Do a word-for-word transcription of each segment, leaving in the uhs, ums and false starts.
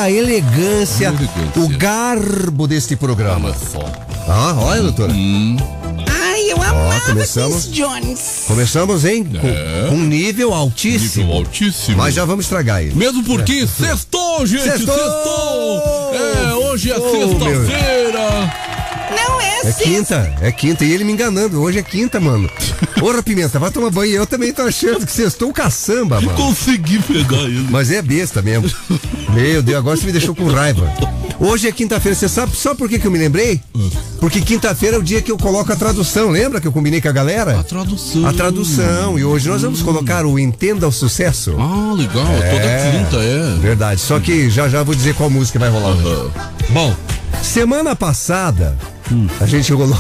a elegância, elegância. o garbo deste programa. Olha só. Ah, olha, doutora. Hum. Ai, eu amava começamos. Quincy Jones. Começamos, hein? É. Com um nível altíssimo. Nível altíssimo. Mas já vamos estragar ele. Mesmo porque é. sextou, gente, sextou! sextou! É, hoje é Oh, sexta-feira. Não é, É sexta. quinta, é quinta. E ele me enganando. Hoje é quinta, mano. Porra, Pimenta, vai tomar banho. Eu também tô achando que sextou o caçamba, mano. Consegui pegar ele. Mas é besta mesmo. Meu Deus, agora você me deixou com raiva. Hoje é quinta-feira, você sabe só por que que eu me lembrei? Porque quinta-feira é o dia que eu coloco a tradução, lembra que eu combinei com a galera? A tradução. A tradução, e hoje nós vamos colocar o Entenda o Sucesso. Ah, legal, É. toda quinta, é. Verdade, só que já já vou dizer qual música vai rolar. Aham. Bom, semana passada, a gente rolou...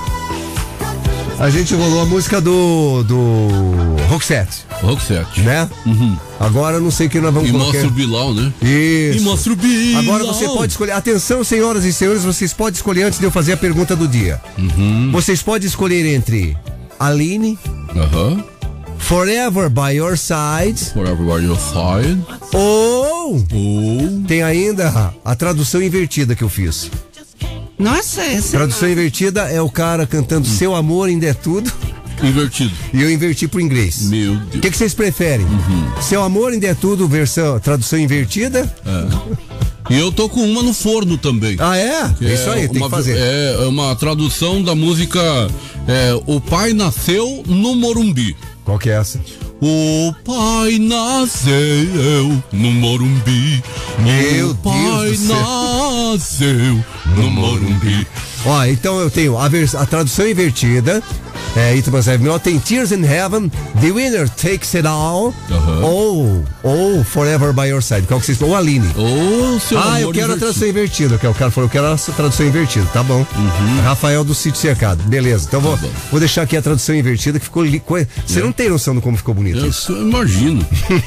A gente rolou a música do... do... Roxette, Roxette. né? Uhum. Agora eu não sei o que nós vamos E colocar. mostra o Bilal, né? Isso. E mostra o Bilal. Agora você pode escolher. Atenção, senhoras e senhores, vocês podem escolher antes de eu fazer a pergunta do dia. Uhum. Vocês podem escolher entre Aline, Aham. Forever by Your Side, Forever by your side. ou Ou. tem ainda a tradução invertida que eu fiz. Nossa, essa. Tradução invertida é o cara cantando Seu Amor Ainda É Tudo Invertido. e eu inverti pro inglês. Meu O Deus. que, que vocês preferem? Seu Amor Ainda É Tudo, versão, tradução invertida? E eu tô com uma no forno também. Ah, é? É isso aí, tem uma, que fazer. É uma tradução da música é, O Pai Nasceu no Morumbi. Qual que é essa? O pai nasceu no Morumbi. Meu o pai Deus do céu. nasceu no Morumbi. Ó, então eu tenho a, vers- a tradução invertida. É, Itamas Heavy Metal tem Tears in Heaven, The Winner Takes It All, Aham. ou, ou Forever by Your Side. Qual que vocês... Ou Aline. Ô, seu Ah, eu amor quero a invertido. tradução invertida. Que o cara falou, eu quero a tradução invertida. Tá bom. Rafael do Sítio Cercado. Beleza. Então vou, Tá bom. vou deixar aqui a tradução invertida que ficou. Li... co- Você não tem noção de como ficou bonito Eu isso. só imagino.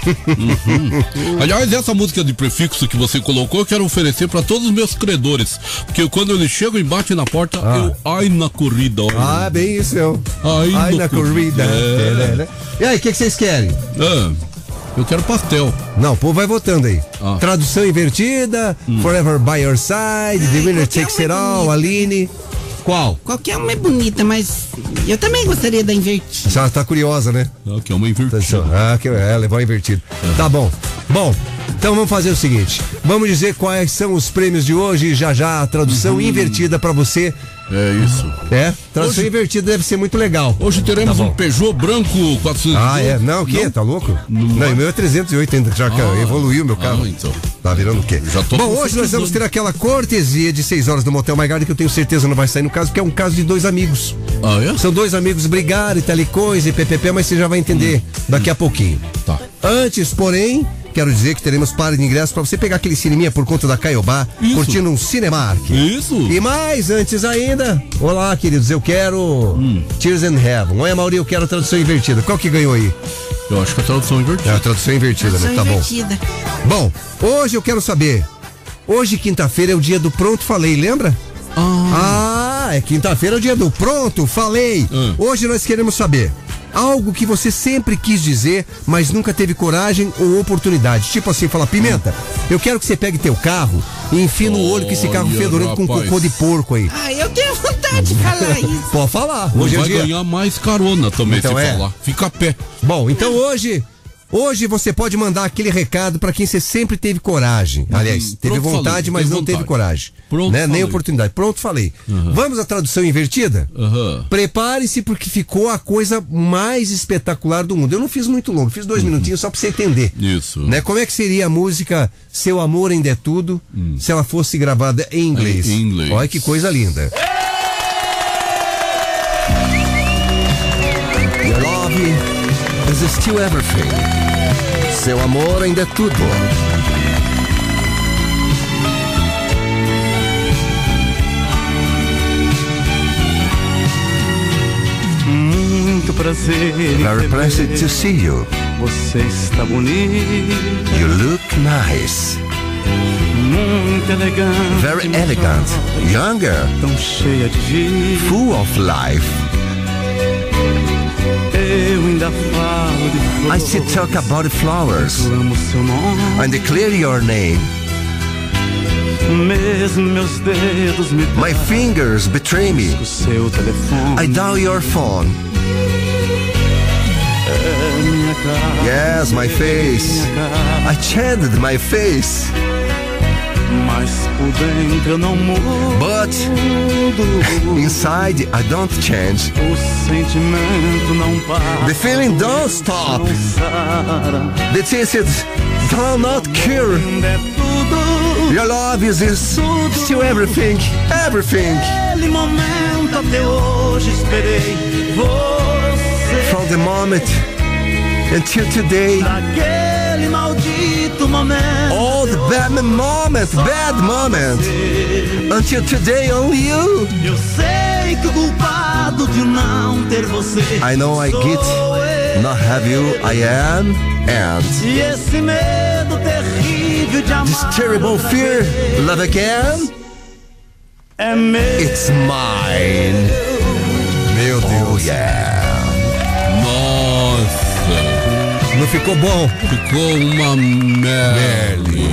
Uhum. Aliás, essa música de prefixo que você colocou, eu quero oferecer para todos os meus credores. Porque quando eles chegam e batem na porta, Ah. eu. Ai na corrida, olha. Ah, bem isso, meu. Ai, Ai, no na corrida. É. E aí, o que, que vocês querem? Ah, eu quero pastel. Não, o povo vai votando aí. Ah. Tradução invertida, Forever by Your Side, The Winner qualquer Takes uma It All, bonita. Aline. Qual? Qualquer uma é bonita, mas eu também gostaria da invertida. Já tá curiosa, né? Ah, que é uma invertida. Ah, que é, levou invertido. Tá bom. Bom, então vamos fazer o seguinte. Vamos dizer quais são os prêmios de hoje e já já a tradução invertida pra você. É isso. É, tradução Hoje- invertida deve ser muito legal. Hoje teremos Tá bom. um Peugeot branco quatrocentos. Ah, é? Não, o quê? Tá louco? Não, o meu é trezentos e oitenta, já que Ah. evoluiu meu carro. Ah, então. Tá virando o quê? Já tô Bom, com hoje nós vamos certeza. ter aquela cortesia de seis horas do Motel My Garden que eu tenho certeza não vai sair no caso, porque é um caso de dois amigos. Ah, é? São dois amigos brigaram e tal e coisa e ppp, mas você já vai entender daqui a pouquinho. Tá. Antes, porém, quero dizer que teremos par de ingressos pra você pegar aquele cineminha por conta da Caiobá, Isso. curtindo um Cinemark. Isso. E mais, antes ainda, olá, queridos, eu quero Tears in Heaven. Oi, Mauri, eu quero a tradução invertida. Qual que ganhou aí? Eu acho que a tradução É invertida. a tradução invertida, né? Tradução Tá bom. invertida. Bom, hoje eu quero saber. Hoje, quinta-feira, é o dia do Pronto Falei, lembra? Ah, é quinta-feira é o dia do Pronto Falei. Hum. Hoje nós queremos saber algo que você sempre quis dizer, mas nunca teve coragem ou oportunidade. Tipo assim, fala, Pimenta, eu quero que você pegue teu carro e enfie no olho com esse carro Olha, fedorento com rapaz. cocô de porco aí. Ai, eu tenho vontade de falar isso. Pode falar. Não Hoje é o vai dia. ganhar mais carona também Então se é. falar. Fica a pé. Bom, então hoje, hoje você pode mandar aquele recado pra quem você sempre teve coragem. Aliás, teve pronto, vontade, falei, mas teve não vontade. teve coragem. Pronto, né? Nem falei. oportunidade. Pronto, falei. Vamos à tradução invertida? Aham. Prepare-se porque ficou a coisa mais espetacular do mundo. Eu não fiz muito longo, fiz dois minutinhos só pra você entender. Isso. Né? Como é que seria a música Seu Amor Ainda É Tudo se ela fosse gravada em inglês? Em inglês. Olha que coisa linda. Your love is still everything. Seu amor ainda é tudo. Muito prazer. em Very te pleased ver. to see you. Você está bonita, You look nice. muito elegante. Very elegant. Younger. Tão cheia de vida. Full of life. Eu ainda falo de I flores. still talk about the flowers Eu amo seu nome. and declare your name. mesmo meus dedos me My fingers betray me. o seu telefone. I dial your phone. É minha cara. Yes, my face. I chanted my face. Mas por dentro eu não mudo. But inside I don't change. O sentimento não para. The feeling don't stop. Não sara. The taste do not cure. Ainda é tudo. Your love is, is still everything. Everything. Aquele momento até hoje esperei você. From the moment until today. Daquele maldito momento. All the bad moments, bad moments. Until today, only you. Eu sei que o culpado de não ter você. I know I sou get eu. not have you, I am. And E esse medo terrível de amar. this terrible fear, love again, É meu. it's mine. Meu Deus. Oh, yeah. Nossa, Não ficou bom? ficou uma merda.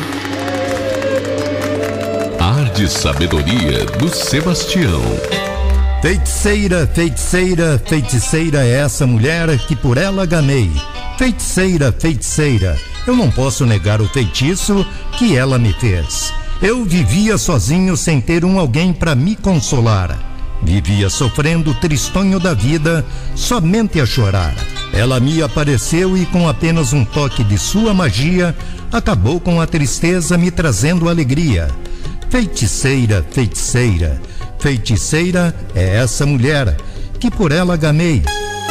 Ar de sabedoria do Sebastião. Feiticeira, feiticeira, feiticeira é essa mulher que por ela gamei. Feiticeira, feiticeira, eu não posso negar o feitiço que ela me fez. Eu vivia sozinho sem ter um alguém para me consolar. Vivia sofrendo o tristonho da vida, somente a chorar. Ela me apareceu e com apenas um toque de sua magia, acabou com a tristeza me trazendo alegria. Feiticeira, feiticeira, feiticeira é essa mulher que por ela gamei.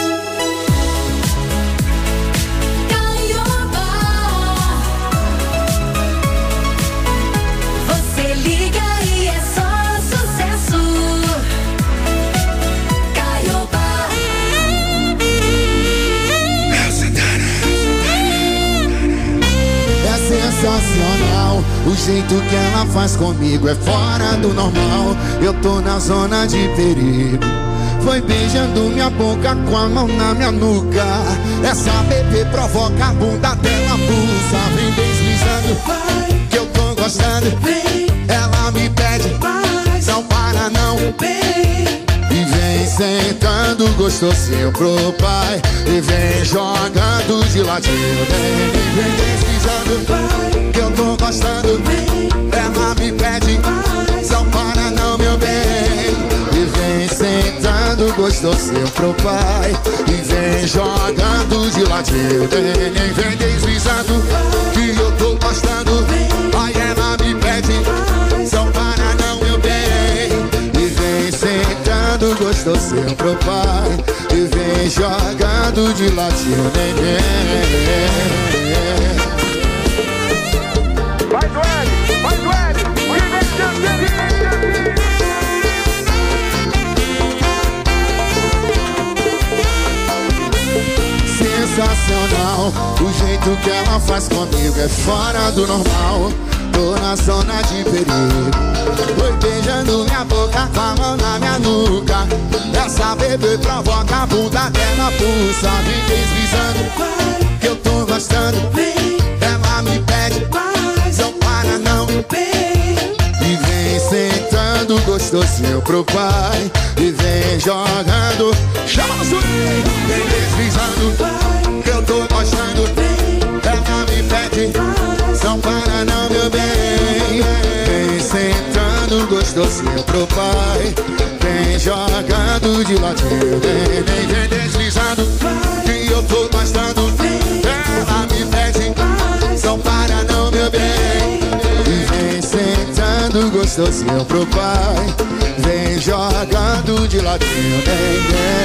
Você liga e é só sucesso. Caiobá. É sensacional, o jeito que ela faz comigo é fora do normal. Eu tô na zona de perigo. Foi beijando minha boca com a mão na minha nuca. Essa bebê provoca a bunda dela, pulsa. Vem deslizando, que eu tô gostando. Ela me pede, não para não. E vem sentando gostosinho pro pai. E vem jogando de ladinho. Vem, vem deslizando, que eu tô gostando. Ela me pede, não para não, meu bem. E vem sentando gostosinho pro pai. E vem jogando de ladinho. Vem, vem deslizando, que eu tô gostando. Aí ela me pede, não para não, meu bem. E vem sentando gostosinho pro pai. E vem jogando de ladinho. Vem, vem. Vai, Duane! Vai, Duane! Sensacional, o jeito que ela faz comigo é fora do normal. Tô na zona de perigo. Foi beijando minha boca com a mão na minha nuca. Essa bebê provoca a bunda dela, pulsa. Vem deslizando, que eu tô gostando. Ela me pede, não para não. E vem sentando gostosinho pro pai. E vem jogando, chama no swing. Vem deslizando, que eu tô gostando. Ela me pede, não para não, meu bem. Vem sentando gostosinho pro pai. Vem jogando de ladinho. Vem, vem, vem deslizando, que eu tô gostando. Ela me pede, não para não, meu bem. E vem sentando gostosinho pro pai. Vem jogando de ladinho. Vem,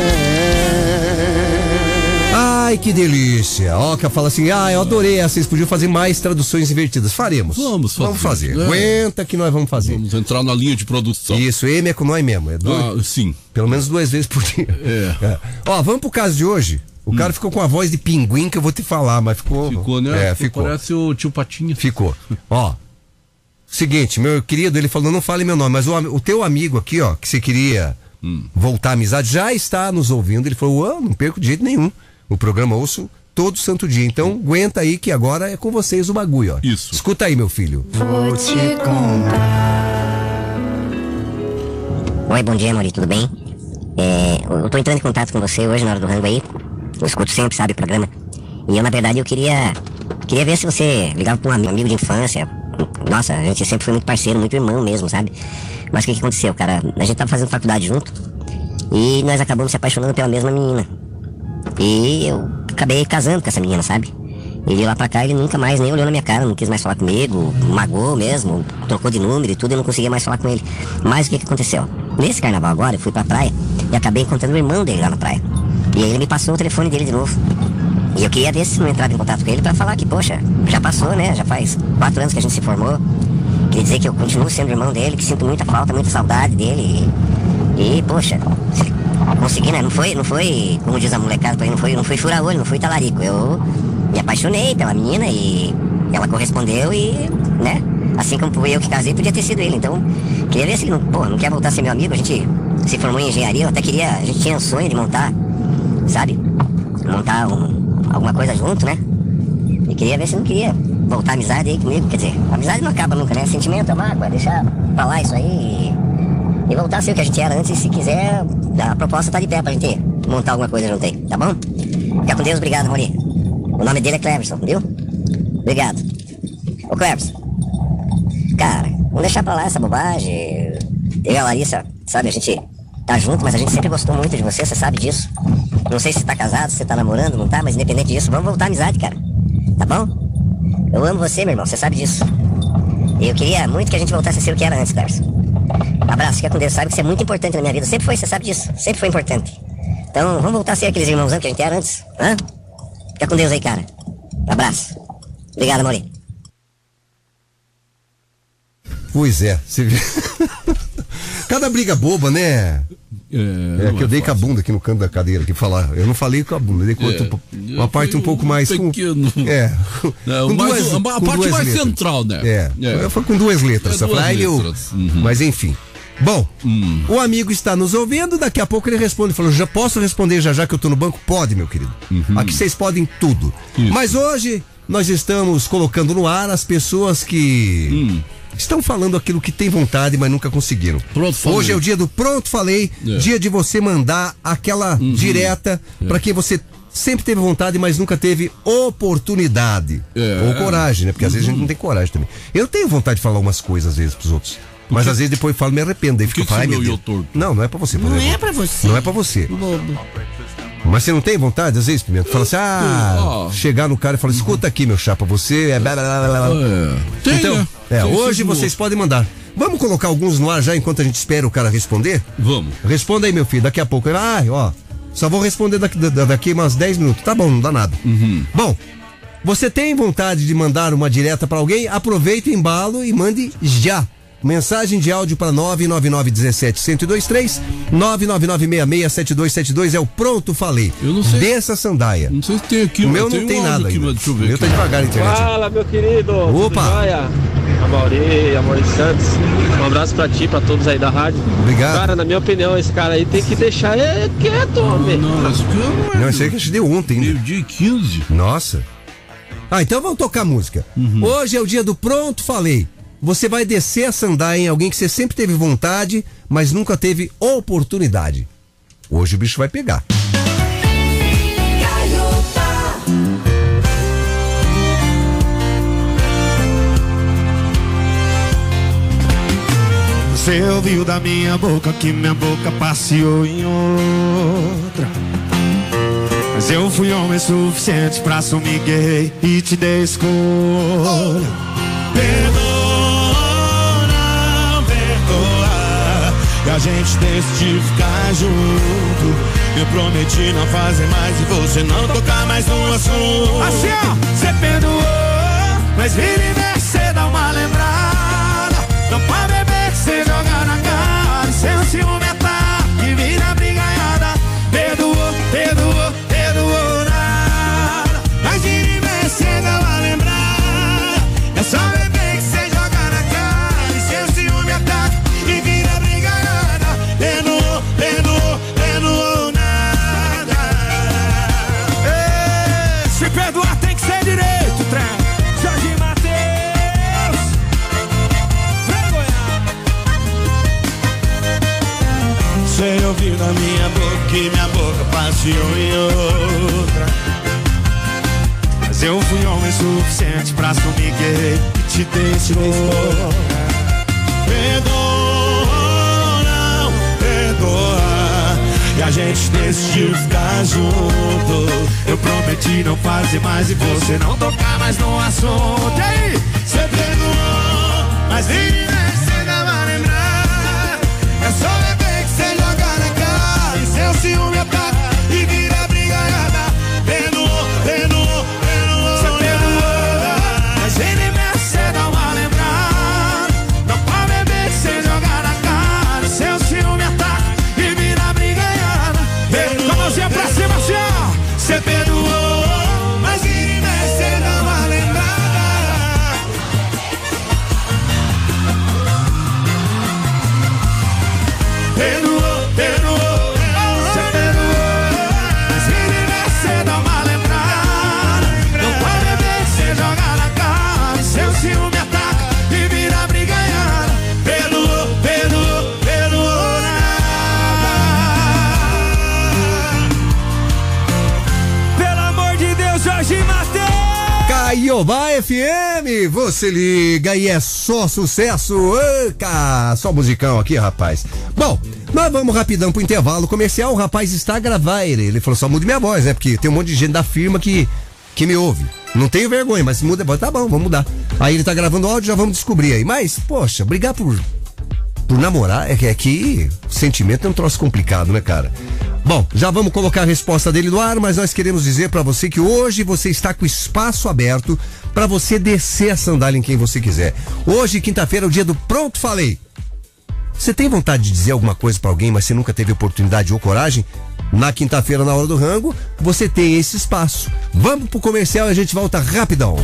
vem. Ai, que delícia. Oca fala assim, ah, eu adorei essa, vocês podiam fazer mais traduções invertidas. Faremos. Vamos fazer. Vamos fazer. É. Aguenta que nós vamos fazer. Vamos entrar na linha de produção. Isso, M é com nós mesmo. É dois, Ah, sim. pelo menos duas vezes por dia. É. É. Ó, vamos pro caso de hoje. O cara ficou com a voz de pinguim que eu vou te falar, mas ficou... Ficou, né? É, ficou. Parece o tio Patinha. Ficou. Ó, seguinte, meu querido, ele falou, não fale meu nome, mas o, o teu amigo aqui, ó, que você queria hum. voltar à amizade, já está nos ouvindo. Ele falou, ah, não perco de jeito nenhum. O programa ouço todo santo dia. Então, aguenta aí que agora é com vocês o bagulho, ó. Isso. Escuta aí, meu filho. Vou te contar. Oi, bom dia, Mauri, tudo bem? É, eu tô entrando em contato com você hoje na hora do rango aí. Eu escuto sempre, sabe, o programa. E eu, na verdade, eu queria queria ver se você ligava pra um amigo de infância. Nossa, a gente sempre foi muito parceiro, muito irmão mesmo, sabe? Mas o que que aconteceu, cara? A gente tava fazendo faculdade junto e nós acabamos se apaixonando pela mesma menina. E eu acabei casando com essa menina, sabe? E de lá pra cá ele nunca mais nem olhou na minha cara, não quis mais falar comigo, magoou mesmo, trocou de número e tudo, eu não conseguia mais falar com ele. Mas o que que aconteceu? Nesse carnaval agora, eu fui pra praia e acabei encontrando o irmão dele lá na praia. E aí ele me passou o telefone dele de novo. E eu queria ver se não entrava em contato com ele pra falar que, poxa, já passou, né? Já faz quatro anos que a gente se formou. Queria dizer que eu continuo sendo irmão dele, que sinto muita falta, muita saudade dele. E, e poxa, consegui, né? Não foi, não foi, como diz a molecada por aí, não foi, não foi fura-olho, não fui talarico. Eu me apaixonei pela menina e ela correspondeu e, né? Assim como fui eu que casei, podia ter sido ele. Então, queria ver se ele não, pô, não quer voltar a ser meu amigo. A gente se formou em engenharia, eu até queria, a gente tinha um sonho de montar, sabe? Montar um, alguma coisa junto, né? E queria ver se não queria voltar a amizade aí comigo. Quer dizer, a amizade não acaba nunca, né? Sentimento é mágoa, deixar pra lá isso aí e, e voltar a ser o que a gente era antes. E se quiser, a proposta tá de pé pra gente montar alguma coisa junto aí, tá bom? Fica com Deus, obrigado, Mori. O nome dele é Cleverson, viu? Obrigado. Ô, Cleverson, cara, vamos deixar pra lá essa bobagem. Eu e a Larissa, sabe, a gente tá junto, mas a gente sempre gostou muito de você, você sabe disso. Não sei se você tá casado, se você tá namorando, não tá, mas independente disso, vamos voltar à amizade, cara. Tá bom? Eu amo você, meu irmão, você sabe disso. E eu queria muito que a gente voltasse a ser o que era antes, Cleverson. Abraço, fica com Deus, sabe que você é muito importante na minha vida. Sempre foi, você sabe disso, sempre foi importante. Então, vamos voltar a ser aqueles irmãozão que a gente era antes, hã? Fica com Deus aí, cara. Abraço. Obrigado, Maurinho. Pois é, você vê. Cada briga boba, né? É, é que eu dei fácil. Com a bunda aqui no canto da cadeira, que falar. Eu não falei com a bunda, eu dei com é, outro, uma parte um pouco mais. Pequeno. Com, é. Não, com mais, duas, a, a parte mais letras. Central, né? É. é. Foi com duas letras. É, duas letras. Eu, uhum. Mas enfim. Bom, hum. o amigo está nos ouvindo, daqui a pouco ele responde, falou, já posso responder já já que eu tô no banco? Pode, meu querido. Uhum. Aqui vocês podem tudo. Isso. Mas hoje nós estamos colocando no ar as pessoas que hum. estão falando aquilo que tem vontade, mas nunca conseguiram. Pronto, hoje é o dia do pronto falei, é. dia de você mandar aquela uhum. direta é. para quem você sempre teve vontade, mas nunca teve oportunidade. É. Ou coragem, né? Porque às uhum. vezes a gente não tem coragem também. Eu tenho vontade de falar umas coisas às vezes pros outros. Mas às vezes depois eu falo, me arrependo. Aí fica falando, meu Deus. Não, não é pra você. Não é pra você. Não é pra você. Bobo. Mas você não tem vontade, às vezes, Pimenta? Fala assim, ah, chegar no cara e falar, escuta aqui, meu chapa, você é... Blá, blá, blá, blá. É. Tem, então, né? é, tem hoje vocês podem mandar. Vamos colocar alguns no ar já enquanto a gente espera o cara responder? Vamos. Responda aí, meu filho, daqui a pouco. Ah, ó, só vou responder daqui, daqui umas dez minutos. Tá bom, não dá nada. Uhum. Bom, você tem vontade de mandar uma direta pra alguém? Aproveita o embalo e mande já. Mensagem de áudio para nove nove nove um sete um zero dois três, nove nove nove seis seis sete dois sete dois, é o pronto falei. Eu não sei. Dessa sandaia. Não sei se tem aqui, o meu não tem nada aqui, deixa eu ver. O meu tá devagar na internet. Fala, meu querido. Opa. A Mauri, a Mauri Santos. Um abraço pra ti, pra todos aí da rádio. Obrigado. Cara, na minha opinião, esse cara aí tem que deixar ele quieto, homem. Não, não, não, não, isso aí que a gente deu ontem, né? Dia quinze. Nossa. Ah, então vamos tocar música. Uhum. Hoje é o dia do pronto falei. Você vai descer a sandália em alguém que você sempre teve vontade, mas nunca teve oportunidade. Hoje o bicho vai pegar. Você ouviu da minha boca que minha boca passeou em outra. Mas eu fui homem suficiente pra assumir gay e te dei escolha. Perdoa. E a gente decidiu ficar junto. Eu prometi não fazer mais e você não tocar mais no assunto. Assim ó, você perdoou, mas vira e mexe, você dá uma lembrada. Não pode beber que você joga na cara. E sem ciumentar, que vira brigaiada. Perdoou, perdoou, perdoou nada. Mas vira e mexe, você dá uma lembrada. É só beber que você joga na cara. E sem ciumentar, que vira Perdoou, perdoou, perdoou nada. Ei, que minha boca passeou em outra. Mas eu fui homem suficiente pra assumir que errei e te deixou. Perdoa, não perdoa. E a gente decidiu ficar junto. Eu prometi não fazer mais e você não tocar mais no assunto. E aí, você perdoou, mas nem você não vai lembrar. É só beber que você joga na cara e seu ciúme ataca e vira brigaiada. Perdoou, perdoou, perdoou, você perdoou, mas nem você não vai lembrar. Não pode beber que você joga na cara e seu ciúme ataca e vira brigaiada. Com a mãozinha pra cima, assim, ó. Você perdoou, mas nem você não vai lembrar. Perdoou, perdoou, você perdoou, mas nem você não vai lembrar. Não pode beber que você joga na cara e seu ciúme ataca e vira brigaiada. Perdoou, perdoou, perdoou nada. Pelo amor de Deus, Jorge Mateus. Caiobá F M, você liga e é só sucesso. Eca, só musicão aqui, rapaz. Bom, nós vamos rapidão pro intervalo comercial. O rapaz está a gravar ele. Ele falou, só mude minha voz, né? Porque tem um monte de gente da firma que, que me ouve. Não tenho vergonha, mas se muda a voz, tá bom, vamos mudar. Aí ele tá gravando áudio, já vamos descobrir aí. Mas, poxa, brigar por, por namorar é que, é que sentimento é um troço complicado, né, cara? Bom, já vamos colocar a resposta dele no ar, mas nós queremos dizer pra você que hoje você está com espaço aberto pra você descer a sandália em quem você quiser. Hoje, quinta-feira, é o dia do Pronto Falei. Você tem vontade de dizer alguma coisa pra alguém, mas você nunca teve oportunidade ou coragem? Na quinta-feira, na hora do rango, você tem esse espaço. Vamos pro comercial e a gente volta rapidão.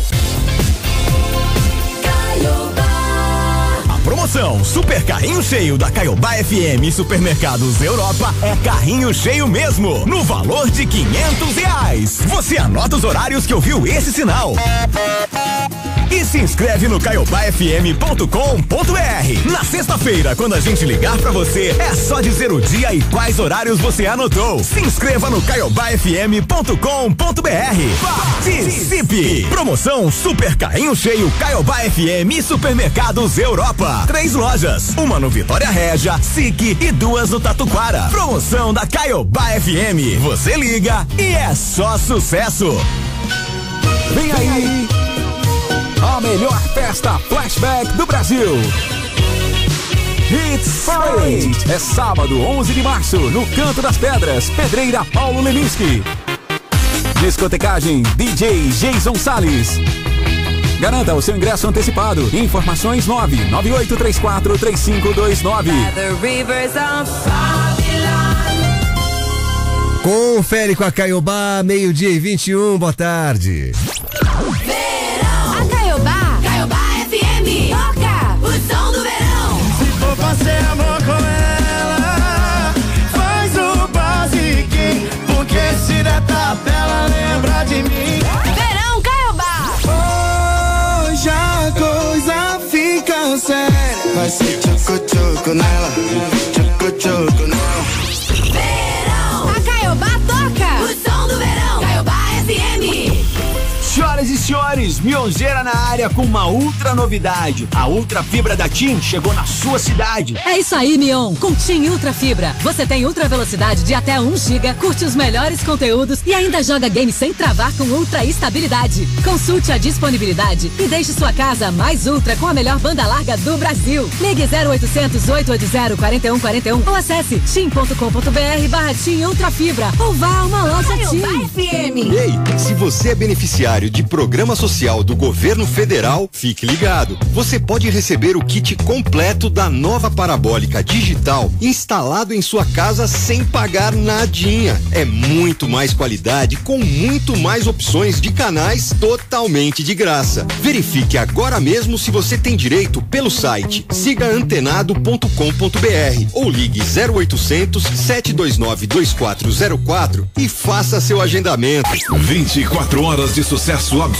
Promoção Super Carrinho Cheio da Caiobá F M e Supermercados Europa é carrinho cheio mesmo, no valor de quinhentos reais. Você anota os horários que ouviu esse sinal e se inscreve no caiobá f m ponto com ponto b r. Na sexta-feira, quando a gente ligar pra você, é só dizer o dia e quais horários você anotou. Se inscreva no caiobá f m ponto com ponto b r. Participe! Promoção Super Carrinho Cheio Caiobá F M e Supermercados Europa. Três lojas, uma no Vitória Régia, S I C e duas no Tatuquara. Promoção da Caiobá F M. Você liga e é só sucesso. Vem aí a melhor festa flashback do Brasil. Hits Parade. É sábado, onze de março, no Canto das Pedras, Pedreira Paulo Leminski. Discotecagem D J Jason Salles. Garanta o seu ingresso antecipado. Informações nove nove oito três quatro três cinco dois nove. Confere com a Caiobá, meio-dia e vinte e um, boa tarde. Verão. A Caiobá. Caiobá F M. Toca o som do verão. Se for fazer amor com ela, faz o basiquinho, porque se der tabela, lembra de mim. Verão Caiobá. Hoje a coisa fica séria. Vai ser tchucu-tchucu nela, tchucu-tchucu nela. Verão. A Caiobá toca o som do verão. Caiobá F M. Senhoras e senhores, Mionzeira na área com uma ultra novidade. A Ultra Fibra da TIM chegou na sua cidade. É isso aí, Mion. Com TIM Ultra Fibra, você tem ultra velocidade de até um giga, curte os melhores conteúdos e ainda joga game sem travar com ultra estabilidade. Consulte a disponibilidade e deixe sua casa mais ultra com a melhor banda larga do Brasil. Ligue zero oitocentos, oito oito zero, quatro um quatro um ou acesse tim ponto com ponto b r barra TIM Ultra Fibra ou vá a uma loja TIM. F M. Ei, se você é beneficiário de programa social do governo federal, fique ligado. Você pode receber o kit completo da nova parabólica digital instalado em sua casa sem pagar nadinha. É muito mais qualidade com muito mais opções de canais totalmente de graça. Verifique agora mesmo se você tem direito pelo site siga antenado ponto com ponto b r ou ligue zero oitocentos, sete dois nove, dois quatro zero quatro e faça seu agendamento. vinte e quatro horas de sucesso absoluto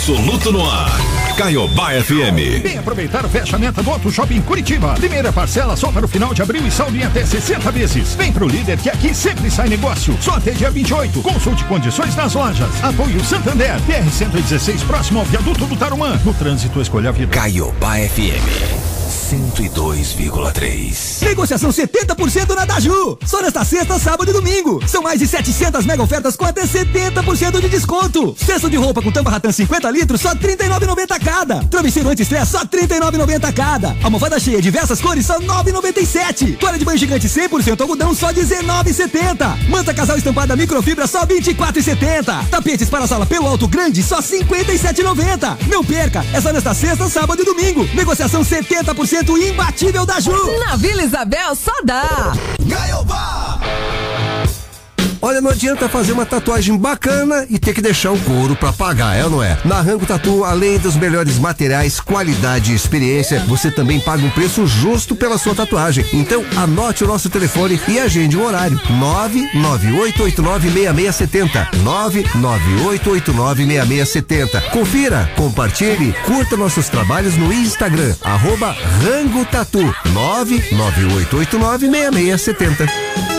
absoluto no ar. Caiobá F M. Vem aproveitar o fechamento do Auto Shopping Curitiba. Primeira parcela só para o final de abril e saldo em até sessenta vezes. Vem pro líder que aqui sempre sai negócio. Só até dia vinte e oito. Consulte condições nas lojas. Apoio Santander. P R cento e dezesseis, próximo ao viaduto do Tarumã. No trânsito, escolha a vida. Caiobá F M. cento e dois vírgula três. Negociação setenta por cento na Daju. Só nesta sexta, sábado e domingo. São mais de setecentas mega ofertas com até setenta por cento de desconto. Cesto de roupa com tampa Ratan cinquenta litros, só trinta e nove reais e noventa centavos cada. Travesseiro anti-estresse, só trinta e nove reais e noventa centavos cada. Almofada cheia, diversas cores, só nove reais e noventa e sete centavos. Toalha de banho gigante cem por cento algodão, só dezenove reais e setenta centavos. Manta casal estampada microfibra, só vinte e quatro reais e setenta centavos. Tapetes para sala pelo alto grande, só cinquenta e sete reais e noventa centavos. Não perca, é só nesta sexta, sábado e domingo. Negociação setenta por cento imbatível da Ju. Na Vila Isabel só dá Caiobá. Olha, não adianta fazer uma tatuagem bacana e ter que deixar o couro pra pagar, é ou não é? Na Rango Tatu, além dos melhores materiais, qualidade e experiência, você também paga um preço justo pela sua tatuagem. Então, anote o nosso telefone e agende um horário. nove nove oito oito nove seis seis sete zero. nove nove oito oito nove seis seis sete zero. Confira, compartilhe, curta nossos trabalhos no Instagram, arroba Rango Tatu. nove nove oito oito nove seis seis sete zero.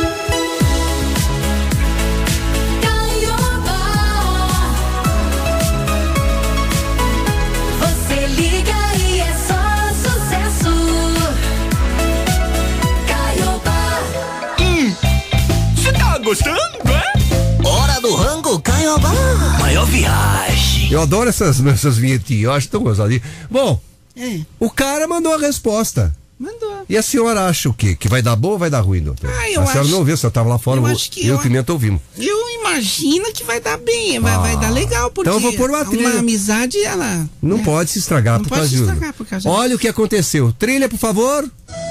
Gostando, é? Hora do Rango Caiobá. Maior viagem. Eu adoro essas, essas vinhetinhas, eu acho tão gostosinho. Bom, é. O cara mandou a resposta. Mandou. E a senhora acha o quê? Que vai dar boa ou vai dar ruim, doutor? Ah, eu a senhora acho, não ouviu, a senhora estava lá fora, eu, eu, eu e o Pimenta ouvimos. Eu imagino que vai dar bem, vai, ah, vai dar legal, porque então eu vou pôr uma, trilha. Uma amizade, ela... Não é. pode se estragar não por pode causa se de estragar por causa Olha o que aconteceu. Trilha, por favor.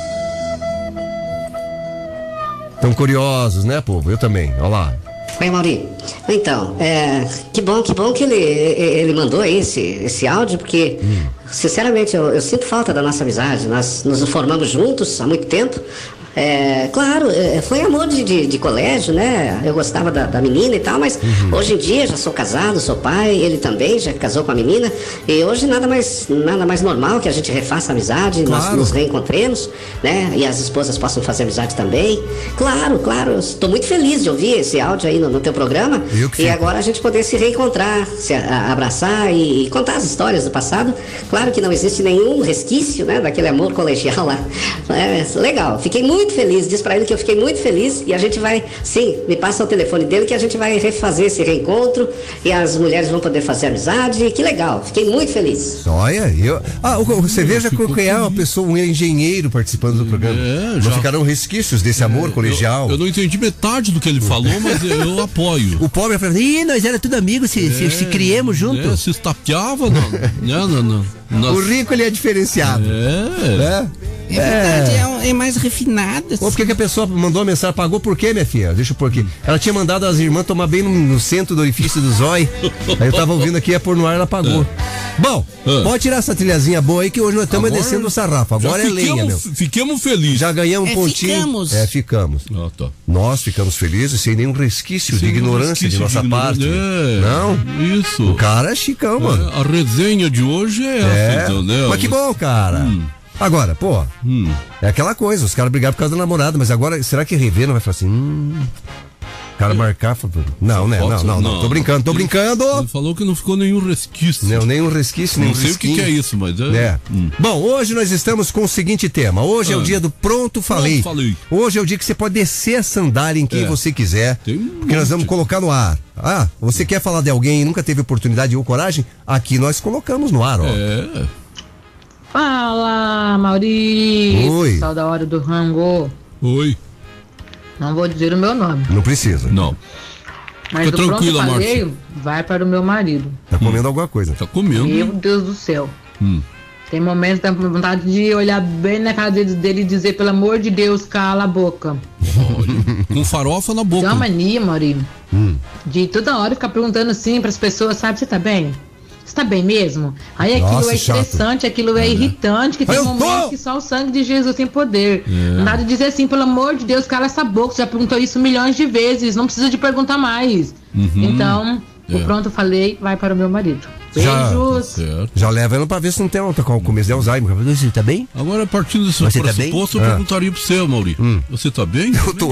Estão curiosos, né, povo? Eu também, olha lá. Oi, Mauri. Então, é, que bom, que bom que ele, ele mandou esse, esse áudio, porque, hum. sinceramente, eu, eu sinto falta da nossa amizade. Nós nos formamos juntos há muito tempo. É, claro, é, foi amor de, de, de colégio, né? Eu gostava da, da menina e tal, mas uhum. hoje em dia já sou casado, sou pai, ele também já casou com a menina, e hoje nada mais, nada mais normal que a gente refaça a amizade, claro. Nós nos reencontremos, né? E as esposas possam fazer amizade também. Claro, claro, eu estou muito feliz de ouvir esse áudio aí no, no teu programa, e agora a gente poder se reencontrar, se a, abraçar e, e contar as histórias do passado. Claro que não existe nenhum resquício, né? Daquele amor colegial lá. É, legal, fiquei muito feliz, diz pra ele que eu fiquei muito feliz e a gente vai, sim, me passa o telefone dele que a gente vai refazer esse reencontro e as mulheres vão poder fazer amizade, que legal, fiquei muito feliz. Olha, eu, ah, você veja que é uma pessoa, um engenheiro participando do programa, é, já, não ficaram resquícios desse amor é, colegial. Eu, eu não entendi metade do que ele falou, mas eu, eu apoio. O pobre falou, ih, nós era tudo amigos, se, é, se, se criemos juntos. É, se estapeava, não, não, não, não. Nossa. O rico, ele é diferenciado. É. É, é verdade, é, um, é mais refinado. Assim. Pô, por que, que a pessoa mandou a mensagem? Pagou por quê, minha filha? Deixa eu pôr aqui. Ela tinha mandado as irmãs tomar bem no, no centro do orifício do zóio. Aí eu tava ouvindo aqui, ia pôr no ar, ela pagou. É. Bom, é. pode tirar essa trilhazinha boa aí que hoje nós estamos descendo o sarrafo. Agora é lenha, meu. Fiquemos felizes. Já ganhamos um é, pontinho. Ficamos. É, ficamos. Ah, tá. Nós ficamos felizes sem nenhum resquício sem de ignorância resquício de nossa de parte. É. Não? Isso. O cara é chicão, mano. É. A resenha de hoje é, é. essa, entendeu? Mas que bom, cara. Hum. Agora, pô, hum. é aquela coisa, os caras brigaram por causa da namorada, mas agora, será que rever não vai falar assim, hum... O cara marcar, não, né? Não, não, não, não, tô brincando, tô brincando. Ele falou que não ficou nenhum resquício. Não, nenhum resquício, nenhum resquício. Não sei o que, que é isso, mas é. é. Hum. Bom, hoje nós estamos com o seguinte tema. Hoje ah. é o dia do pronto falei. Pronto falei. Hoje é o dia que você pode descer a sandália em quem é. você quiser, Tem um porque nós vamos colocar no ar. Ah, você quer falar de alguém e nunca teve oportunidade ou coragem? Aqui nós colocamos no ar, ó. É. Fala, Maurício. Oi. Tal da hora do rango. Oi. Não vou dizer o meu nome. Não precisa. Não. Mas Fica o tranquila, pronto falei, vai para o meu marido. Tá comendo hum. alguma coisa. Tá comendo. Meu Deus do céu. Hum. Tem momentos que dá vontade de olhar bem na cara dele e dizer, pelo amor de Deus, cala a boca. Olha, com farofa na boca. Tem uma mania, Maurinho, hum. de toda hora ficar perguntando assim para as pessoas, sabe, você tá bem? Você tá bem mesmo? Aí aquilo Nossa, é estressante, chato. Aquilo é, é irritante, que tem momentos que só o sangue de Jesus tem poder. É. Nada de dizer assim, pelo amor de Deus, cala essa boca, você já perguntou isso milhões de vezes, não precisa de perguntar mais. Uhum. Então, é. o pronto falei, vai para o meu marido. Já, Beijos. já leva ela pra ver se não tem tá com o começo de Alzheimer. Você tá bem? Agora, a partir desse Você tá pressuposto, bem? eu Ah. perguntaria pro você, Mauri. Hum. Você tá bem? Eu tô.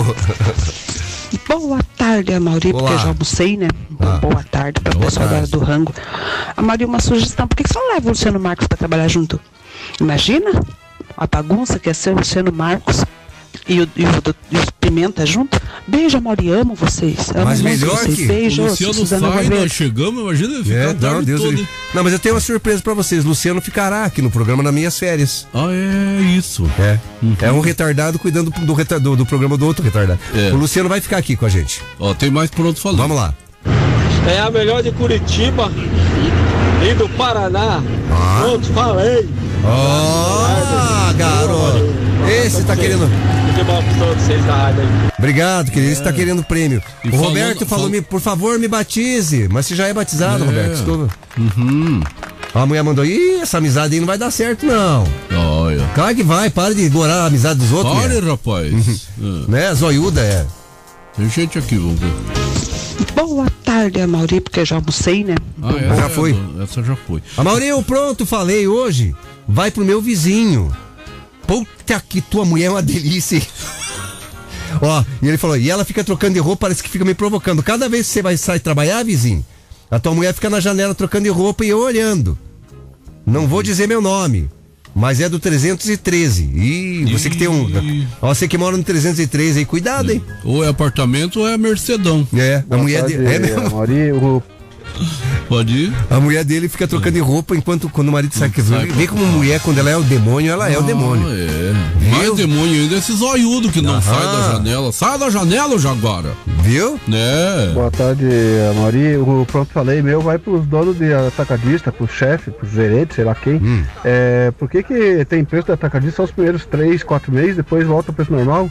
Boa tarde, Amauri, Olá. porque eu já almocei, né? Ah. Boa tarde para o Boa pessoal da tarde. área do rango. Amauri, uma sugestão, por que que você não leva o Luciano Marcos para trabalhar junto? Imagina a bagunça que é ser o Luciano Marcos e o, e o, e o Pimenta junto. Beijo, Amauri, amo vocês. Amo Mas muito melhor vocês. que Beijo, o Luciano Suzana sai, Valverde. nós chegamos, imagina ele ficar É, a não, tarde Deus toda. ele... Não, mas eu tenho uma surpresa pra vocês. Luciano ficará aqui no programa nas minhas férias. Ah, é isso. É. Uhum. É um retardado cuidando do, reta- do, do programa do outro retardado. É. O Luciano vai ficar aqui com a gente. Ó, tem mais pronto falando. Vamos lá. É a melhor de Curitiba e do Paraná. Ah. Pronto, falei. Ó, garoto. Esse tá querendo. Futebol pra todos vocês da rádio aí. Obrigado, querido. Esse tá querendo prêmio. E O falando- Roberto falou, fal- me, por favor, me batize. Mas você já é batizado, É. Roberto. Estou... Uhum. A mulher mandou, ih, essa amizade aí não vai dar certo, não. Olha. Claro que vai, para de gorar a amizade dos outros. Pare, mulher. rapaz. Ah. Né? Zoiuda é. Tem gente aqui, vamos ver. Boa tarde, Amauri, porque eu já almocei, né? Ah, essa Já foi. Essa já foi. A Maurinho, pronto, falei hoje. Vai pro meu vizinho. Puta que tua mulher é uma delícia. Ó, e ele falou, e ela fica trocando de roupa, parece que fica me provocando. Cada vez que você vai sair trabalhar, vizinho, a tua mulher fica na janela trocando de roupa e eu olhando. Não vou dizer meu nome, mas é do trezentos e treze. Ih, você que tem um... Ó, você que mora no trezentos e treze aí, cuidado, hein? Ou é apartamento ou é Mercedão. É, a mulher dele... É mesmo. Mauri, o Pode ir? A mulher dele fica trocando de roupa enquanto quando o marido sai. Sai Vê como mulher, quando ela é o demônio, ela é o demônio. É. Mais demônio ainda esse zoiudo que não Aham. sai da janela. Sai da janela, Jaguara. Viu? Né? Boa tarde, Mauri. O pronto falei meu vai pros donos de atacadista, pros chefes, pros gerentes, sei lá quem. Hum. É, por que que tem preço de atacadista só os primeiros três, quatro meses, depois volta o preço normal?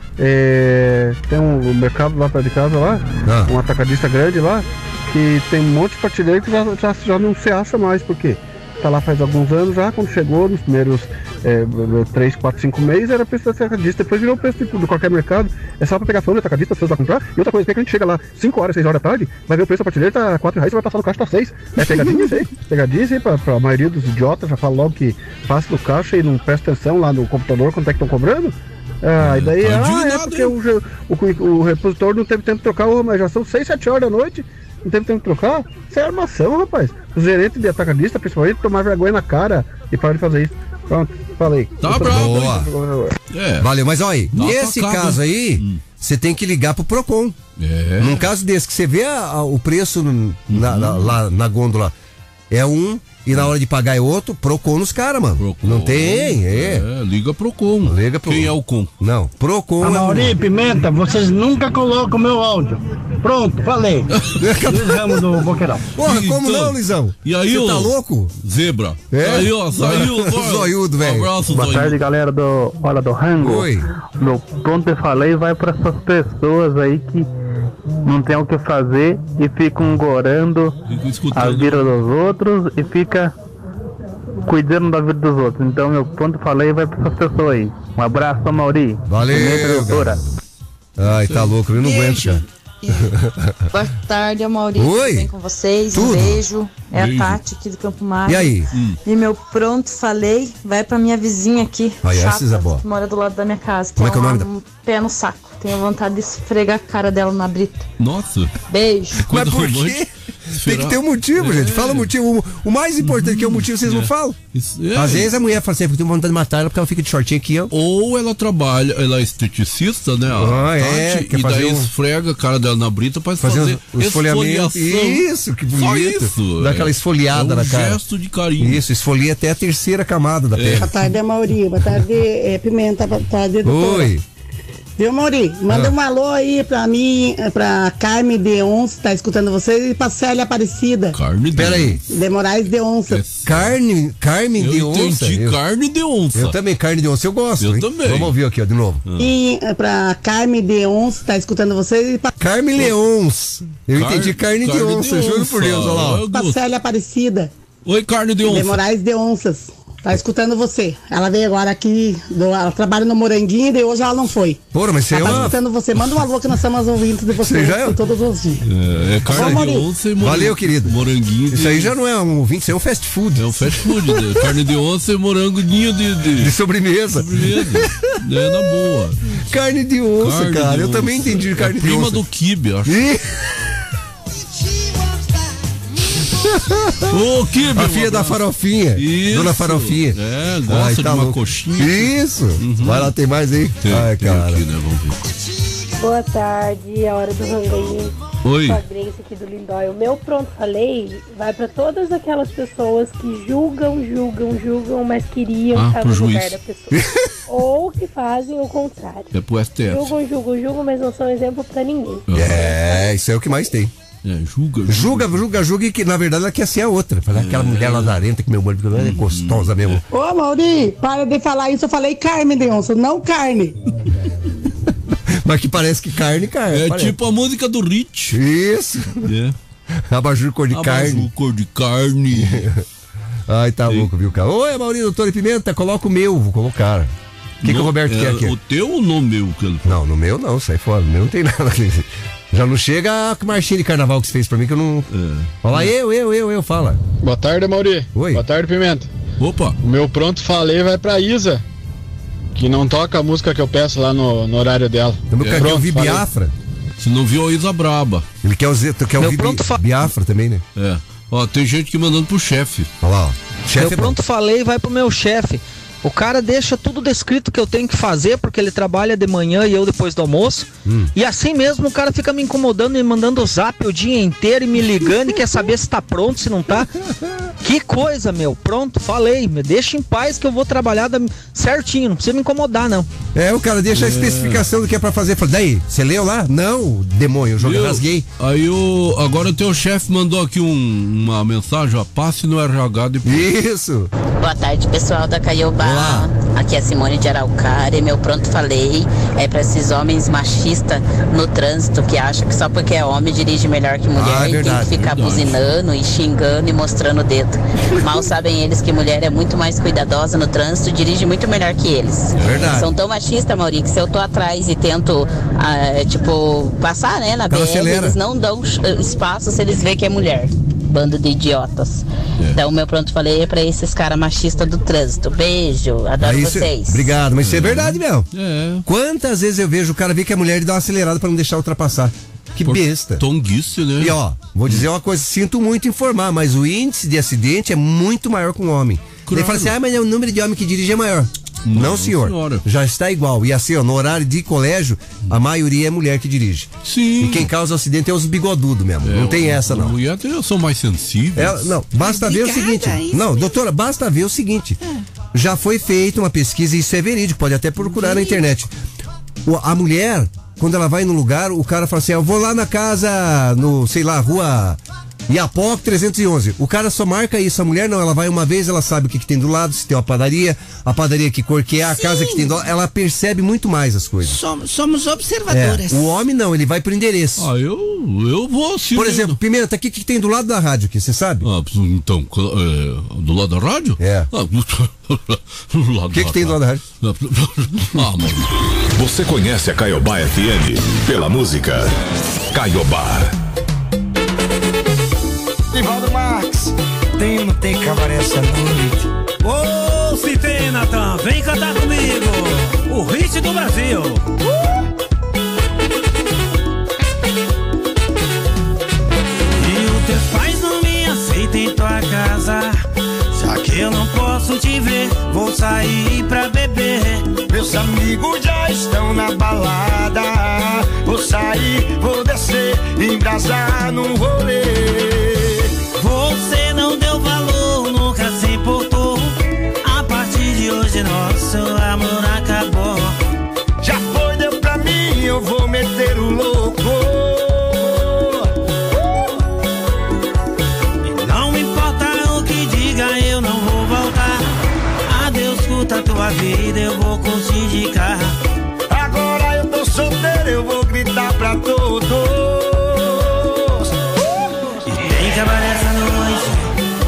É, tem um mercado lá perto de casa lá, Ah. um atacadista grande lá, que tem um monte de prateleira que já, já, já não se acha mais, porque tá lá faz alguns anos já, quando chegou nos primeiros é, três, quatro, cinco meses era preço do atacadista, depois virou preço de, de qualquer mercado, é só pra pegar fome do atacadista, as pessoas lá comprar. E outra coisa, que a gente chega lá cinco horas, seis horas da tarde, vai ver o preço da prateleira, tá quatro reais, você vai passar no caixa, tá seis. É pegadinha isso aí, pegadinha isso aí pra, pra maioria dos idiotas, já fala logo que passa no caixa e não presta atenção lá no computador quanto é que estão cobrando. Ah, e daí, tá ah, é indignado, porque hein? o, o, o repositor não teve tempo de trocar, oh, mas já são seis, sete horas da noite, não teve tempo de trocar? Isso é armação, rapaz. Os gerentes de atacadista, principalmente, tomar vergonha na cara e parar de fazer isso. Pronto, falei. Tá Eu tô- bravo, Boa. É. Valeu, mas olha aí, Dá uma nesse facada. caso aí, você tem que ligar pro Procon. É. Num caso desse, que você vê a- a- o preço no- na, na- lá na gôndola é um e na hora de pagar é outro, Procon nos caras, mano. Procon. Não tem, é. É, liga pro Com. Liga pro... Quem é o Com? Não, Procon é um... Amauri, Pimenta, vocês nunca colocam o meu áudio. Pronto, falei. Luiz Ramos do Boqueirão. Porra, como Então, não, Luizão? E aí, Você tá ô, louco? Zebra. É? Aí, ó, saiu. Zoiudo, velho. Um abraço, Boa Zoiudo. tarde, galera do Hora do Rango. Oi. No ponto eu falei, vai para essas pessoas aí que não tem o que fazer e ficam gorando Fico a escutando. vida dos outros e fica cuidando da vida dos outros. Então, meu ponto eu falei, vai para essas pessoas aí. Um abraço, Mauri. Valeu, Pimenta, doutora. Ai, tá louco, eu não aguento, cara. Boa tarde, Amauri. Oi. Tudo bem com vocês? Tudo. Um beijo. É Beijo. a Tati aqui do Campo Maior. E aí? E meu pronto, falei, vai pra minha vizinha aqui, Aí, essa chata, é boa. que mora do lado da minha casa. Como é que é o uma- nome da- um pé no saco. Tenho vontade de esfregar a cara dela na brita. Nossa. Beijo. Mas Coisa por quê? romântica. Tem que ter um motivo, É. gente. Fala o motivo. O, o mais importante que é o motivo, vocês não falam. Isso, é. Às vezes a mulher fala assim, porque tem vontade de matar ela porque ela fica de shortinho aqui, ó. Ou ela trabalha, ela é esteticista, né? a Ah, é, Tati, quer e fazer daí um- esfrega a cara dela na brita pra Fazer fazer o esfoliamento. esfoliação. Isso, que Só bonito. isso. Dá aquela é. esfoliada é um na cara. gesto de carinho. Isso, esfolia até a terceira camada da pele. Boa tarde, Mauri. Boa tarde, é, Pimenta. Boa tarde, doutora. Oi. Viu, Mauri? Manda Ah. um alô aí pra mim, eh, pra Carme de Onça, tá escutando vocês, e pra Célia Aparecida. Carne de Pera aí. De Moraes de Onça. Carne, carne Eu de onça. entendi, Eu- carne de onça. Eu também, carne de onça eu gosto. Eu hein? também. Vamos ouvir aqui, ó, de novo. E eh, pra Carme de Onça, tá escutando vocês, e pra, Carme Leons. Eu Car- entendi carne, carne de de onça, juro por onça. Deus, olha lá. ó. Eu pra gosto. Célia Aparecida. Oi, carne de De onça. Moraes de Onças. Tá escutando você. Ela veio agora aqui, do, ela trabalha no Moranguinho e hoje ela não foi. Porra, mas você ela é tá uma... escutando você. Manda uma alô que nós estamos ouvindo de você, Você já é- todos os dias. É, é carne Bom, de Maurício. onça e morango. Valeu, querido. Moranguinho de... Isso aí já não é um ouvinte, isso aí é um fast food. É um fast food, né? Carne de onça e moranguinho de... De, de sobremesa. Sobremesa. É, na boa. Carne de onça, Carne cara. de Eu onça. também entendi carne é de prima onça. do quibe, acho. Ih. Ô, Kibe, A filha da farofinha. Isso. Dona Farofinha. É, gosta Ai, de tá uma louco. coxinha. Isso. Uhum. Vai lá, tem mais aí. Tem, Ai, tem cara. aqui, né? Vamos ver. Boa tarde, a hora do rangaí. Oi. Sou a Grace aqui do Lindóia. O meu pronto falei vai para todas aquelas pessoas que julgam, julgam, julgam, mas queriam Ah, estar pro no juiz. lugar da pessoa. Ou que fazem o contrário. É pro S T F. Julgam, julgam, julgam, mas não são exemplo para ninguém. É, isso é o que mais tem. É, julga, julga, julga, julga, e que na verdade ela quer ser a outra. Falar aquela mulher lazarenta que meu molho é gostosa mesmo. Ô, Mauri, para de falar isso. Eu falei carne de onça, não carne. Mas que parece que carne, carne. É parece. tipo a música do Rich. Isso. É. Abajur cor de Abajur carne. cor de carne. Ai, tá louco, viu, cara? Oi, Maurício, doutor e Pimenta, coloca o meu, vou colocar. O que, que o Roberto é, quer aqui? O teu ou no meu? Que ele... Não, no meu não, sai fora. No meu não tem nada. Já não chega a marchinha de carnaval que você fez pra mim que eu não. É. Fala eu, eu, eu, eu, fala. Boa tarde, Mauri. Oi. Boa tarde, Pimenta. Opa. O meu pronto falei vai pra Isa, que não toca a música que eu peço lá no, no horário dela. Eu quero Pronto, ouvir falei. Biafra. Se não viu a Isa Braba. Ele quer, ouvir, quer Meu ouvir pronto fa- Biafra também, né? É. Ó, tem gente que mandando pro chefe. Olha lá, ó. Chefe eu é pronto falei, vai pro meu chefe. O cara deixa tudo descrito que eu tenho que fazer, porque ele trabalha de manhã e eu depois do almoço. Hum. E assim mesmo o cara fica me incomodando, me mandando zap o dia inteiro e me ligando e quer saber se tá pronto, se não tá. Que coisa, meu. Pronto, falei. Me deixa em paz que eu vou trabalhar da... certinho, não precisa me incomodar, não. É, o cara deixa a É. especificação do que é pra fazer. Fala, daí, você leu lá? Não, demônio, eu joguei, Eu- rasguei. Aí o. Agora o teu chefe mandou aqui um- uma mensagem, ó. Passe no R H depois. Isso. Boa tarde, pessoal da Caiobá. Olá. Aqui é a Simone de Araucária. E meu pronto falei é para esses homens machistas no trânsito que acham que só porque é homem dirige melhor que mulher Ah, é e tem verdade, que ficar verdade. buzinando e xingando e mostrando o dedo. Mal sabem eles que mulher é muito mais cuidadosa no trânsito e dirige muito melhor que eles. É verdade. São tão machistas, Mauri, que se eu tô atrás e tento, ah, tipo, passar, né, na B Ela R, acelera. eles não dão eh, espaço se eles veem que é mulher. Bando de idiotas. Então, o meu pronto falei é pra esses caras machistas do trânsito. Beijo, adoro Aí isso- vocês. Obrigado, mas isso é verdade mesmo. É. Quantas vezes eu vejo o cara ver que a mulher e dá uma acelerada pra não deixar ultrapassar? Que Por besta. Tonguice, né? E ó, vou dizer uma coisa, sinto muito informar, mas o índice de acidente é muito maior com o homem. Claro. Ele fala assim, ah, mas o número de homem que dirige é maior. Não, Não, senhor. senhora. Já está igual. E assim, ó, no horário de colégio, a maioria é mulher que dirige. Sim. E quem causa o acidente é os bigodudos mesmo. É, não tem o- essa, a não. mulher tem- são mais sensíveis. É, não, basta ver o seguinte. Não, doutora, basta ver o seguinte. Já foi feita uma pesquisa, e isso é verídico, pode até procurar na internet. O- A mulher, quando ela vai num lugar, o cara fala assim: eu vou lá na casa, no, sei lá, rua Iapoc trezentos e onze. O cara só marca isso, a mulher não, ela vai uma vez, ela sabe o que, que tem do lado, se tem uma padaria, a padaria que cor que é, a Sim. casa que tem do lado, ela percebe muito mais as coisas. Somos, somos É, observadoras. o homem não, ele vai pro endereço. Ah, eu, eu vou assim. Por exemplo, Pimenta, o que, que tem do lado da rádio aqui, você sabe? Ah, então, é, do lado da rádio? É. Ah, do lado O que, que tem do lado da rádio? Ah, mano. Você conhece a Caiobá F M pela música Caiobá. Nivaldo Marques, tem ou não tem cabaré essa noite? Ô, se tem, Natan, vem cantar comigo o hit do Brasil. E os teus pais não me aceitam em tua casa. Já que eu não posso te ver, vou sair pra beber. Meus amigos já estão na balada. Vou sair, vou descer, embrasar num rolê. Você não deu valor, nunca se importou. A partir de hoje nosso amor acabou. Já foi, deu pra mim, eu vou meter o louco. E não importa o que diga, eu não vou voltar. Adeus, curta a tua vida, eu vou curtir de carro. Agora eu tô solteiro, eu vou gritar pra todos. E tem cabaré essa noite,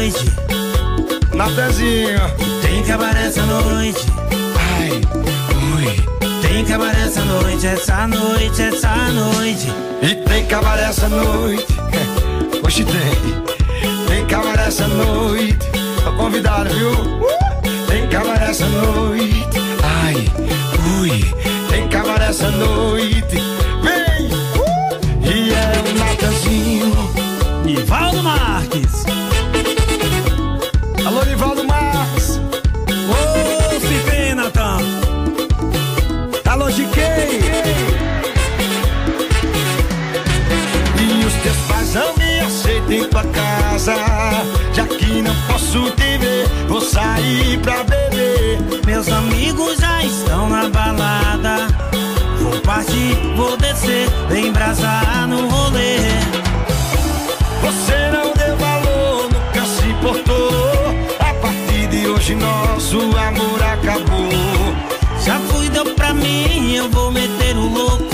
noite. Natanzinho. Tem cabaré essa noite. Ai, ui. Tem cabaré essa noite, essa noite, essa noite. E tem cabaré essa noite. Oxe, tem. Tem cabaré essa noite. Tô convidado, viu? Uh! Tem cabaré essa noite. Ai, ui. Tem cabaré essa noite. Vem! Uh! E é o Natanzinho. Nivaldo Marques. Alô, Nivaldo Marques. Ô, se vem, Natan. Alô, de quem? E os teus pais não me aceitam em tua casa, já que não posso te ver, vou sair pra beber. Meus amigos já estão na balada, vou partir, vou descer, embrasar no rolê. Você não deu valor, nunca se portou, a partir de hoje nosso amor acabou. Já fui, deu pra mim, eu vou meter o louco.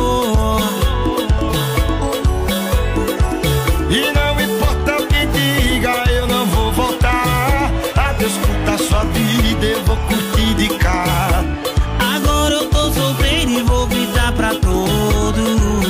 E não importa o que diga, eu não vou voltar. Adeus, curta sua vida, eu vou curtir de cá. Agora eu tô solteiro e vou gritar pra todos.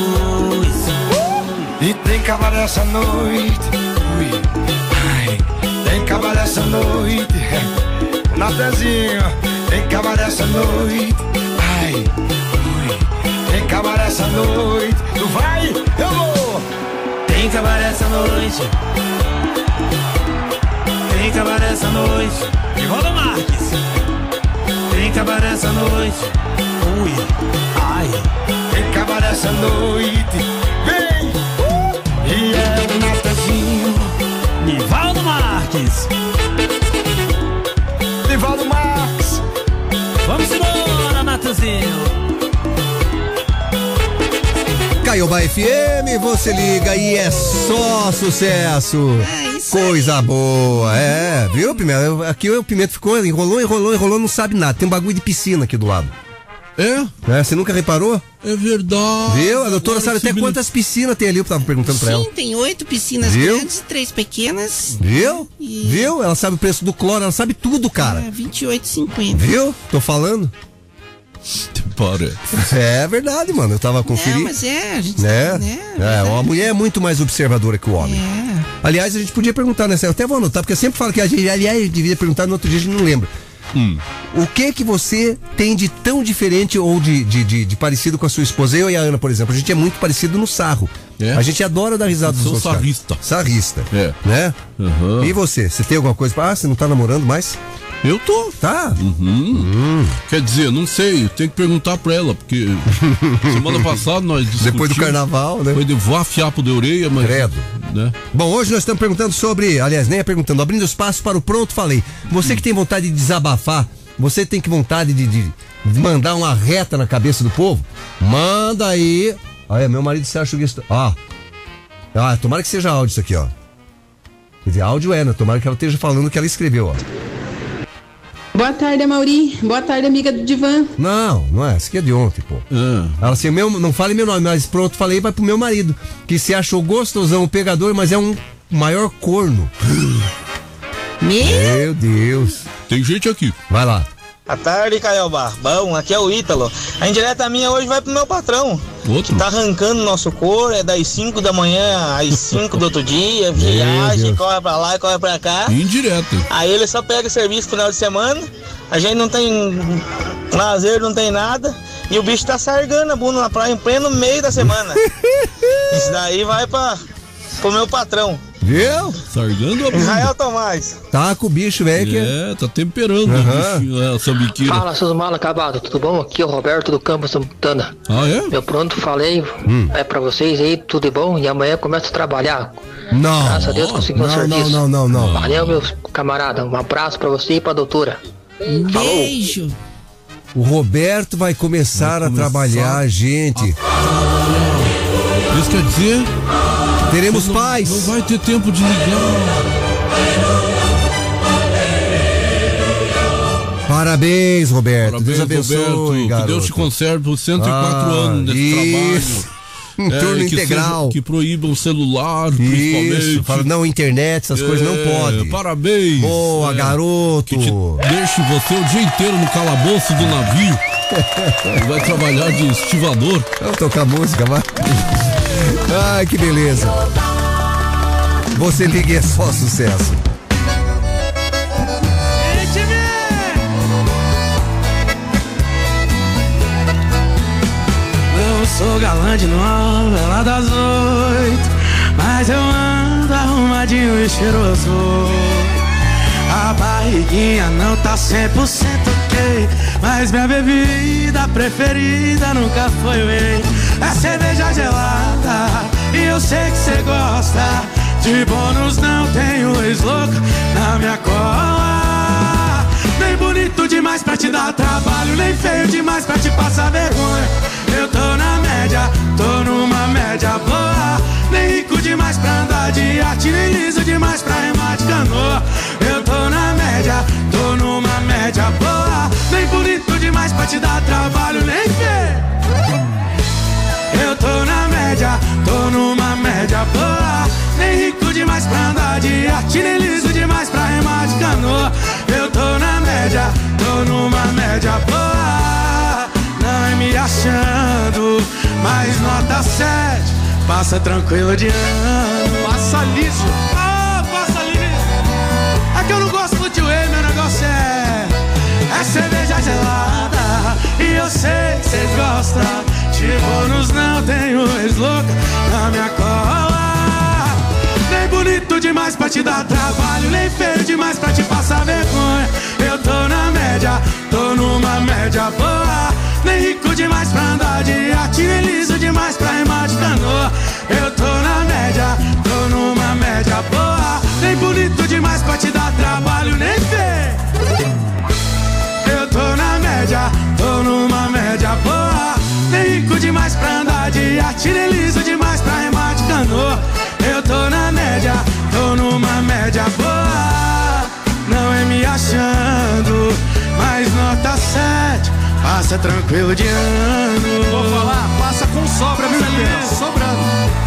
E tem cabaré essa noite. Ui, ai, tem cabaré essa noite. Natanzinho. Tem cabaré essa noite. Ai, ui. Tem cabaré essa noite. Tu vai, eu vou. Tem cabaré essa noite. Tem cabaré essa noite. Nivaldo Marques. Tem cabaré essa noite. Ui, ai. Tem cabaré essa noite. Vem, uh. E é o Natanzinho. Nivaldo Marques. Nivaldo Marques. Vamos embora, Natanzinho. Caiobá F M, você liga e é só sucesso. É isso. Coisa aí. Boa, é, viu, Pimenta? Aqui o Pimenta ficou, enrolou, enrolou, enrolou, não sabe nada. Tem um bagulho de piscina aqui do lado. É? É, você nunca reparou? É verdade. Viu? A doutora sabe até quantas piscinas tem ali, eu tava perguntando pra ela. Sim, tem oito piscinas Viu? grandes e três pequenas. Viu? E... Viu? Ela sabe o preço do cloro, ela sabe tudo, cara. É, vinte e oito e cinquenta. Viu? Tô falando. Parece. É verdade, mano. Eu tava conferindo. Não, mas é, a gente né? sabe, né? É, a mulher é muito mais observadora que o homem. É. Aliás, a gente podia perguntar, né? Eu até vou anotar, porque eu sempre falo que a gente, aliás, devia perguntar, no outro dia a gente não lembra. Hum. O que que você tem de tão diferente ou de, de, de, de parecido com a sua esposa? Eu e a Ana, por exemplo, a gente é muito parecido no sarro. É? A gente adora dar risada dos outros. Sou sarrista. Sarrista. É. Né? Uhum. E você? Você tem alguma coisa? Ah, você não tá namorando mais? Eu tô. Tá? Uhum. Hum. Quer dizer, não sei, tem que perguntar pra ela, porque semana passada nós discutimos. Depois do carnaval, né? Foi de voar fiapo de orelha, mas... Credo. Né? Bom, hoje nós estamos perguntando sobre, aliás, nem é perguntando, abrindo espaço para o pronto, falei. Você hum. que tem vontade de desabafar, você tem que vontade de, de, de mandar uma reta na cabeça do povo, manda aí. Olha, meu marido se acha que... Ó. Ah, tomara que seja áudio isso aqui, ó. Quer dizer, áudio é, né? Tomara que ela esteja falando o que ela escreveu, ó. Boa tarde, Amauri. Boa tarde, amiga do Divan. Não, não é. Isso aqui é de ontem, pô. Ah. Ela assim, meu, não fale meu nome, mas pronto, falei, vai pro meu marido. Que se achou gostosão, o pegador, mas é um maior corno. Meu, meu Deus. Tem gente aqui. Vai lá. Boa tarde, Caiobá. Bom, aqui é o Ítalo. A indireta minha hoje vai pro meu patrão. Outro? Que tá arrancando nosso couro, é das cinco da manhã às cinco do outro dia, viagem, corre pra lá e corre pra cá. Indireto. Aí ele só pega serviço no final de semana, a gente não tem lazer, não tem nada, e o bicho tá sargando a bunda na praia em pleno meio da semana. Isso daí vai pra, pro meu patrão. Viu? Sargando a bunda. Israel Tomás. Tá com o bicho, velho. Que... É, tá temperando uhum. o bicho, é, essa biqueira. Fala, seus mal acabados, tudo bom? Aqui é o Roberto do Campo Santana. Ah, é? Eu pronto, falei, hum. é pra vocês aí, tudo bom? E amanhã começo a trabalhar. Não. Graças a Deus consegui um serviço. Não, não, não, não. Valeu, meus camaradas. Um abraço pra você e pra doutora. Um Falou. beijo. O Roberto vai começar, vai começar a trabalhar, gente. Ah, isso quer dizer... Teremos não, paz. Não vai ter tempo de ligar. Parabéns, Roberto. Parabéns, Deus abençoe, Roberto. garoto. Que Deus te conserve por cento e quatro ah, anos nesse isso. trabalho. é, turno que integral. Seja, que proíbam o celular, Isso, principalmente. Fala, não, internet, essas é, coisas não pode. Parabéns. Boa, é, garoto. Que te deixe você o dia inteiro no calabouço do navio. Vai trabalhar de estivador. Vamos tocar música, vai. Ai, que beleza. Você liga e é só sucesso. Eu sou galã de novela das oito, mas eu ando arrumadinho e cheiroso. A barriguinha não tá cem por cento ok, mas minha bebida preferida nunca foi whey. É cerveja gelada e eu sei que cê gosta. De bônus não tenho ex-louca na minha cola. Nem bonito demais pra te dar trabalho, nem feio demais pra te passar vergonha. Eu tô na média, tô numa média boa. Nem rico demais pra andar de iate, nem liso demais pra remar de canoa. Eu tô na média, tô numa média boa. Nem bonito demais pra te dar trabalho, nem feio. Eu tô na média, tô numa média boa. Nem rico demais pra andar de iate, nem liso demais pra remar de canoa. Eu tô na média, tô numa média boa. Não é me achando, mas nota sete. Passa tranquilo de ano. Passa liso. Ah, oh, passa liso. É que eu não gosto de whey, meu negócio é É cerveja gelada. E eu sei que cês gostam. De bônus não tenho ex-louca na minha cola. Nem bonito demais pra te dar trabalho, nem feio demais pra te passar vergonha. Eu tô na média, tô numa média boa. Nem rico demais pra andar de iate, nem liso demais pra remar de canoa. Eu tô na média, tô numa média boa. Nem bonito demais pra te dar trabalho, nem feio. Eu tô na média, tô numa média boa. Nem rico demais pra andar de iate, nem liso demais pra remar de canoa. Eu tô na média, tô numa média boa. Não é me achando, mas nota sete. Passa tranquilo de ano. Vou falar, passa com sobra, viu, Elias? Sobrando.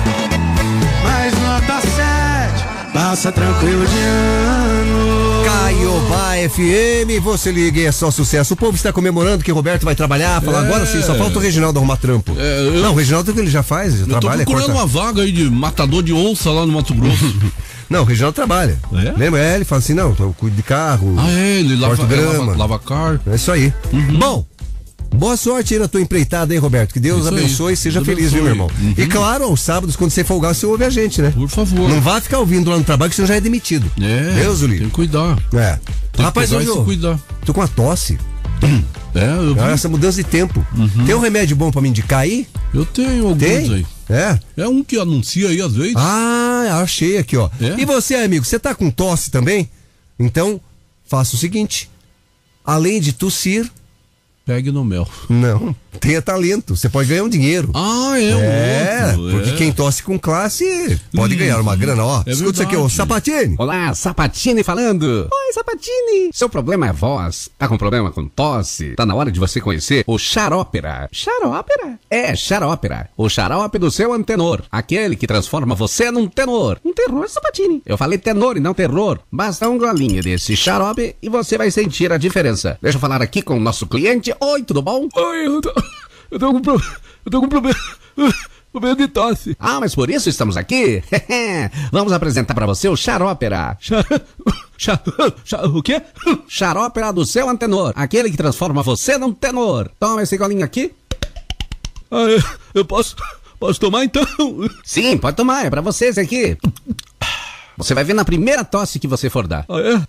Mas nota sete. Passa tranquilo de ano. Caiobá F M, você liga e é só sucesso. O povo está comemorando que o Roberto vai trabalhar. Fala, é. Agora sim, só falta o Reginaldo arrumar trampo. É, eu... Não, o Reginaldo ele já faz, ele já eu trabalha. Eu tô procurando corta... uma vaga aí de matador de onça lá no Mato Grosso. Não, o Reginaldo trabalha. É? Lembra? É, ele fala assim, não, eu cuido de carro. Ah, é, ele lava, grama, lava, lava carro. É isso aí. Uhum. Bom, boa sorte aí na tua empreitada, hein, Roberto? Que Deus isso abençoe e seja Deus feliz, abençoe. Viu, meu irmão? Uhum. E claro, aos sábados, quando você folgar, você ouve a gente, né? Por favor. Não vá ficar ouvindo lá no trabalho, que você já é demitido. É. Deus, Uli. Tem que cuidar. É. Tem Rapaz, que eu cuidar. Tô com uma tosse. É, eu vi. Essa mudança de tempo. Uhum. Tem um remédio bom pra me indicar aí? Eu tenho alguns Tem? aí. É? É um que anuncia aí às vezes. Ah, achei aqui, ó. É? E você, amigo, você tá com tosse também? Então, faça o seguinte. Além de tossir, pegue no mel. Não, tenha talento. Você pode ganhar um dinheiro. Ah, é? É, outro, porque é. quem tosse com classe pode hum, ganhar uma grana, ó. É escuta isso aqui, ó, Sapatini. Olá, Sapatini falando. Oi, Sapatini. Seu problema é voz. Tá com problema com tosse? Tá na hora de você conhecer o Xarópera. Xarópera? É, Xarópera. O xarope do seu antenor. Aquele que transforma você num tenor. Um terror, Sapatini. Eu falei tenor e não terror. Basta um golinho desse xarope e você vai sentir a diferença. Deixa eu falar aqui com o nosso cliente. Oi, tudo bom? Oi, eu tô, eu tô com pro, eu tô com problema, problema de tosse. Ah, mas por isso estamos aqui? Vamos apresentar pra você o Xarópera. Xar, xar, xar, o quê? Xarópera do seu antenor. Aquele que transforma você num tenor. Toma esse golinho aqui. Ah, eu, eu posso, posso tomar então? Sim, pode tomar, é pra você esse aqui. Você vai ver na primeira tosse que você for dar. Ah, é?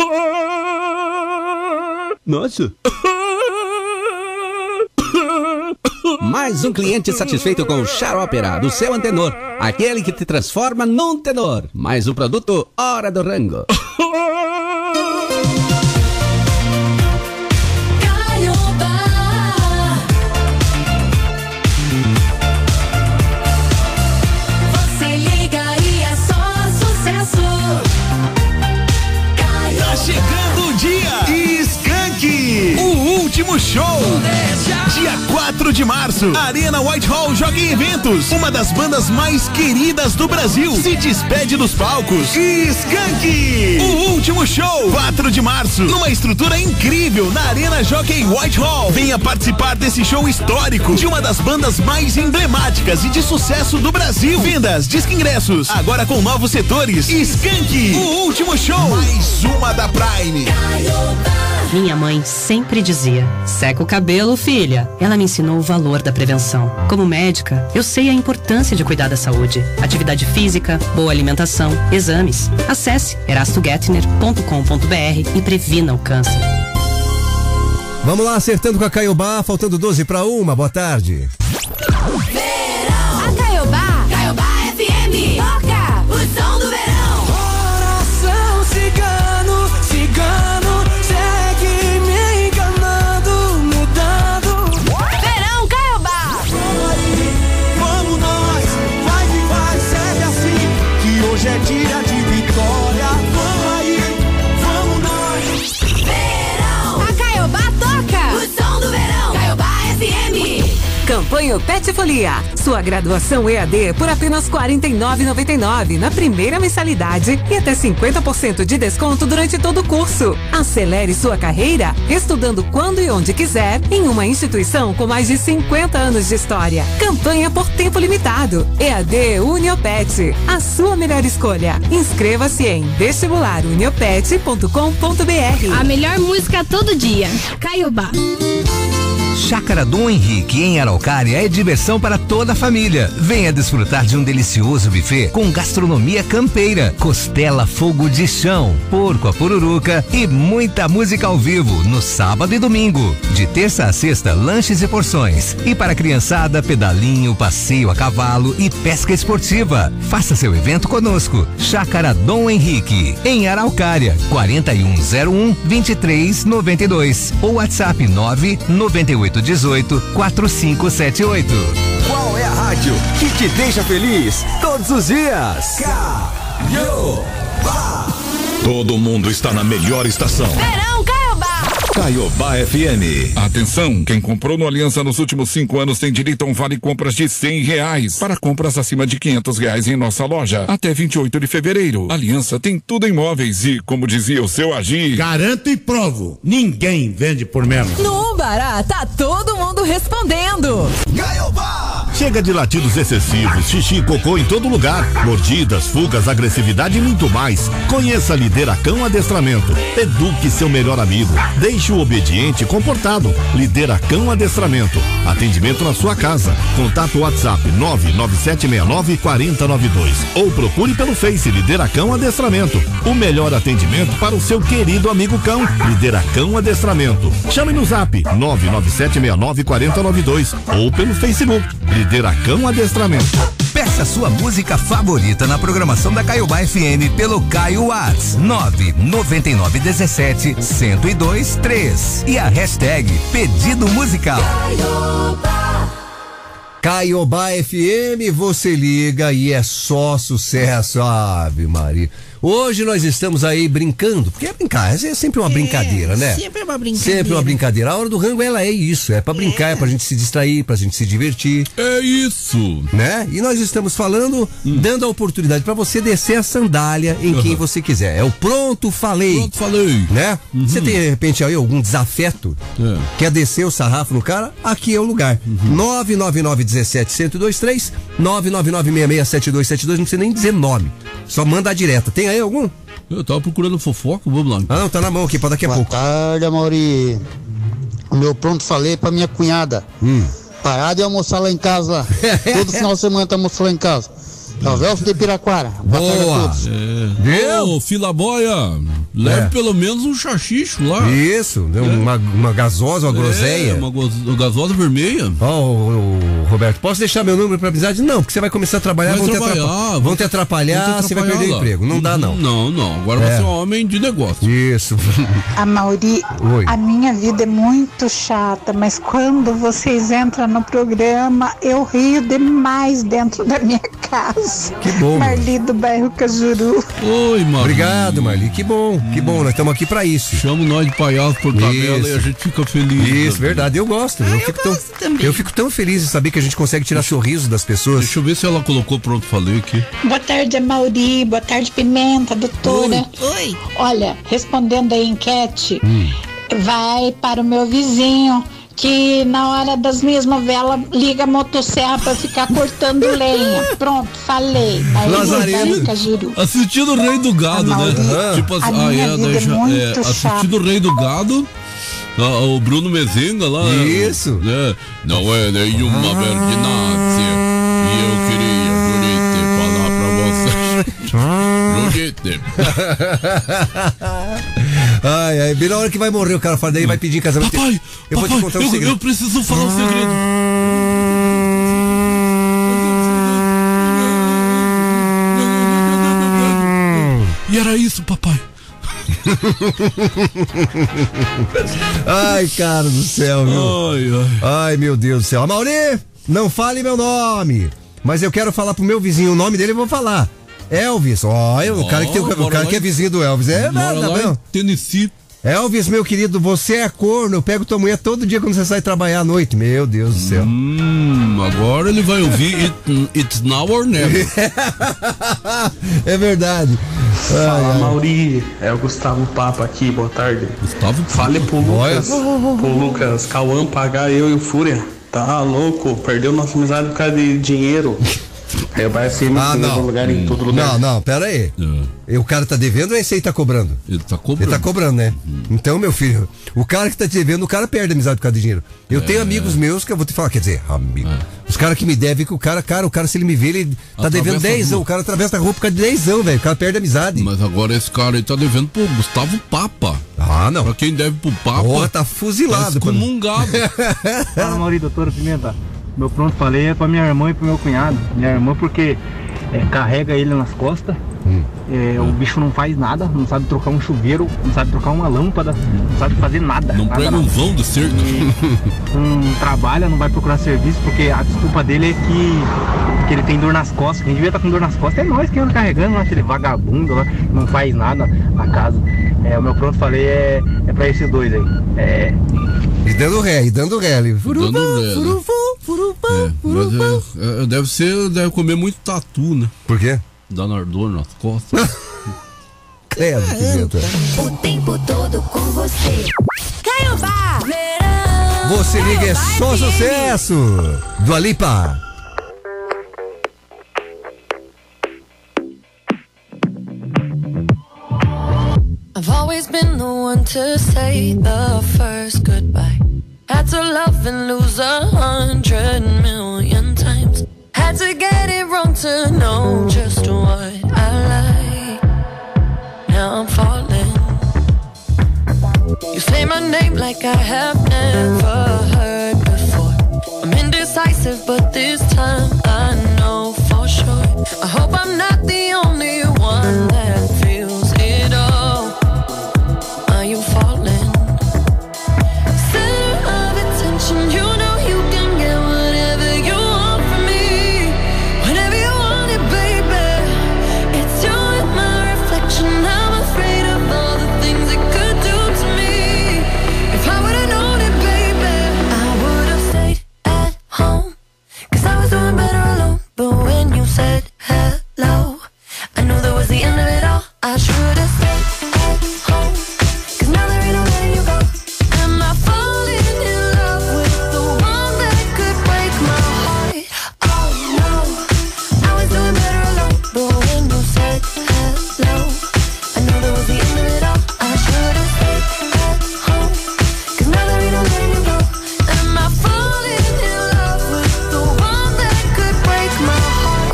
Nossa. Mais um cliente satisfeito com o Xarópera do seu antenor. Aquele que te transforma num tenor. Mais um produto Hora do Rango. Você liga e é só sucesso. Tá chegando o dia Skank, o último show. Dia quatro quatro de março, Arena Whitehall Joga em Eventos. Uma das bandas mais queridas do Brasil se despede dos palcos. Skank! O último show, quatro de março, numa estrutura incrível na Arena Jockey Whitehall. Venha participar desse show histórico de uma das bandas mais emblemáticas e de sucesso do Brasil. Vendas, disque ingressos, agora com novos setores. Skank, o último show, mais uma da Prime. Minha mãe sempre dizia: seca o cabelo, filha. Ela me ensinou o valor da prevenção. Como médica, eu sei a importância de cuidar da saúde. Atividade física, boa alimentação, exames. Acesse erasto gettner ponto com ponto b r e previna o câncer. Vamos lá, acertando com a Caiobá, faltando doze para uma. Boa tarde. Verão. A Caiobá. Caiobá F M. Toca o som do verão. Coração cigano, cigano, segue me enganando, mudando. Verão Caiobá. Vamos nós, vai que vai, segue assim, que hoje é dia de vitória. Vamos aí, vamos nós. Verão. A Caiobá toca o som do verão. Caiobá F M. Campanha Pet Folia. Sua graduação E A D por apenas quarenta e nove reais e noventa e nove centavos na primeira mensalidade e até cinquenta por cento de desconto durante todo o curso. Acelere sua carreira estudando quando e onde quiser em uma instituição com mais de cinquenta anos de história. Campanha por tempo limitado. E A D Uniopet. A sua melhor escolha. Inscreva-se em vestibular uniopet ponto com ponto b r. A melhor música todo dia. Caiobá. Chácara Dom Henrique, em Araucária, é diversão para toda a família. Venha desfrutar de um delicioso buffet com gastronomia campeira, costela fogo de chão, porco a pururuca e muita música ao vivo no sábado e domingo. De terça a sexta, lanches e porções. E para a criançada, pedalinho, passeio a cavalo e pesca esportiva. Faça seu evento conosco. Chácara Dom Henrique, em Araucária, quarenta e um zero um, vinte e três noventa e dois ou WhatsApp nove nove oito um oito, quatro cinco sete oito. Qual é a rádio que te deixa feliz todos os dias? Caiobá. Todo mundo está na melhor estação. Verão Caiobá. Caiobá F M. Atenção, quem comprou no Aliança nos últimos cinco anos tem direito a um vale compras de cem reais para compras acima de quinhentos reais em nossa loja até vinte e oito de fevereiro. Aliança tem tudo em móveis e, como dizia o seu Agir, garanto e provo, ninguém vende por menos. No Bará tá todo mundo respondendo. Caiobá. Chega de latidos excessivos, xixi e cocô em todo lugar, mordidas, fugas, agressividade e muito mais. Conheça Lideracão Adestramento. Eduque seu melhor amigo. Deixe o obediente comportado. Lideracão Adestramento. Atendimento na sua casa. Contato WhatsApp nove nove sete seis nove quatro zero nove dois ou procure pelo Face Lideracão Adestramento. O melhor atendimento para o seu querido amigo cão. Lideracão Adestramento. Chame no Zap nove nove sete seis nove quatro zero nove dois ou pelo Facebook Lideracão Adestramento. Peça sua música favorita na programação da Caiobá F M pelo Caio Whats nove nove nove um sete zero zero dois três e a hashtag Pedido Musical. Caiobá. Caiobá F M, você liga e é só sucesso. Ave Maria. Hoje nós estamos aí brincando, porque é brincar, é sempre uma é, brincadeira, né? Sempre uma brincadeira. Sempre uma brincadeira. A hora do rango, ela é isso, é pra brincar, é, é pra gente se distrair, pra gente se divertir. É isso. Né? E nós estamos falando, hum. dando a oportunidade pra você descer a sandália em uhum. quem você quiser. É o Pronto Falei. Pronto Falei. Né? Uhum. Você tem, de repente, aí algum desafeto? É. Quer descer o sarrafo no cara? Aqui é o lugar. Uhum. nove nove nove um sete zero zero dois três, nove nove nove seis seis sete dois sete dois, não precisa nem dizer nome. Só manda direta. Tem aí algum? Eu tava procurando fofoca, vamos lá. Ah, não, tá na mão aqui, pra daqui a Boa pouco. Boa tarde, Amaury. O meu pronto falei pra minha cunhada. Hum. Parar de almoçar lá em casa. Todo final de semana tá almoçando lá em casa. É o Velso de Piraquara. Boa. Boa tarde a todos. É. Ô, Filaboia, leve é. pelo menos um chachicho lá. Isso, é. uma, uma gasosa, uma groselha. É, uma, uma gasosa vermelha. Ó, oh, oh, Roberto, posso deixar meu número pra amizade? Não, porque você vai começar a trabalhar, vão, trabalhar, te atrapalhar, vão te atrapalhar, vão te atrapalhar, você vai perder o emprego. Não dá, não. Não, não. Agora é. você é um homem de negócio. Isso. Amaury, a minha vida é muito chata, mas quando vocês entram no programa, eu rio demais dentro da minha casa. todos. Que bom. Marli do bairro Cajuru. Oi, Marli. Obrigado, Marli. Que bom, hum. que bom. Nós estamos aqui pra isso. Chama nós de palhaço por tabela e a gente fica feliz. Isso, também. Verdade. Eu gosto. Ah, eu, eu fico tão, também. Eu fico tão feliz de saber que a gente consegue tirar sorriso das pessoas. Deixa eu ver se ela colocou pronto, falei aqui. Boa tarde, Amauri. Boa tarde, Pimenta, doutora. Oi. Oi. Olha, respondendo a enquete, hum. vai para o meu vizinho, que na hora das minhas novelas liga a motosserra pra ficar cortando lenha. Pronto, falei. Lazareno. Assistindo o Rei do Gado, né? Ah, tipo assim, ah, é, deixa, é, é assistindo o Rei do Gado. Ah, o Bruno Mezenga lá. Isso. Né? Não é nenhuma verdade. E eu queria, Jurite, falar pra você. Jurite. Ai, ai, bem na hora que vai morrer o cara fala, daí vai pedir em casamento. Papai, eu papai, vou te contar um eu, segredo. Eu preciso falar um segredo. E era isso, papai. Ai, cara do céu, viu? Ai, ai. Ai, meu Deus do céu. Amauri, não fale meu nome, mas eu quero falar pro meu vizinho o nome dele, eu vou falar. Elvis, olha, oh, o cara, que, tem, o cara que é vizinho do Elvis. É nada, não. Tennessee. Elvis, meu querido, você é corno. Eu pego tua mulher todo dia quando você sai trabalhar à noite. Meu Deus do céu. Hum, agora ele vai ouvir It, It's Now or Never. É verdade. Fala, ai, Mauri. É o Gustavo Papa aqui, boa tarde. Gustavo Papa. Fale pro Lucas, pro Lucas Cauã pagar eu e o Fúria. Tá louco, perdeu nossa amizade por causa de dinheiro. Aí eu vai ser ah, no lugar, em todo lugar. Não, não, pera aí. É. O cara tá devendo ou esse aí tá cobrando? Ele tá cobrando. Ele tá cobrando, né? Hum. Então, meu filho, o cara que tá te devendo, o cara perde a amizade por causa de dinheiro. Eu é. tenho amigos meus que eu vou te falar, quer dizer, amigo. É. Os caras que me devem, que o cara, cara, o cara, se ele me vê, ele tá atravessa devendo dez anos. O cara atravessa a rua por causa de dez anos, velho. O cara perde a amizade. Mas agora esse cara aí tá devendo pro Gustavo Papa. Ah, não. Pra quem deve pro Papa. Porra, tá fuzilado. Tá excomungado. Fala, Mauri, doutora Pimenta. Meu pronto falei é pra minha irmã e pro meu cunhado. Minha irmã porque é, carrega ele nas costas, hum. é, hum. o bicho não faz nada, não sabe trocar um chuveiro, não sabe trocar uma lâmpada, não sabe fazer nada. Não nada, prega um vão do cerco. Não trabalha, não vai procurar serviço, porque a desculpa dele é que, que ele tem dor nas costas. Quem devia estar com dor nas costas é nós que anda carregando, aquele vagabundo lá, não faz nada na casa. É, o meu pronto falei é, é pra esses dois aí. É... E dando ré, e dando ré ali. Furufã, furufã, furufã, furufã. É, deve ser, deve comer muito tatu, né? Por quê? Dá dor nas costas. Credo, que o tempo todo com você. Caiobá! Você liga, é só sucesso! Dua Lipa. I've always been the one to say the first goodbye. Had to love and lose a hundred million times. Had to get it wrong to know just what I like. Now I'm falling. You say my name like I have never heard before. I'm indecisive, but this time I know for sure. I hope I'm not the only one that feels it all. Are you falling? Center of attention, you know you can get whatever you want from me. Whenever you want it, baby. It's you and my reflection. I'm afraid of all the things it could do to me. If I would've known it, baby, I would've stayed at home. Cause I was doing better alone. But when you said hello, I knew that was the end of it all. I should've stayed at home. Cause now there ain't no letting you go. Am I falling in love with the one that could break my heart? Oh no, I was doing better alone. But when you said hello, I knew that was the end of it all. I should've stayed at home. Cause now there ain't no letting you go. Am I falling in love with the one that could break my heart?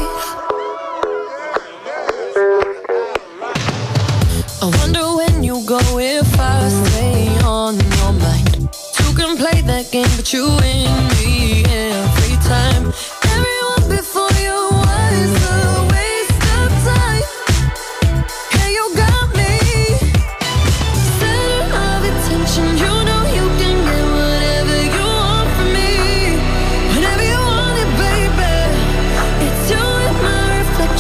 I wonder when you go if I stay on your mind. Two can play that game, but you win me every time. Everyone before you was a waste of time. Yeah, you got me. Center of attention, you know you can get whatever you want from me. Whenever you want it, baby. It's you and my reflection.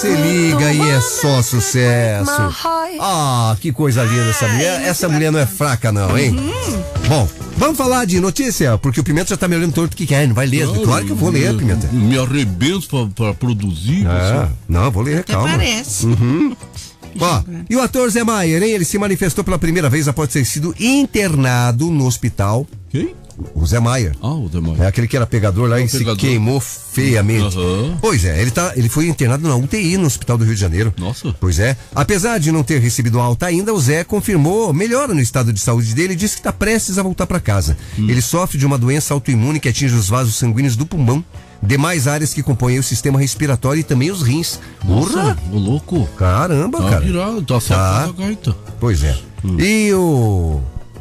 você liga e é só sucesso. Ah, que coisa linda essa mulher. Essa mulher não é fraca não, hein? Bom, vamos falar de notícia, porque o Pimenta já tá me olhando torto. O que que é? Não vai ler? Claro, claro que eu vou ler, Pimenta. Me arrebento pra, pra produzir. Ah, não, vou ler, calma. Até parece. Uhum. Ó, e o ator Zé Maier, hein? Ele se manifestou pela primeira vez após ter sido internado no hospital. Quem? O Zé Maier. Ah, o Zé Maier. É aquele que era pegador lá e se queimou feiamente. Uhum. Pois é, ele, tá, ele foi internado na U T I no Hospital do Rio de Janeiro. Nossa. Pois é. Apesar de não ter recebido alta ainda, o Zé confirmou melhora no estado de saúde dele e disse que está prestes a voltar para casa. Hum. Ele sofre de uma doença autoimune que atinge os vasos sanguíneos do pulmão, demais áreas que compõem o sistema respiratório e também os rins. Nossa, o louco. Caramba, tá cara. Virado, tá só tá. a gaita. Pois é. Hum. E o...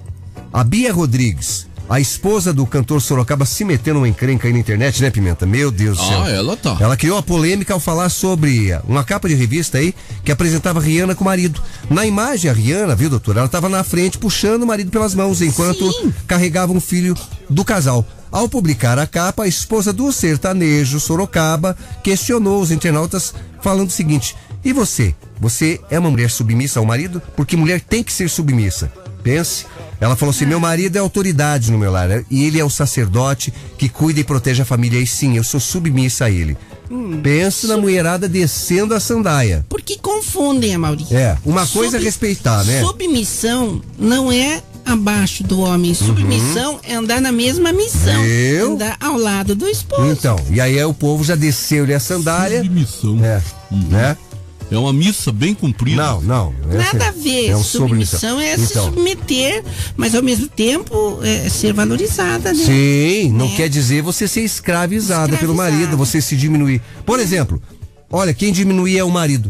A Bia Rodrigues, a esposa do cantor Sorocaba, se meteu numa encrenca aí na internet, né, Pimenta? Meu Deus do céu. Ah, ela tá. Ela criou a polêmica ao falar sobre uma capa de revista aí que apresentava a Rihanna com o marido. Na imagem, a Rihanna, viu, doutora? Ela tava na frente puxando o marido pelas mãos enquanto Sim. carregava um filho do casal. Ao publicar a capa, a esposa do sertanejo Sorocaba questionou os internautas falando o seguinte: e você? Você é uma mulher submissa ao marido? Porque mulher tem que ser submissa. Pense. Ela falou assim: meu marido é autoridade no meu lar e ele é o sacerdote que cuida e protege a família. E sim, eu sou submissa a ele. Hum, Pense sub... na mulherada descendo a sandaia. Porque confundem, Maurício. É, uma Sub... coisa é respeitar, né? Submissão não é abaixo do homem. Submissão uhum. é andar na mesma missão. Eu? Andar ao lado do esposo. Então, e aí é, o povo já desceu-lhe a sandália. Submissão. É, uhum. né? É uma missa bem cumprida. Não, não. Nada a ver. É um submissão é então. se submeter, mas ao mesmo tempo é ser valorizada, né? Sim, não é. quer dizer você ser escravizada, escravizada pelo marido, você se diminuir. Por exemplo, olha, quem diminuía é o marido.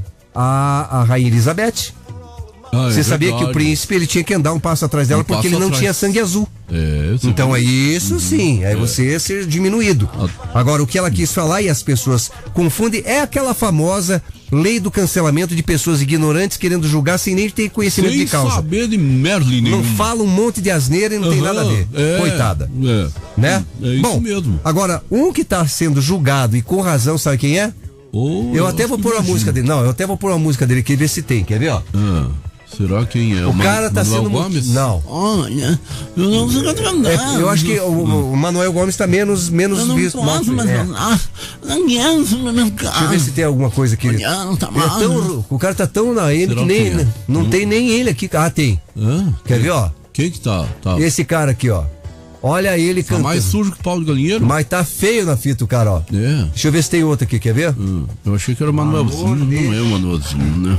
A, a Rainha Elizabeth. Ah, você é sabia verdade. que o príncipe ele tinha que andar um passo atrás dela um porque ele não atrás. tinha sangue azul. É, então é isso sim, aí é. você ser diminuído. Agora, o que ela quis falar e as pessoas confundem é aquela famosa lei do cancelamento de pessoas ignorantes querendo julgar sem nem ter conhecimento sem de causa. Sem saber de Merlin nenhum. Não fala um monte de asneira e não uhum, tem nada a ver. É, Coitada. É, né? É isso Bom, mesmo. Agora, um que tá sendo julgado e com razão, sabe quem é? Oh, eu até vou pôr a música dele. Não, eu até vou pôr a música dele aqui, ver se tem. Quer ver, ó? Ah. Será quem é? O, o cara tá Manuel sendo Gomes? Não. Olha, eu não sei o que eu é, Eu acho que o, o Manuel Gomes tá menos, menos eu não visto. Posso, mas é. não, não Deixa eu ver se tem alguma coisa aqui. Não, tá mal, é tão, o cara tá tão na M que nem. Que é? Não hum. tem nem ele aqui. Ah, tem. Ah, Quer quem, ver, ó? Quem que tá? tá? Esse cara aqui, ó. Olha ele tá cantando. mais sujo que pau de galinheiro. Mas tá feio na fita o cara, ó. É. Deixa eu ver se tem outro aqui, quer ver? Hum, eu achei que era o Manuelzinho, não é o Manuelzinho, né?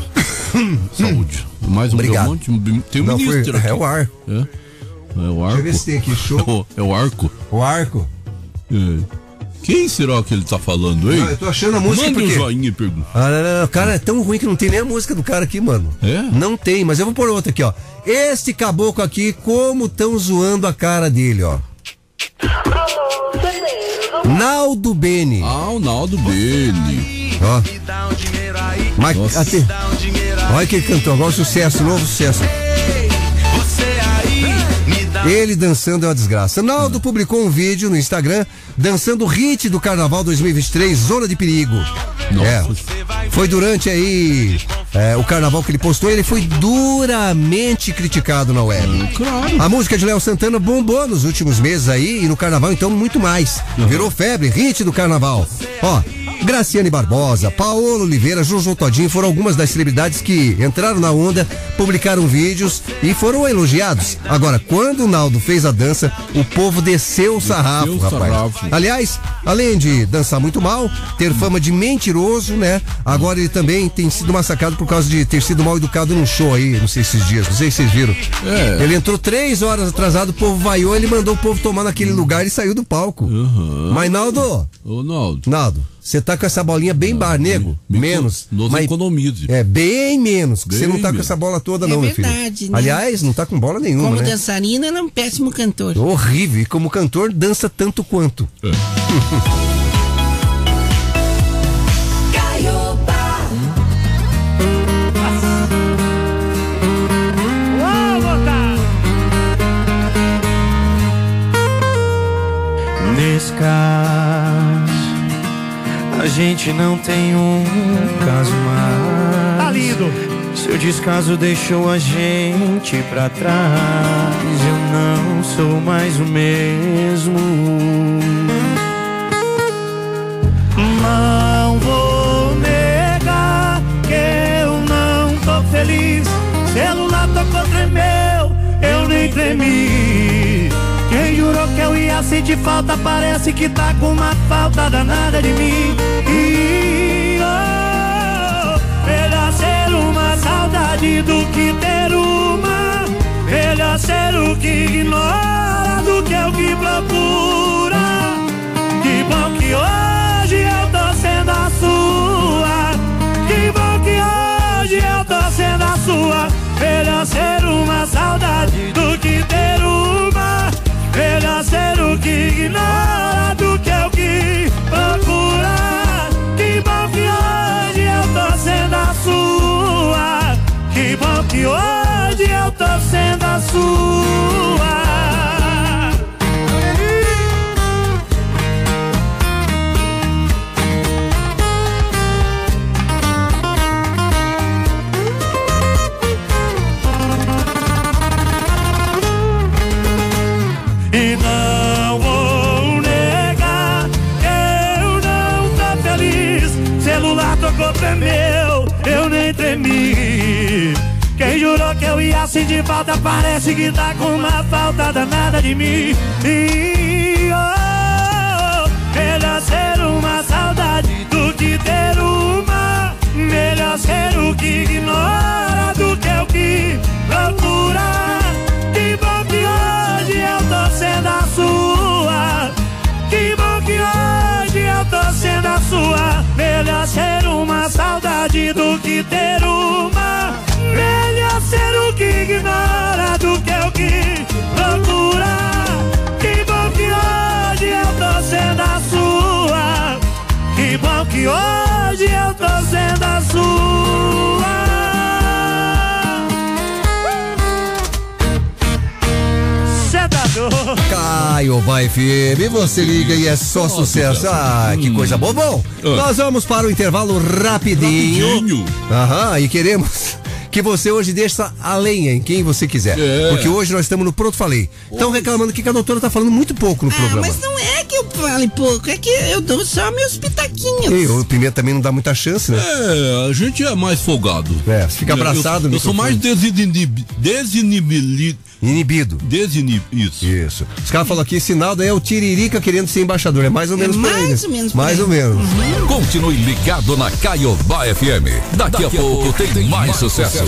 Saúde. Mais um Obrigado. monte, tem um não, ministro foi, aqui. É o ar. É, é o arco. Deixa eu ver se tem aqui, show. É o, é o arco. O arco. É. Quem será que ele tá falando, hein? Não, eu tô achando a música Manda porque... um joinha e pergunta. Ah, não, não, não. Cara, é tão ruim que não tem nem a música do cara aqui, mano. É? Não tem, mas eu vou pôr outra aqui, ó. Este caboclo aqui, como tão zoando a cara dele, ó. Naldo Bene. Ah, o Naldo Bene. Ó. Mas, até... Olha que ele cantou agora, sucesso, novo sucesso. Ele dançando é uma desgraça. Naldo publicou um vídeo no Instagram dançando o hit do Carnaval dois mil e vinte e três, Zona de Perigo. Nossa. É. Foi durante aí é, o carnaval que ele postou, ele foi duramente criticado na web. Hum, claro. A música de Léo Santana bombou nos últimos meses aí e no carnaval então muito mais. Uhum. Virou febre, hit do carnaval. Ó, Graciane Barbosa, Paola Oliveira, Jojo Todinho foram algumas das celebridades que entraram na onda, publicaram vídeos e foram elogiados. Agora, quando o Naldo fez a dança, o povo desceu o sarrafo, desceu rapaz. Sarrafo. Aliás, além de dançar muito mal, ter fama de mentiroso, né? Agora ele também tem sido massacrado por causa de ter sido mal educado num show aí, não sei esses dias, não sei se vocês viram. É. Ele entrou três horas atrasado, o povo vaiou, ele mandou o povo tomar naquele lugar e saiu do palco. Uhum. Mas Naldo, Ô, Naldo. Naldo, você tá com essa bolinha bem ah, bar, nego. Me, me menos. Nos mas, economize. É, bem menos. Bem você não tá menos. com essa bola toda, é não, verdade, meu filho. Né? Aliás, não tá com bola nenhuma. Como né? dançarina, ela é um péssimo cantor. Horrível. E como cantor, dança tanto quanto. É. Nesse caso, a gente não tem um caso mais. Tá lindo. Seu descaso deixou a gente pra trás. Eu não sou mais o mesmo. Não vou negar que eu não tô feliz. Celular tocou, tremeu, eu nem tremi. Quem jurou que eu ia sentir falta, parece que tá com uma falta danada de mim. E, oh, melhor ser uma saudade do que ter uma. Melhor ser o que ignora do que o que procura. Que bom que hoje eu tô sendo a sua. Que bom que hoje eu tô sendo a sua. Melhor ser uma saudade do que ter uma. Melhor ser o que ignora do que o que procura. Que bom que hoje eu tô sendo a sua. Que bom que hoje eu tô sendo a sua. E não vou negar que eu não tô feliz. Celular tocou, tremeu, eu nem tremi. Quem jurou que eu ia sentir falta, parece que tá com uma falta danada de mim. E, oh, melhor ser uma saudade do que ter uma. Melhor ser o que ignora do que o que procura. Que bom que hoje eu tô sendo a sua. Que bom que hoje eu tô sendo a sua. Melhor ser uma saudade do que ter uma. Melhor ser o que ignora do que o que procura. Que bom que hoje eu tô sendo a sua. Que bom que hoje eu tô sendo a sua. Caioba F M, você liga e é só Nossa, sucesso. Ah, hum. que coisa boa. Bom, ah. nós vamos para o intervalo rapidinho. Rapidinho. Aham, e queremos que você hoje deixa a lenha em quem você quiser. É. Porque hoje nós estamos no Pronto Falei. Estão reclamando que a doutora tá falando muito pouco no ah, programa. Mas não é que eu fale pouco, é que eu dou só meus pitaquinhos. E o Pimenta também não dá muita chance, né? É, a gente é mais folgado. É, fica abraçado. Eu, eu sou mais desinibido. Desinibido. Inibido. Desinibido. Isso. Isso. Os caras falam aqui, Sinaldo é o Tiririca querendo ser embaixador. É mais ou menos é por aí. Mais ou menos. Mais ou menos. Uhum. Continue ligado na Caioba F M. Daqui, Daqui a, a pouco, pouco tem, tem mais sucessos.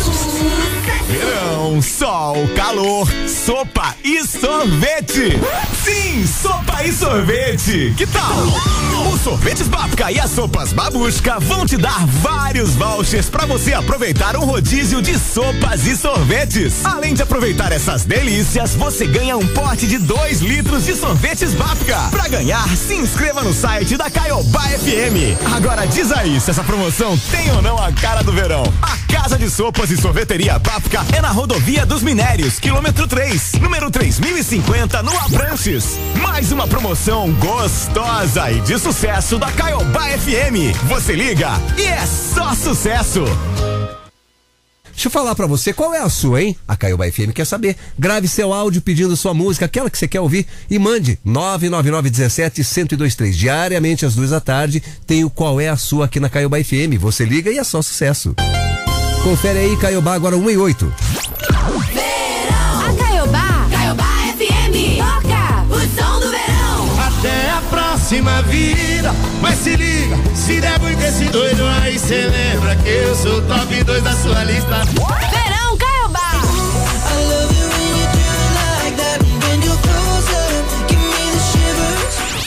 Verão, sol, calor, sopa e sorvete. Sim, sopa e sorvete. Que tal? Os sorvetes Babka e as sopas Babushka vão te dar vários vouchers para você aproveitar um rodízio de sopas e sorvetes. Além de aproveitar essas delícias, você ganha um pote de dois litros de sorvetes Babka. Para ganhar, se inscreva no site da Caioba F M. Agora diz aí se essa promoção tem ou não a cara do verão. A Casa de Sopas e Sorveteria Babka é na Rodovia dos Minérios, quilômetro três, número três mil e cinquenta, no Abranches. Mais uma promoção gostosa e de sucesso da Caioba F M. Você liga e é só sucesso. Deixa eu falar pra você, qual é a sua, hein? A Caioba F M quer saber. Grave seu áudio pedindo sua música, aquela que você quer ouvir, e mande nove nove nove um sete, um zero dois três. Diariamente às duas da tarde tem o Qual é a Sua aqui na Caioba F M. Você liga e é só sucesso. Confere aí, Caioba, agora um e oito. Verão. A Caioba. Caioba F M. Toca o som do verão. Até a próxima vida. Mas se liga, se der muito esse doido aí, cê lembra que eu sou top dois da sua lista. Verão Caioba.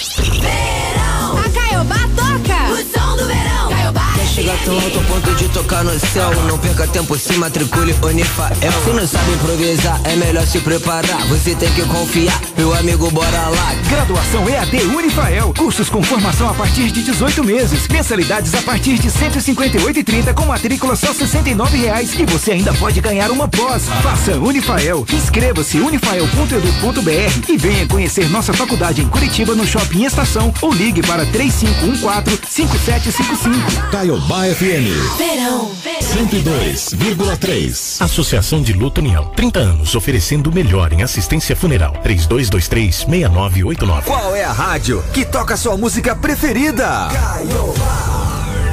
Verão. A Caioba toca o som do verão. Caioba. Quer chegar tão alto ao ponto de tocar tá no céu. Não perca tempo, se matricule Unifael. Se não sabe improvisar, é melhor se preparar. Você tem que confiar, meu amigo, bora lá. Graduação E A D Unifael. Cursos com formação a partir de dezoito meses. Mensalidades a partir de cento e cinquenta e oito reais e trinta centavos, com matrícula só sessenta e nove reais. E você ainda pode ganhar uma pós. Faça Unifael. Inscreva-se unifael ponto edu ponto br e venha conhecer nossa faculdade em Curitiba, no Shopping Estação, ou ligue para três cinco um quatro, cinco sete cinco cinco. Caiobá F M. Verão. cento e dois vírgula três. Associação de Luto União. trinta anos oferecendo o melhor em assistência funeral. três dois dois três, seis nove oito nove. Qual é a rádio que toca sua música preferida? Caiobá.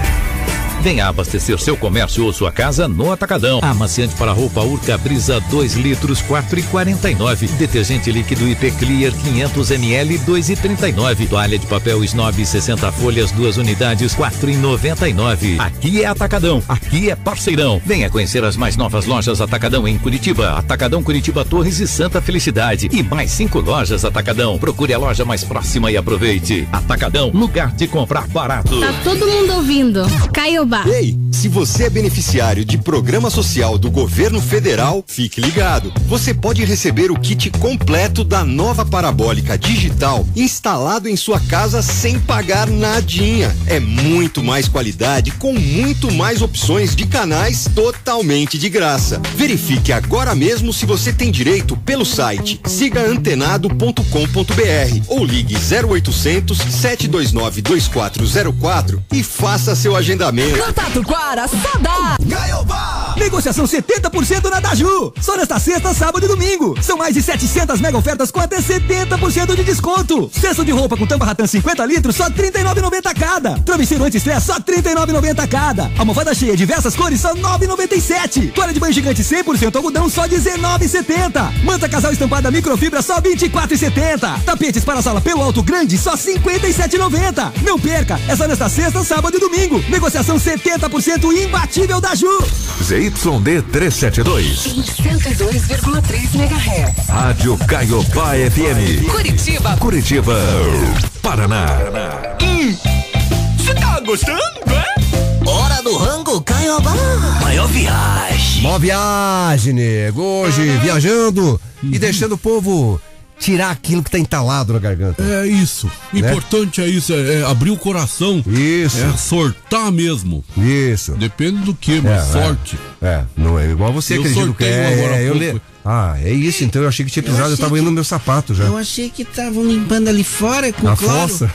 Venha abastecer seu comércio ou sua casa no Atacadão. Amaciante para roupa Urca Brisa dois litros, quatro reais e quarenta e nove. Detergente líquido I P Clear quinhentos mililitros, dois reais e trinta e nove. Toalha de papel Snob sessenta folhas, duas unidades, quatro reais e noventa e nove. Aqui é Atacadão, aqui é parceirão. Venha conhecer as mais novas lojas Atacadão em Curitiba. Atacadão Curitiba Torres e Santa Felicidade. E mais cinco lojas Atacadão. Procure a loja mais próxima e aproveite. Atacadão, lugar de comprar barato. Tá todo mundo ouvindo. Caiobá. Ei, se você é beneficiário de programa social do governo federal, fique ligado. Você pode receber o kit completo da nova parabólica digital instalado em sua casa sem pagar nadinha. É muito mais qualidade com muito mais opções de canais totalmente de graça. Verifique agora mesmo se você tem direito pelo site siga antenado ponto com ponto br ou ligue zero oitocentos, sete dois nove, dois quatro zero quatro e faça seu agendamento. No Tatuquara, só dá! Caiobá! Negociação setenta por cento na Daju. Só nesta sexta, sábado e domingo. São mais de setecentas mega ofertas com até setenta por cento de desconto. Cesto de roupa com tampa Rattan cinquenta litros, só trinta e nove reais e noventa centavos cada. Travesseiro anti-estresse, só trinta e nove reais e noventa centavos cada. Almofada cheia, diversas cores, só nove reais e noventa e sete centavos. Toalha de banho gigante cem por cento algodão, só dezenove reais e setenta centavos. Manta casal estampada microfibra, só vinte e quatro reais e setenta centavos. Tapetes para sala pelo alto grande, só cinquenta e sete reais e noventa centavos. Não perca, é só nesta sexta, sábado e domingo. Negociação setenta por cento imbatível da Ju. Z Y D trezentos e setenta e dois. Em cento e dois vírgula três megahertz. Rádio Caiobá F M. Curitiba. Curitiba. Paraná. Hum, você tá gostando, é? Hora do rango Caiobá. Maior viagem. Mó viagem, nego. Hoje, viajando e deixando o povo tirar aquilo que tá entalado na garganta. É isso. O né? importante é isso, é, é abrir o coração. Isso. É sortar mesmo. Isso. Depende do que, mas é, sorte. É, é, não é igual você, eu acredito que é. Agora eu le... Ah, é isso, então eu achei que tinha pisado, eu, eu tava que... indo no meu sapato já. Eu achei que estavam limpando ali fora com a cloro. fossa?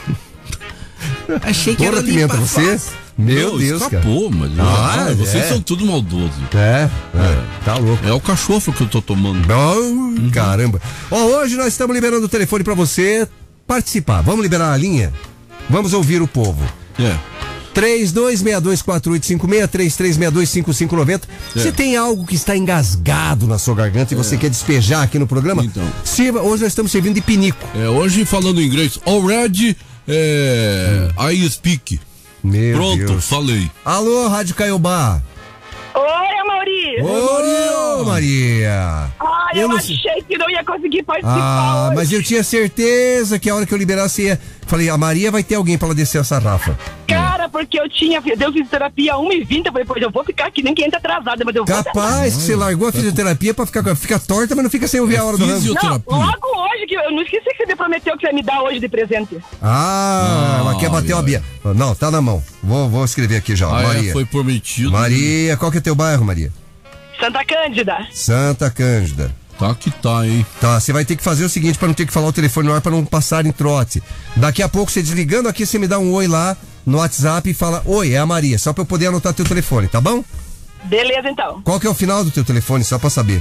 Achei que Porra, era Pimenta, limpar você? fossa. Meu Não, Deus, escapou, cara. mas ah, ah, vocês é. são tudo maldosos. É, é, é, tá louco. É o cachorro que eu tô tomando. Oh, uhum. Caramba. Ó, hoje nós estamos liberando o telefone pra você participar. Vamos liberar a linha? Vamos ouvir o povo. É. três dois seis dois quatro oito cinco seis, três três seis dois cinco cinco nove zero. É. Você tem algo que está engasgado na sua garganta e você é. quer despejar aqui no programa? Então. Sirva, hoje nós estamos servindo de pinico. É, hoje falando em inglês, already é, hum. I speak. Meu Pronto, Deus. falei. Alô, Rádio Caiobá. Oi, Amaury. Oi, Maria. Ai, eu, eu achei sei. que não ia conseguir participar. Ah, hoje. mas eu tinha certeza que a hora que eu liberasse ia... Falei, a Maria vai ter alguém pra ela descer essa Rafa. Cara, porque eu tinha, eu fiz terapia uma e vinte, eu falei, pois eu vou ficar aqui nem que entra atrasada, mas eu vou. Capaz que você largou a fisioterapia pra ficar, fica torta, mas não fica sem ouvir a hora do rango. Não, logo hoje, que eu não esqueci que você me prometeu que você ia me dar hoje de presente. Ah, ela quer bater uma bia. Não, tá na mão. Vou, vou escrever aqui já, ah, Maria. É, foi prometido. Maria, qual que é teu bairro, Maria? Santa Cândida. Santa Cândida. Tá que tá, hein? Tá, você vai ter que fazer o seguinte pra não ter que falar o telefone no ar, pra não passar em trote. Daqui a pouco, você desligando aqui, você me dá um oi lá no WhatsApp e fala, oi, é a Maria, só pra eu poder anotar teu telefone, tá bom? Beleza, então. Qual que é o final do teu telefone, só pra saber?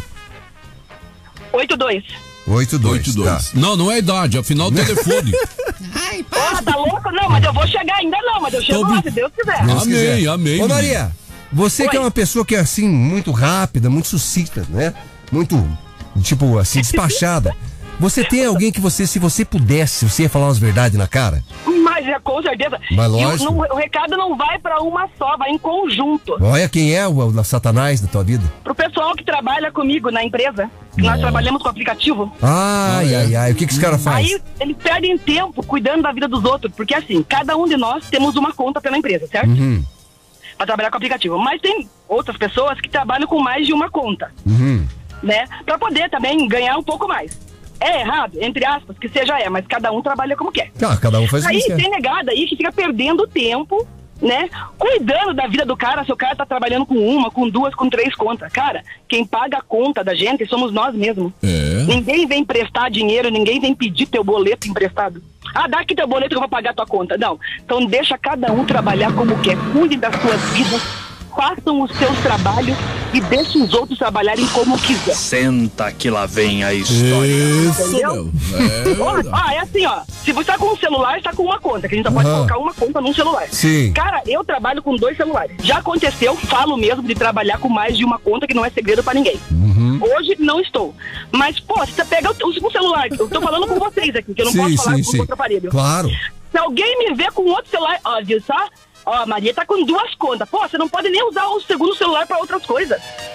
oito dois. oito dois. oito dois. Tá. Não, não é idade, é o final do telefone. Ai, porra, tá louco? Não, mas eu vou chegar ainda não, mas eu chego lá, se Deus quiser. Deus amém, quiser. amém. Ô, Maria, você Oi. que é uma pessoa que é assim, muito rápida, muito sucinta, né? Muito, tipo, assim, despachada. Você tem alguém que você, se você pudesse, você ia falar umas verdades na cara? Mas é, com certeza. Mas lógico. Eu, não, o recado não vai pra uma só, vai em conjunto. Olha quem é o, o Satanás da tua vida. Pro pessoal que trabalha comigo na empresa, que nós trabalhamos com aplicativo. Ai, ai, ai, o que que esse cara faz? Aí eles perdem tempo cuidando da vida dos outros, porque assim, cada um de nós temos uma conta pela empresa, certo? Uhum. Pra trabalhar com aplicativo. Mas tem outras pessoas que trabalham com mais de uma conta, Uhum. né? Pra poder também ganhar um pouco mais. É errado, entre aspas, que seja é, mas cada um trabalha como quer. Ah, cada um faz o que Aí quer. tem negada aí que fica perdendo tempo, né? Cuidando da vida do cara, se o cara tá trabalhando com uma, com duas, com três contas. Cara, quem paga a conta da gente somos nós mesmos. É. Ninguém vem emprestar dinheiro, ninguém vem pedir teu boleto emprestado. Ah, dá aqui teu boleto que eu vou pagar tua conta. Não. Então deixa cada um trabalhar como quer. Cuide das suas vidas, façam os seus trabalhos e deixe os outros trabalharem como quiser. Senta que lá vem a história. Entendeu? Ó, ó, é assim, ó. Se você tá com um celular, você tá com uma conta, que a gente só pode Aham. colocar uma conta num celular. Sim. Cara, eu trabalho com dois celulares. Já aconteceu, falo mesmo, de trabalhar com mais de uma conta, que não é segredo pra ninguém. Uhum. Hoje não estou. Mas, pô, se você pega o, o celular, eu tô falando com vocês aqui, que eu não Sim, posso falar sim, com sim. outro aparelho. Claro. Se alguém me vê com outro celular, ó, viu só? Ó, a Maria tá com duas contas. Pô, você não pode nem usar o segundo celular pra outras coisas.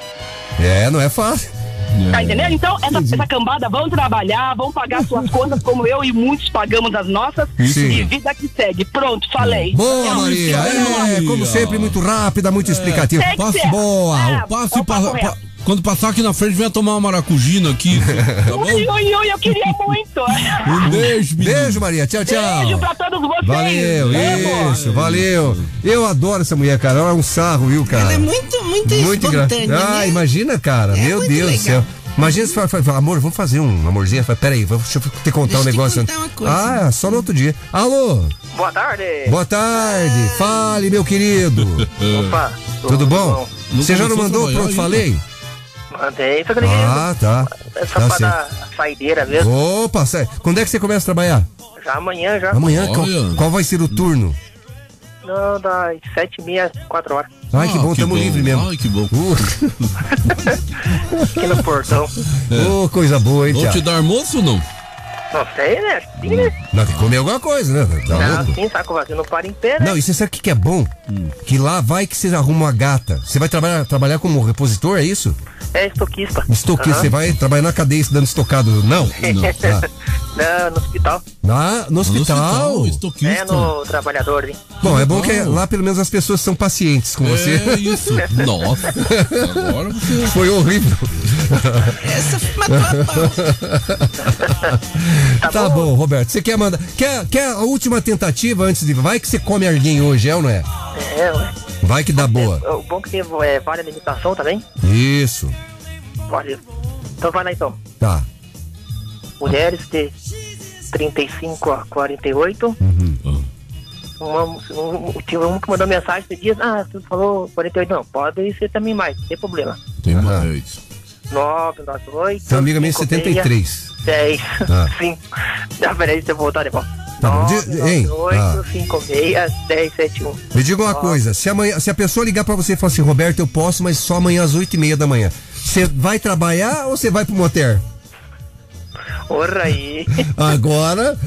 É, não é fácil. Tá entendendo? Então, essa, essa cambada vão trabalhar, vão pagar suas contas, como eu e muitos pagamos as nossas. Sim. E vida que segue. Pronto, falei. Boa, Maria. É, como sempre, muito rápida, muito explicativa. Tem que Passe ser. boa. É, Passe é o pa- papo pa- reto. quando passar aqui na frente, venha tomar uma maracujina aqui. Tá bom? Ui, ui, ui, eu queria muito. Um beijo, menino. Beijo, Maria. Tchau, tchau. Beijo pra todos vocês. Valeu, Vamos. isso, valeu. Eu adoro essa mulher, cara. Ela é um sarro, viu, cara? Ela é muito, muito, Muito engra- espontânea, Ah, né? imagina, cara. É Meu muito Deus do legal. céu. Imagina se fala, fala, amor, vamos fazer um amorzinho. Fala, peraí, vou- deixa eu te contar Deixa um eu te negócio. contar uma coisa. Ah, só no outro dia. Alô, Boa tarde. boa tarde. Fale, meu querido. Opa, Tudo bom? Não Você já não começou a mandou? trabalhar Pronto, ainda? falei? Mandei, só que ninguém. Ah, tá. É só Tá pra certo. dar a saideira mesmo. Opa, sai. Quando é que você começa a trabalhar? Já amanhã já. Amanhã? Qual, Olha. qual vai ser o turno? Não, das sete e meia, quatro horas. Ai, que Ah, bom, tamo livre mesmo. Ai, que bom. Uh, Aqui no portão. Ô, coisa boa, hein, Vou te Tiago? dar almoço ou não? Não sei, né? Sim, né? Não, tem que comer alguma coisa, né? Tá Não, louco? sim, saco vazio não para em pé, né? Não, e você sabe o que, que é bom? Que lá vai que você arruma uma gata. Você vai trabalhar, trabalhar como repositor, é isso? É estoquista. Estoquista, Aham. você vai trabalhar na cadeia dando estocado. Não? Não. Ah. Não, no hospital. Ah, no hospital? estoquista. É no trabalhador, hein? Bom, é bom que lá pelo menos as pessoas são pacientes com você. É isso. Nossa. Agora você... Foi horrível. Essa matou a pau. Tá, bom. Roberto. Você quer mandar. Quer, quer a última tentativa antes de. Vai que você come alguém hoje, é ou não é? É, ué. Vai que dá boa. O bom que tem é, vale alimentação também. Isso. Pode. Então vai lá então. Tá. Mulheres de trinta e cinco a quarenta e oito. Uhum. Uma, um, tive um que mandou mensagem esses dias. Ah, você falou quarenta e oito. Não, pode ser também mais, não tem problema. Tem Aham. mais. nove nove oito. Tem uma amiga minha de setenta e três. dez. Ah. cinco. Não, peraí, deixa eu voltar depois. Tá bom. De- hein? Ah. oito cinco seis dez sete um. Me diga uma coisa, se, amanhã, se a pessoa ligar pra você e falar assim, Roberto, eu posso, mas só amanhã às oito e meia da manhã. Você vai trabalhar ou você vai pro motel? Porra aí. Agora.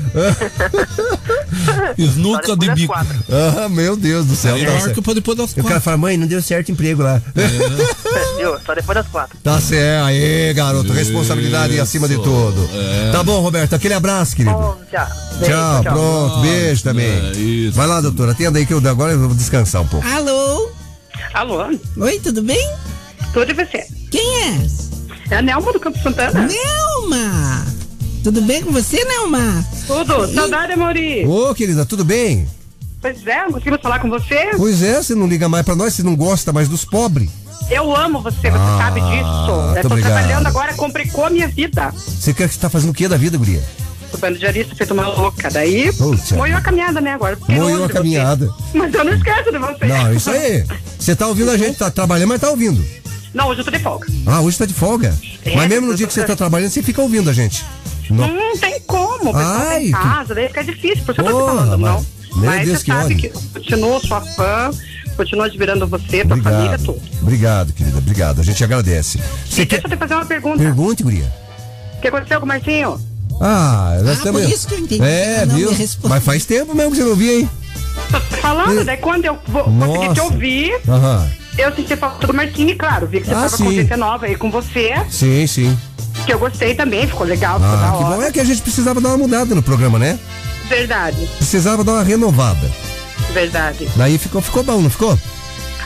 Snuca de bico. Ah, meu Deus do céu. Aí Tá marca certo. pra depois das E o cara quatro. fala, mãe, não deu certo o emprego lá. Viu? Só depois das quatro. Tá certo, aí, garoto. Responsabilidade acima de tudo. É. Tá bom, Roberto. Aquele abraço, querido. Bom, tchau. Beijo, Tchau, pronto. Beijo também. É isso. Vai lá, doutora. Atenda aí que eu agora eu vou descansar um pouco. Alô? Alô? Oi, tudo bem? Tudo e você? Quem é? É a Nelma do Campo Santana. Nelma! Tudo bem com você, Nelma? Tudo. Saudade, Amori. Ô, querida, tudo bem? Pois é, não conseguimos falar com você? Pois é, você não liga mais pra nós, você não gosta mais dos pobres. Eu amo você, você Ah, sabe disso. Eu muito tô obrigado. trabalhando agora, complicou a minha vida. Você quer que você tá fazendo o que da vida, guria? Sou bando de arista, feito uma louca. Daí, Puxa. moiu a caminhada, né, agora. Fiquei Moiu longe a de caminhada. você. Mas eu não esqueço de você. Não, isso aí. Você tá ouvindo a gente, tá trabalhando, mas tá ouvindo. Não, hoje eu tô de folga. Ah, hoje tá de folga. É, Mas mesmo no eu dia tô- que você tá trabalhando, você fica ouvindo a gente. Não. Não tem como, o pessoal tá Ai, em que- casa, daí fica difícil, por isso eu tô te Porra, falando, não. mas- meu Mas Deus, você que sabe ódio. que eu continuo sua fã, continuo admirando você, tua família, Obrigado. tudo. Obrigado, querida. Obrigado. A gente agradece. Você E quer... deixa eu te fazer uma pergunta. Pergunte, guria. O que aconteceu com o Marcinho? Ah, nós Ah, estamos. por isso que eu entendi. É, Não viu? me responde. Mas faz tempo mesmo que você não via, hein? Tô te falando, daí quando eu vou conseguir te Nossa. ouvir, Aham. eu senti falta do Marcinho, e claro, vi que você Ah, tava com sim. gente nova aí com você, Sim, sim. que eu gostei também, ficou legal, ficou Ah, da que hora. bom. É que a gente precisava dar uma mudada no programa, né? Verdade, Precisava dar uma renovada. verdade. Daí ficou, ficou bom, não ficou?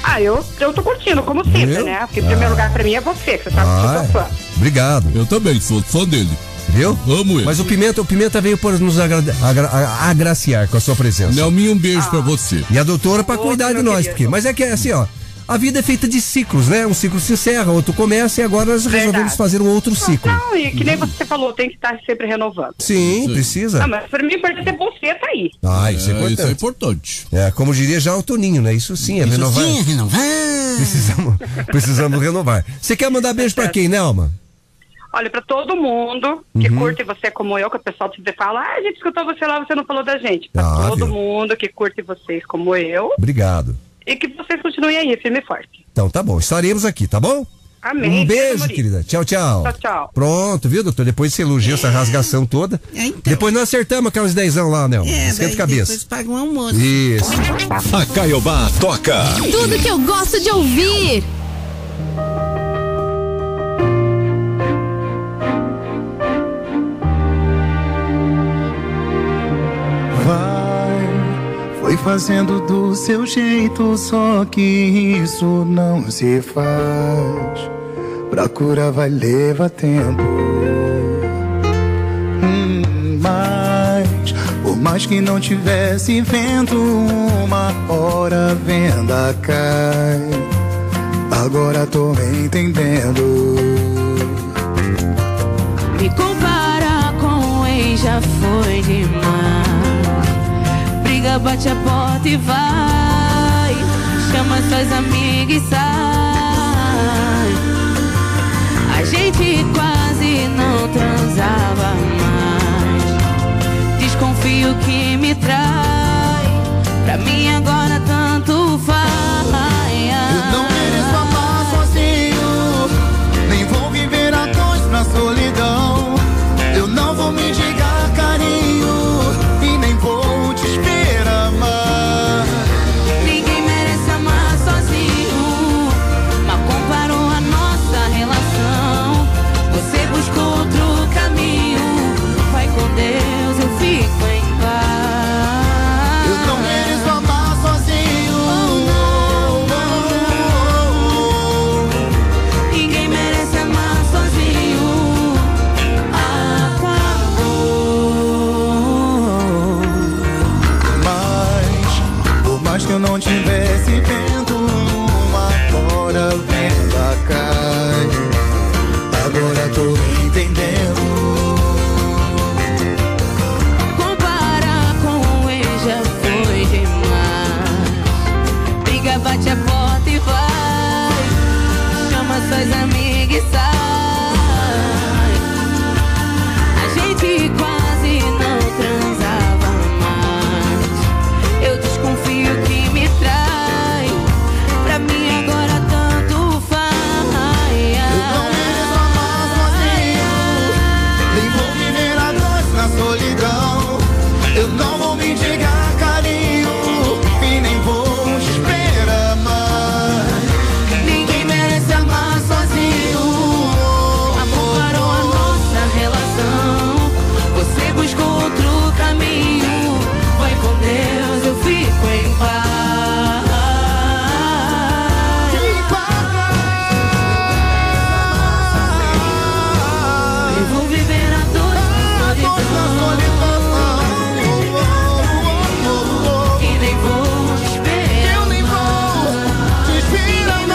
Ah, eu, eu tô curtindo, como sempre, Viu? né? Porque em primeiro lugar pra mim é você, que você sabe que eu Ah, sou fã. Obrigado. Eu também sou fã dele. Viu? Amo ele. Mas o Pimenta, o Pimenta veio por nos agra- agra- a- agraciar com a sua presença. Nelminho, um beijo Ah. pra você. E a doutora pra cuidar de nós, porque. Mas é que é assim, ó. A vida é feita de ciclos, né? Um ciclo se encerra, outro começa e agora nós resolvemos Verdade. fazer um outro ciclo. Não, e que nem você falou, tem que estar sempre renovando. Sim, precisa. Ah, mas pra mim, importante é você tá aí. Ah, isso é É, importante. isso é importante. É, como diria já o Toninho, né? Isso sim, é Isso renovar. sim, renovar. Precisamos, precisamos renovar. Você quer mandar beijo pra quem, Nelma? Olha, pra todo mundo que Uhum. curte você como eu, que o pessoal sempre fala, ah, a gente escutou você lá, você não falou da gente. Pra Ah, todo viu? mundo que curte vocês como eu Obrigado. e que vocês continuem aí, firme e forte. Então tá bom, estaremos aqui, tá bom? Amém. Um beijo, Maurício. querida. Tchau, tchau. Tchau, tchau. Pronto, viu, doutor? Depois você elogia essa rasgação toda. É, então. Depois nós acertamos aqueles dezão lá, Nelma. É, Esquenta daí a cabeça. depois paga um almoço. Isso. A Caiobá toca. Tudo que eu gosto de ouvir. Vai, foi fazendo do seu jeito, só que isso não se faz. Pra cura vai levar tempo. Hum, mas, por mais que não tivesse vento, uma hora a venda cai. Agora tô entendendo. Me comparar com o ex já foi demais. Briga, bate a porta e vai. Chama suas amigas e sai. A gente quase não transava mais. Desconfio que me trai. Pra mim agora tanto faz. Eu não mereço amar sozinho, nem vou viver a dois na solidão. Eu não vou me digar carinho e nem vou te esperar mais. Ninguém merece amar sozinho, mas comparou a nossa relação. Você buscou outro caminho, vai com Deus, eu fico em paz. Eu não mereço amar sozinho. Ninguém merece amar sozinho. Acabou. Mas, por mais que eu não tivesse vento, uma hora venda cai. Agora tô entendendo. Comparar com o ex já foi demais. Briga, bate a porta e vai. Chama suas amigas e sai. A gente quase não transava mais. Eu desconfio que me trai. Pra mim agora tanto faz. Eu não mereço amar sozinho, nem vou viver a dois na solidão. Eu não vou me digar carinho e nem vou te esperar mais. Ninguém merece amar sozinho. Amor parou a nossa relação. Você buscou outro caminho. Vai com Deus, eu fico em paz. Eu vou viver a dois na solidão. E nem vou te esperar. Eu nem vou te esperar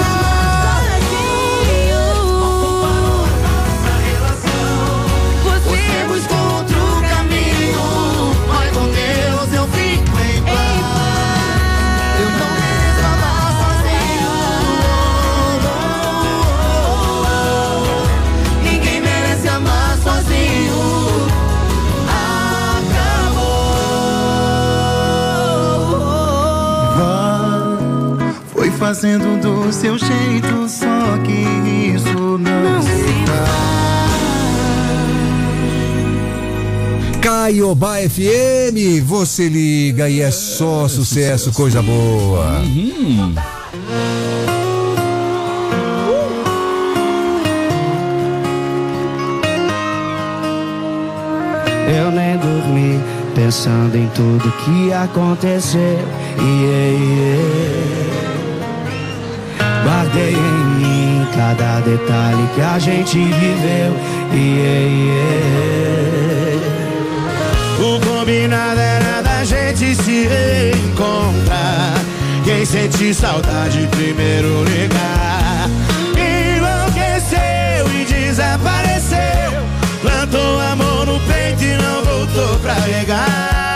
Você buscou outro caminho. Vai com Deus, eu fico em paz. Eu não mereço amar sozinho. Ninguém merece amar sozinho. Vai, foi fazendo do seu jeito, só que isso não se faz. Caiobá F M, você liga e é só sucesso, coisa boa. Eu nem dormi pensando em tudo que aconteceu. Yeah, yeah. Guardei em mim cada detalhe que a gente viveu. Yeah, yeah. O combinado era da gente se reencontrar. Quem sente saudade primeiro ligar. Enlouqueceu e desapareceu. Plantou amor no peito e não voltou pra regar.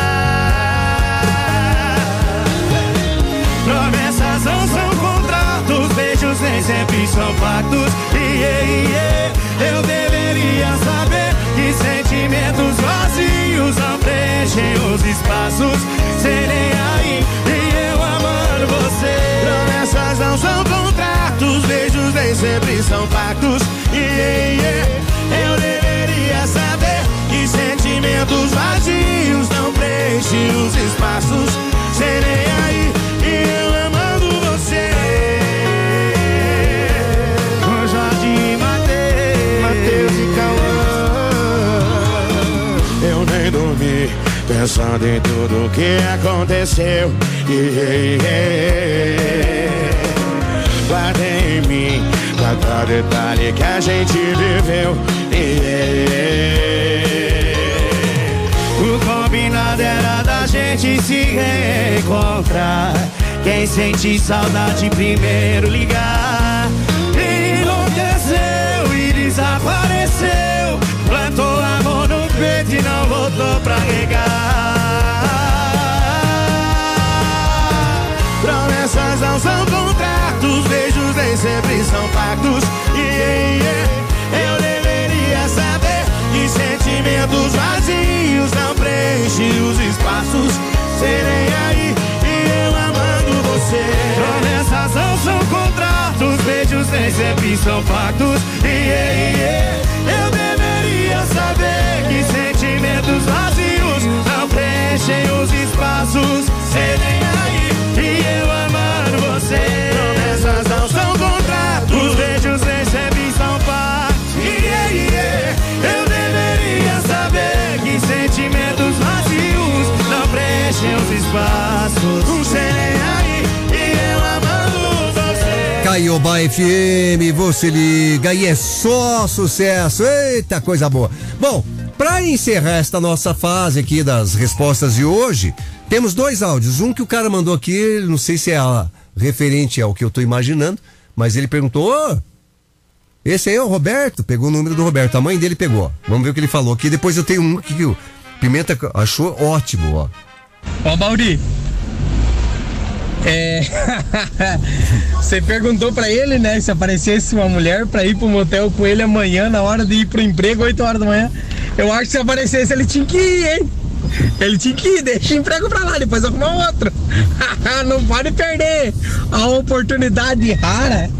Promessas não são contratos, beijos nem sempre são pactos. Yeah, yeah. Eu deveria saber que sentimentos vazios não preenchem os espaços. Sem nem aí, e eu amando você. Promessas não são contratos, beijos nem sempre são pactos. Yeah, yeah. Eu deveria saber que sentimentos vazios não preenchem os espaços. Sem nem aí, e eu amando você. Com Jorge e Mateus, Mateus e Cauã. Eu nem dormi pensando em tudo que aconteceu. Yeah, yeah. Guardei em mim cada detalhe que a gente viveu. Yeah. O combinado era da gente se reencontrar. Quem sente saudade primeiro ligar. Enlouqueceu e desapareceu. Plantou amor no peito e não voltou pra regar. Promessas não são contratos, beijos nem sempre são pactos. Yeah, yeah. Eu deveria saber que sentimentos vazios não preenchem os espaços. Serei aí e eu amando você. Promessas não são contratos, beijos nem sempre são pactos. Yeah, yeah. Eu deveria saber que sentimentos vazios não preenchem os espaços. Serei aí e eu amando você. Promessas não são contratos, beijos nem sempre são pactos. Yeah, yeah. Eu deveria saber que sentimentos vazios não preenchem os espaços. Não sei nem aí e eu amando você. Caiobá F M, você liga e é só sucesso. Eita, coisa boa. Bom, pra encerrar esta nossa fase aqui das respostas de hoje, temos dois áudios. Um que o cara mandou aqui, não sei se é a, referente ao que eu tô imaginando, mas ele perguntou: ô, esse aí é o Roberto? Pegou o número do Roberto, a mãe dele pegou. Vamos ver o que ele falou aqui. Depois eu tenho um aqui que o Pimenta achou ótimo, ó. Ó, Baldi, é... você perguntou pra ele, né, se aparecesse uma mulher pra ir pro motel com ele amanhã, na hora de ir pro emprego, oito horas da manhã. Eu acho que se aparecesse ele tinha que ir, hein? Ele tinha que ir, deixa o emprego pra lá, depois arrumar outro. Não pode perder a oportunidade rara.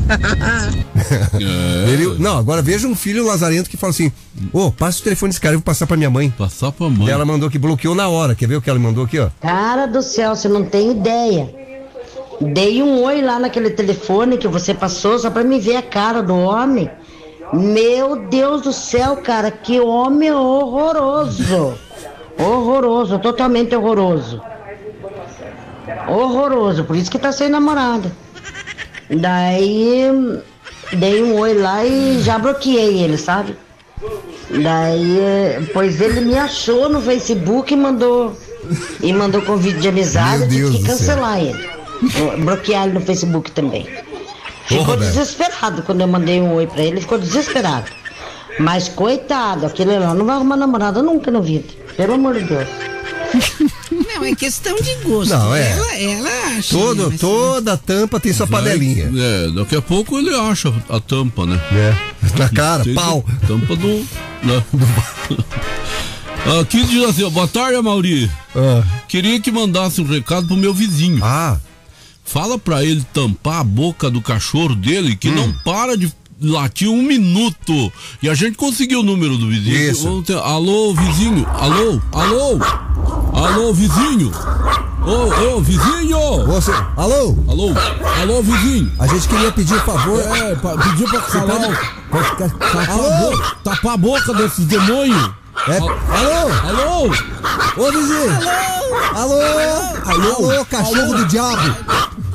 Ele, não, agora veja um filho lazarento que fala assim: ô, oh, passa o telefone desse cara, eu vou passar pra minha mãe. Passar pra mãe. Ela mandou que bloqueou na hora. Quer ver o que ela mandou aqui, ó? Cara do céu, você não tem ideia. Dei um oi lá naquele telefone que você passou só pra me ver a cara do homem. Meu Deus do céu, cara, que homem horroroso. Horroroso, totalmente horroroso. Horroroso, por isso que tá sem namorada. Daí dei um oi lá e já bloqueei ele, sabe? Daí, pois ele me achou no Facebook e mandou e mandou convite de amizade. Eu tive que cancelar ele. Bloquear ele no Facebook também. Ficou oh, desesperado quando eu mandei um oi pra ele, ele ficou desesperado. Mas coitado, aquele lá não vai arrumar namorada nunca na vida. Pelo amor de Deus. Não, é questão de gosto. Não, é. Ela, ela acha. Todo, né, toda tampa tem sua Vai, panelinha. É, daqui a pouco ele acha a tampa, né? É. Na cara, tem pau. Tampa do. Né? Aqui diz assim: boa tarde, Mauri. Ah. Queria que mandasse um recado pro meu vizinho. Ah. Fala pra ele tampar a boca do cachorro dele, que hum. não para de latir um minuto. E a gente conseguiu o número do vizinho. Isso. Alô, vizinho. Alô, alô. Alô, vizinho. Ô, ô, vizinho. Você. Alô. Alô. Alô, vizinho. A gente queria pedir um favor. É, pedir pra falar. Pode, pode, tapar, alô? A boca, tapar a boca desse demônio. É. Alô. Alô. Ô, vizinho. Alô. Alô. Alô, alô cachorro alô. do diabo.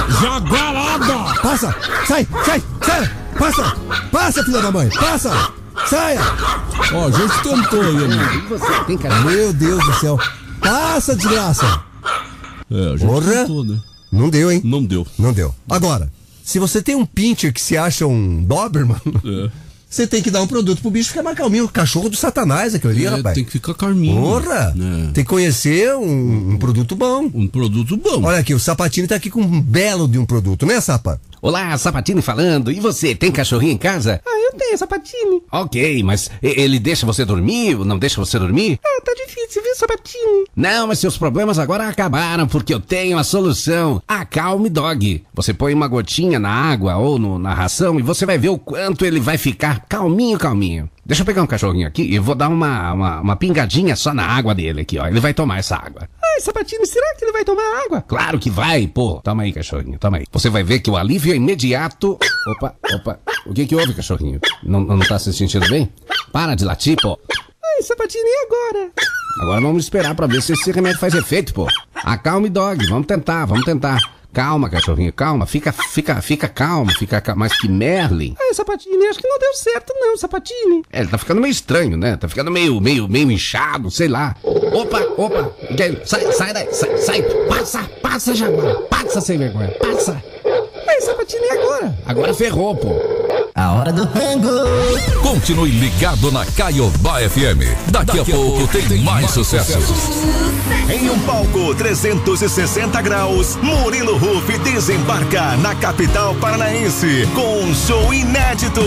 Jaguarada! Passa! Sai! Sai! Sai! Passa! Passa, filha da mãe! Passa! Saia! Ó, a gente tentou aí, amigo. Você tem cara. Meu Deus do céu! Passa, desgraça! É, a gente Porra. tentou, né? Não deu, hein? Não deu. Não deu. Agora, se você tem um pincher que se acha um Doberman, É. você tem que dar um produto pro bicho ficar mais calminho. O cachorro do Satanás, aquilo ali, É, rapaz. tem que ficar calminho. Porra! É. Tem que conhecer um, um produto bom. Um produto bom. Olha aqui, o Sapatini tá aqui com um belo de um produto, né, Sapa? Olá, Sapatini falando. E você, tem cachorrinho em casa? Ah, eu tenho, Sapatini. Ok, mas e- ele deixa você dormir ou não deixa você dormir? Ah, tá difícil, viu, Sapatini? Não, mas seus problemas agora acabaram, porque eu tenho a solução. A Calm Dog. Você põe uma gotinha na água ou no- na ração e você vai ver o quanto ele vai ficar calminho, calminho. Deixa eu pegar um cachorrinho aqui e vou dar uma, uma, uma pingadinha só na água dele aqui, ó. Ele vai tomar essa água. Ai, Sapatini, será que ele vai tomar água? Claro que vai, pô. Toma aí, cachorrinho, toma aí. Você vai ver que o alívio é imediato. Opa, opa. O que que houve, cachorrinho? Não, não tá se sentindo bem? Para de latir, pô. Ai, Sapatini, e agora? Agora vamos esperar pra ver se esse remédio faz efeito, pô. A Calm Dog, vamos tentar, vamos tentar. Calma, cachorrinho, calma. Fica, fica, fica calmo, fica calmo. Mas que Merlin. Ai, Sapatini, acho que não deu certo não, Sapatini. É, ele tá ficando meio estranho, né? Tá ficando meio, meio, meio inchado, sei lá. Opa, opa. Sai, sai daí, sai, sai. Passa, passa, Jaguar. Passa sem vergonha, passa. Ai, Sapatini, e agora? Agora ferrou, pô. A hora do rango. Continue ligado na Caiobá F M. Daqui, Daqui a pouco tem, tem mais sucessos. Em um palco trezentos e sessenta graus, Murilo Huff desembarca na capital paranaense com um show inédito.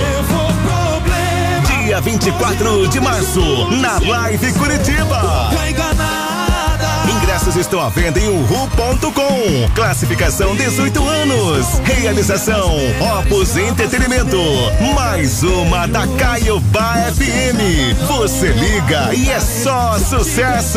Dia vinte e quatro de março, na Live Curitiba. Ingressos estão à venda em uhu ponto com. Classificação dezoito anos. Realização Opus Entretenimento. Mais uma da Caiobá F M. Você liga e é só sucesso.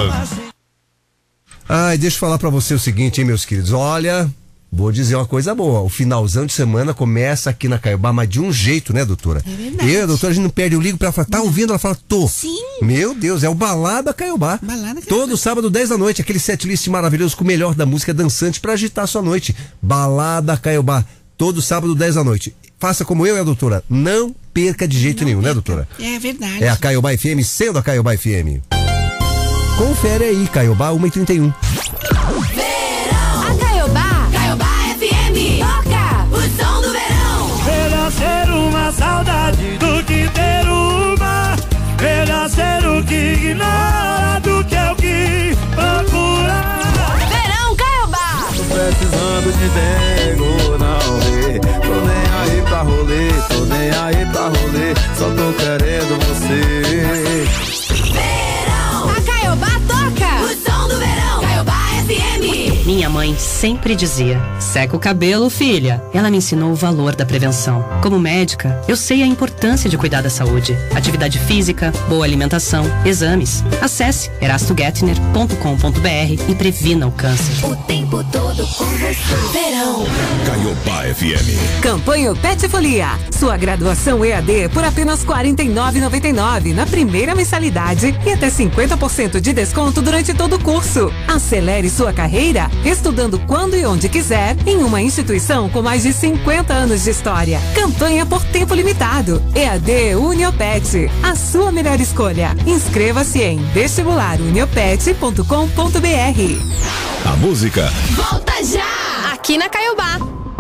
Ai, deixa eu falar pra você o seguinte, hein, meus queridos. Olha, vou dizer uma coisa boa. O finalzão de semana começa aqui na Caiobá, mas de um jeito, né, doutora? É verdade. Eu e a doutora, a gente não perde o ligo pra ela falar, tá ouvindo? Ela fala, tô. Sim. Meu Deus, é o Balada Caiobá. Balada Caiobá. Todo sábado, dez da noite, aquele setlist maravilhoso com o melhor da música dançante pra agitar a sua noite. Balada Caiobá. Todo sábado, dez da noite. Faça como eu e a doutora. Não perca de jeito não nenhum, perca. Né, doutora? É verdade. É a Caiobá F M, sendo a Caiobá F M. Confere aí, Caiobá uma e trinta e um. A Caiobá, Caiobá F M, toca o som do verão. Melhor ser uma saudade do que ter uma. Melhor ser o que ignora do que o que procura. Verão Caiobá. Tô precisando de dengo, não vê. Tô nem aí pra rolê, tô nem aí pra rolê. Só tô querendo você. A Caiobá toca o som do verão. Caiobá F M. Minha mãe sempre dizia: seca o cabelo, filha. Ela me ensinou o valor da prevenção. Como médica, eu sei a importância de cuidar da saúde. Atividade física, boa alimentação, exames. Acesse erasto gettner ponto com ponto br e previna o câncer. O tempo todo com você. Verão. Caiobá F M. Campanha Pet Folia. Sua graduação E A D por apenas quarenta e nove reais e noventa e nove centavos na primeira mensalidade e até cinquenta por cento de desconto durante todo o curso. Acelere sua carreira estudando quando e onde quiser em uma instituição com mais de cinquenta anos de história. Campanha por tempo limitado. E A D Uniopet. A sua melhor escolha. Inscreva-se em vestibular uniopet ponto com ponto br. A música Volta já! Aqui na Caiobá.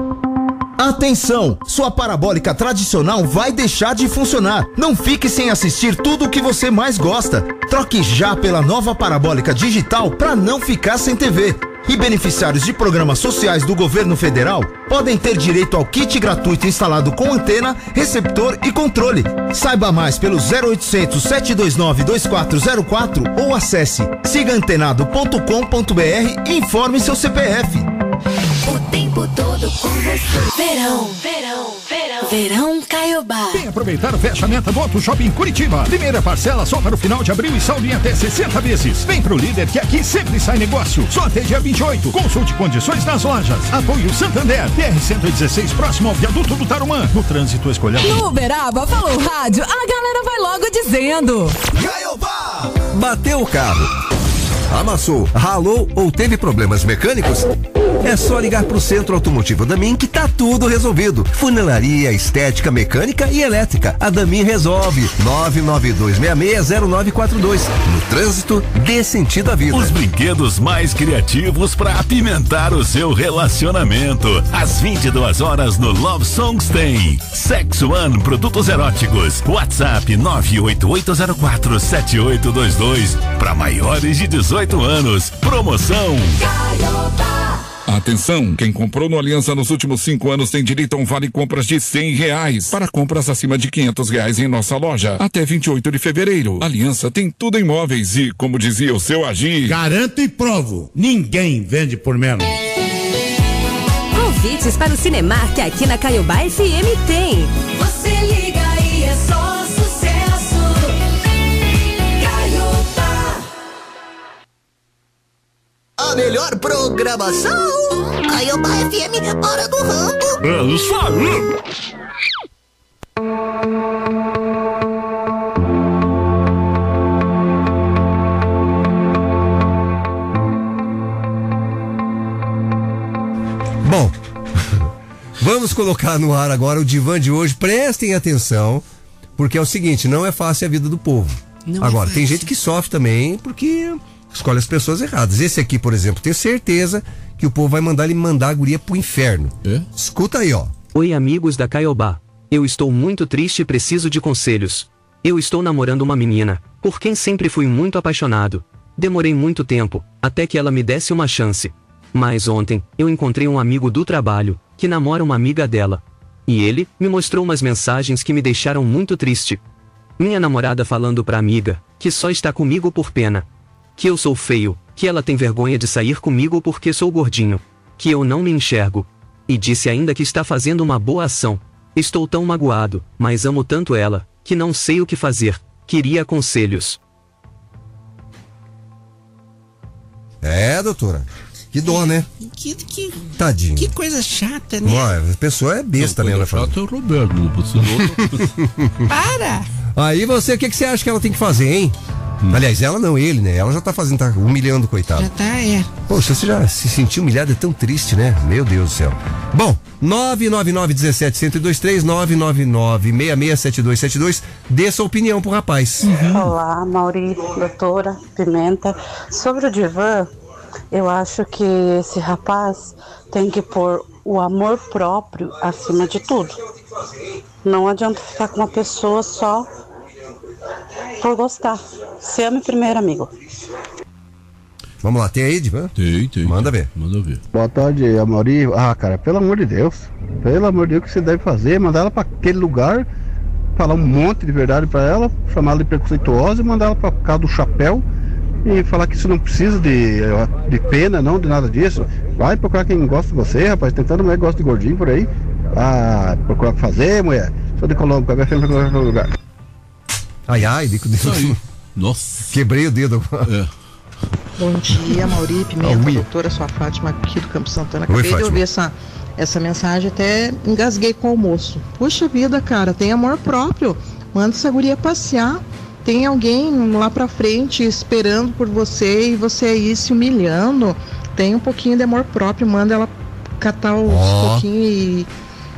Atenção! Sua parabólica tradicional vai deixar de funcionar. Não fique sem assistir tudo o que você mais gosta. Troque já pela nova parabólica digital para não ficar sem T V. E beneficiários de programas sociais do governo federal podem ter direito ao kit gratuito instalado com antena, receptor e controle. Saiba mais pelo zero oitocentos, sete dois nove, dois quatro zero quatro ou acesse siga antenado ponto com ponto br e informe seu C P F. O tempo todo com você. Verão, verão, verão. Verão Caiobá. Vem aproveitar o fechamento do Auto Shopping Curitiba. Primeira parcela só para o final de abril e saldo em até sessenta vezes. Vem pro líder que aqui sempre sai negócio. Só até dia vinte e oito. Consulte condições nas lojas. Apoio Santander. P R cento e dezesseis próximo ao viaduto do Tarumã. No trânsito escolha. No Uberaba falou rádio. A galera vai logo dizendo. Bateu o carro, amassou, ralou ou teve problemas mecânicos? É só ligar pro Centro Automotivo Damin que tá tudo resolvido. Funilaria, estética, mecânica e elétrica. A Damin resolve. nove nove dois seis seis zero nove quatro dois. No trânsito, dê sentido à vida. Os brinquedos mais criativos para apimentar o seu relacionamento. Às vinte e duas horas no Love Songs tem Sex One, produtos eróticos. WhatsApp nove oito oito zero quatro sete oito dois dois para maiores de dezoito anos. Promoção Atenção, quem comprou no Aliança nos últimos cinco anos tem direito a um vale compras de cem reais para compras acima de quinhentos reais em nossa loja até vinte e oito de fevereiro. Aliança tem tudo em móveis e, como dizia o seu Agir, garanto e provo, ninguém vende por menos. Convites para o Cinemark que aqui na Caiobá F M tem. Você liga e é só sucesso. Caiobá. A melhor programação. Caiobá F M, hora do Rambo. É isso aí. Bom, vamos colocar no ar agora o divã de hoje. Prestem atenção, porque é o seguinte, não é fácil a vida do povo. Não agora, é tem gente que sofre também porque escolhe as pessoas erradas. Esse aqui, por exemplo, tenho certeza que o povo vai mandar ele mandar a guria pro inferno. É? Escuta aí, ó. Oi, amigos da Caiobá. Eu estou muito triste e preciso de conselhos. Eu estou namorando uma menina, por quem sempre fui muito apaixonado. Demorei muito tempo, até que ela me desse uma chance. Mas ontem, eu encontrei um amigo do trabalho, que namora uma amiga dela. E ele me mostrou umas mensagens que me deixaram muito triste. Minha namorada falando pra amiga, que só está comigo por pena. Que eu sou feio, que ela tem vergonha de sair comigo porque sou gordinho. Que eu não me enxergo. E disse ainda que está fazendo uma boa ação. Estou tão magoado, mas amo tanto ela, que não sei o que fazer. Queria conselhos. É, doutora. Que dó, né? Que, que, Tadinho. Que coisa chata, né? Ué, a pessoa é besta, não, né? Ela chata é o Roberto, não precisa. Para! Aí você, o que, que você acha que ela tem que fazer, hein? Hum. Aliás, ela não, ele, né? Ela já tá fazendo, tá humilhando, coitado. Já tá, é. Poxa, você já se sentiu humilhado, é tão triste, né? Meu Deus do céu. Bom, nove nove nove um sete zero zero dois três, nove nove nove seis seis sete dois sete dois, dê sua opinião pro rapaz. Uhum. Olá, Mauri, doutora Pimenta. Sobre o divã, eu acho que esse rapaz tem que pôr o amor próprio acima de tudo. Não adianta ficar com uma pessoa só por gostar. Se ame primeiro, amigo. Vamos lá, tem aí, Divan? Tem, tem. Manda ver. Manda ver. Boa tarde, Amaury. Ah, cara, pelo amor de Deus. Pelo amor de Deus, o que você deve fazer? Mandar ela pra aquele lugar, falar um monte de verdade pra ela, chamar ela de preconceituosa e mandar ela pra casa do chapéu e falar que isso não precisa de, de pena, não, de nada disso. Vai procurar quem gosta de você, rapaz. Tentando mulher que gosta de gordinho por aí. Ah, procurar o que fazer, mulher. Sou de Colombo, vai sempre procurar outro lugar. Ai, ai, bico de... Nossa. Quebrei o dedo. É. Bom dia, Mauri Pimenta, doutora, sou a Fátima aqui do Campo Santana. Acabei Oi, de ouvir essa, essa mensagem, até engasguei com o almoço. Puxa vida, cara, tem amor próprio. Manda essa guria passear. Tem alguém lá pra frente esperando por você e você aí se humilhando. Tem um pouquinho de amor próprio, manda ela catar os oh. pouquinhos e,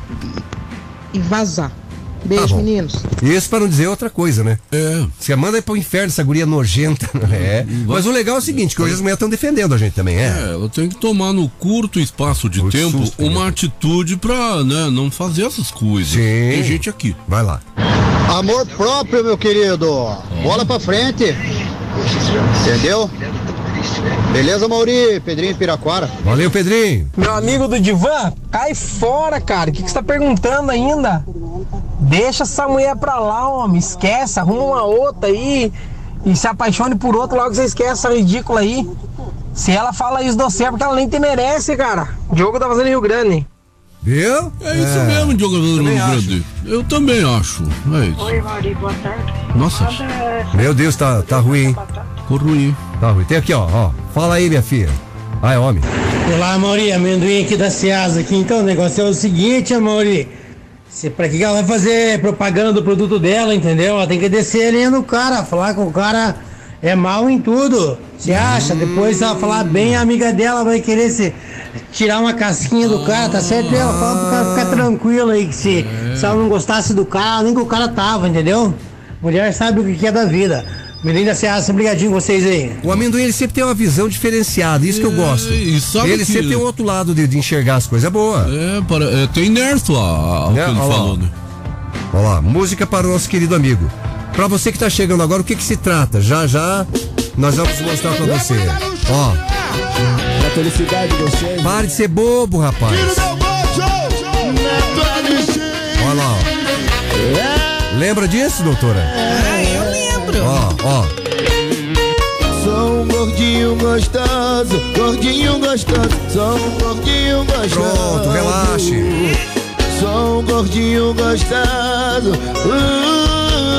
e vazar. Beijo, tá meninos. Isso pra não dizer outra coisa, né? É. Você manda ir pro inferno, essa guria nojenta. É. Mas o legal é o seguinte, que hoje as mulheres estão defendendo a gente também, é? É, ela tem que tomar no curto espaço de Muito tempo susto, uma né? atitude pra, né, não fazer essas coisas. Sim. Tem gente aqui. Vai lá. Amor próprio, meu querido. Bola pra frente. Entendeu? Beleza, Mauri? Pedrinho Piraquara. Valeu, Pedrinho. Meu amigo do divã, cai fora, cara. O que, que você tá perguntando ainda? Deixa essa mulher pra lá, homem. Esquece, arruma uma outra aí e se apaixone por outra, logo você esquece essa ridícula aí. Se ela fala isso do céu, porque ela nem te merece, cara. O Diogo tá fazendo Rio Grande. Viu? É isso é. mesmo, Diogo tá fazendo Rio Grande. Eu também acho. É isso. Oi, Mauri, boa tarde. Nossa. Meu Deus, tá, tá ruim, hein? Ficou ruim. Tá ruim. Tem aqui, ó, ó. Fala aí, minha filha. Ah, é homem. Olá, Mauri, amendoim aqui da Ceasa aqui. Então, o negócio é o seguinte, Mauri. Se, pra que ela vai fazer propaganda do produto dela, entendeu? Ela tem que descer ali no cara, falar com o cara é mal em tudo. Você acha? Depois se ela falar bem, a amiga dela vai querer se tirar uma casquinha do cara, tá certo? Ela fala pro cara ficar tranquilo aí, que se, se ela não gostasse do cara, nem que o cara tava, entendeu? Mulher sabe o que é da vida. Melinda Seasa, brigadinho com vocês aí. O amendoim, ele sempre tem uma visão diferenciada, isso que eu gosto. Ele que... sempre tem um outro lado de, de enxergar as coisas, é boa. É, para, é tem nervo lá, o que é, ele olha falou, lá. né? Olha lá, música para o nosso querido amigo. Pra você que tá chegando agora, o que que se trata? Já, já, nós vamos mostrar pra você. Ó. Da felicidade de vocês. Pare de ser bobo, rapaz. Olha lá, ó. Lembra disso, doutora? Ah, eu lembro. Ó, ó. Sou um gordinho gostoso, gordinho gostoso, sou um gordinho gostoso. Pronto, relaxe. Sou um gordinho gostoso. Uh,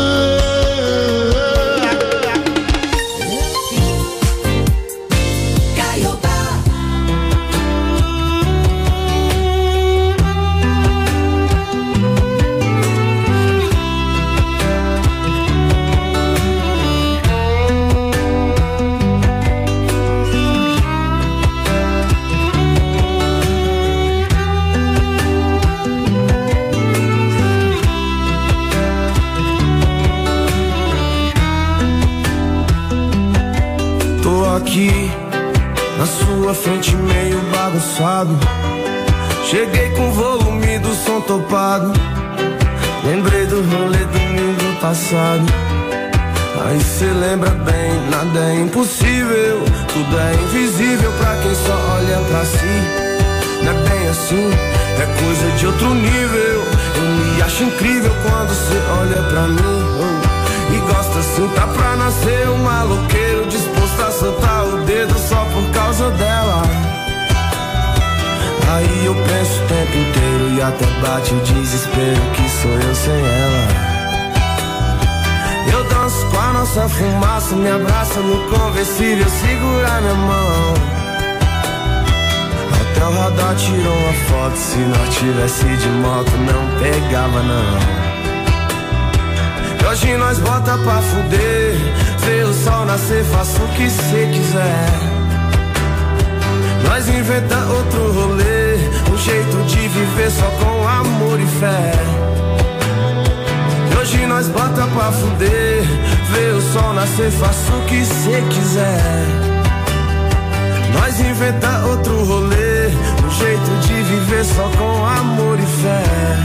aqui na sua frente meio bagunçado. Cheguei com o volume do som topado. Lembrei do rolê domingo passado. Aí cê lembra bem, nada é impossível. Tudo é invisível pra quem só olha pra si. Não é bem assim, é coisa de outro nível. Eu me acho incrível quando cê olha pra mim, oh. E gosta assim, tá pra nascer um maloqueiro disposto a soltar o dedo só por causa dela. Aí eu penso o tempo inteiro e até bate o desespero que sou eu sem ela. Eu danço com a nossa fumaça, me abraça no conversível, segura minha mão. Até o radar tirou uma foto, se nós tivesse de moto não pegava não. Hoje nós bota pra fuder, vê o sol nascer, faça o que cê quiser. Nós inventa outro rolê, um jeito de viver só com amor e fé. Hoje nós bota pra fuder, vê o sol nascer, faça o que cê quiser. Nós inventa outro rolê, um jeito de viver só com amor e fé.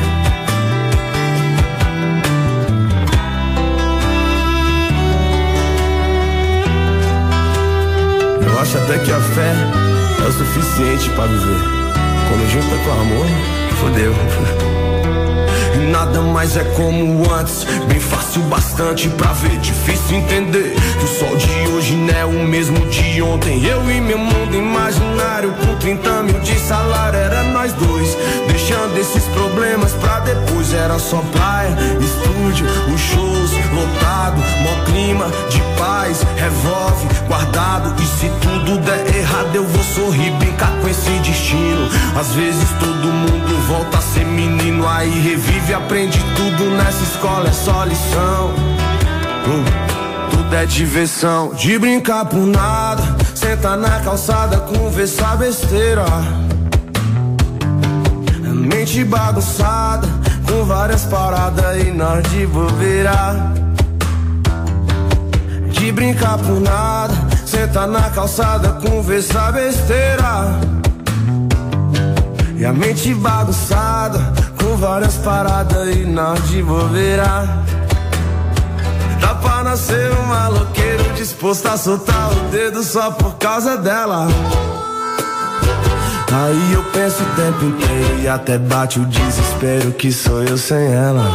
Eu acho até que a fé é o suficiente pra viver. Quando junta com amor, fodeu. Nada mais é como antes, bem fácil bastante pra ver. Difícil entender que o sol de hoje não é o mesmo de ontem. Eu e meu mundo imaginário com trinta mil de salário, era nós dois, deixando esses problemas pra depois. Era só praia, estúdio, os shows lotado, mó clima de paz, revólver guardado. E se tudo der errado eu vou sorrir, brincar com esse destino. Às vezes todo mundo volta a ser menino, aí revive, aprende tudo nessa escola, é só lição. uh, Tudo é diversão, de brincar por nada, sentar na calçada, conversar besteira. Mente bagunçada, com várias paradas e nós de bobeira. De brincar por nada, sentar na calçada, conversar besteira. E a mente bagunçada, com várias paradas e nós de bobeira. Dá pra nascer um maloqueiro disposto a soltar o dedo só por causa dela. Aí eu penso o tempo inteiro e até bate o desespero que sou eu sem ela.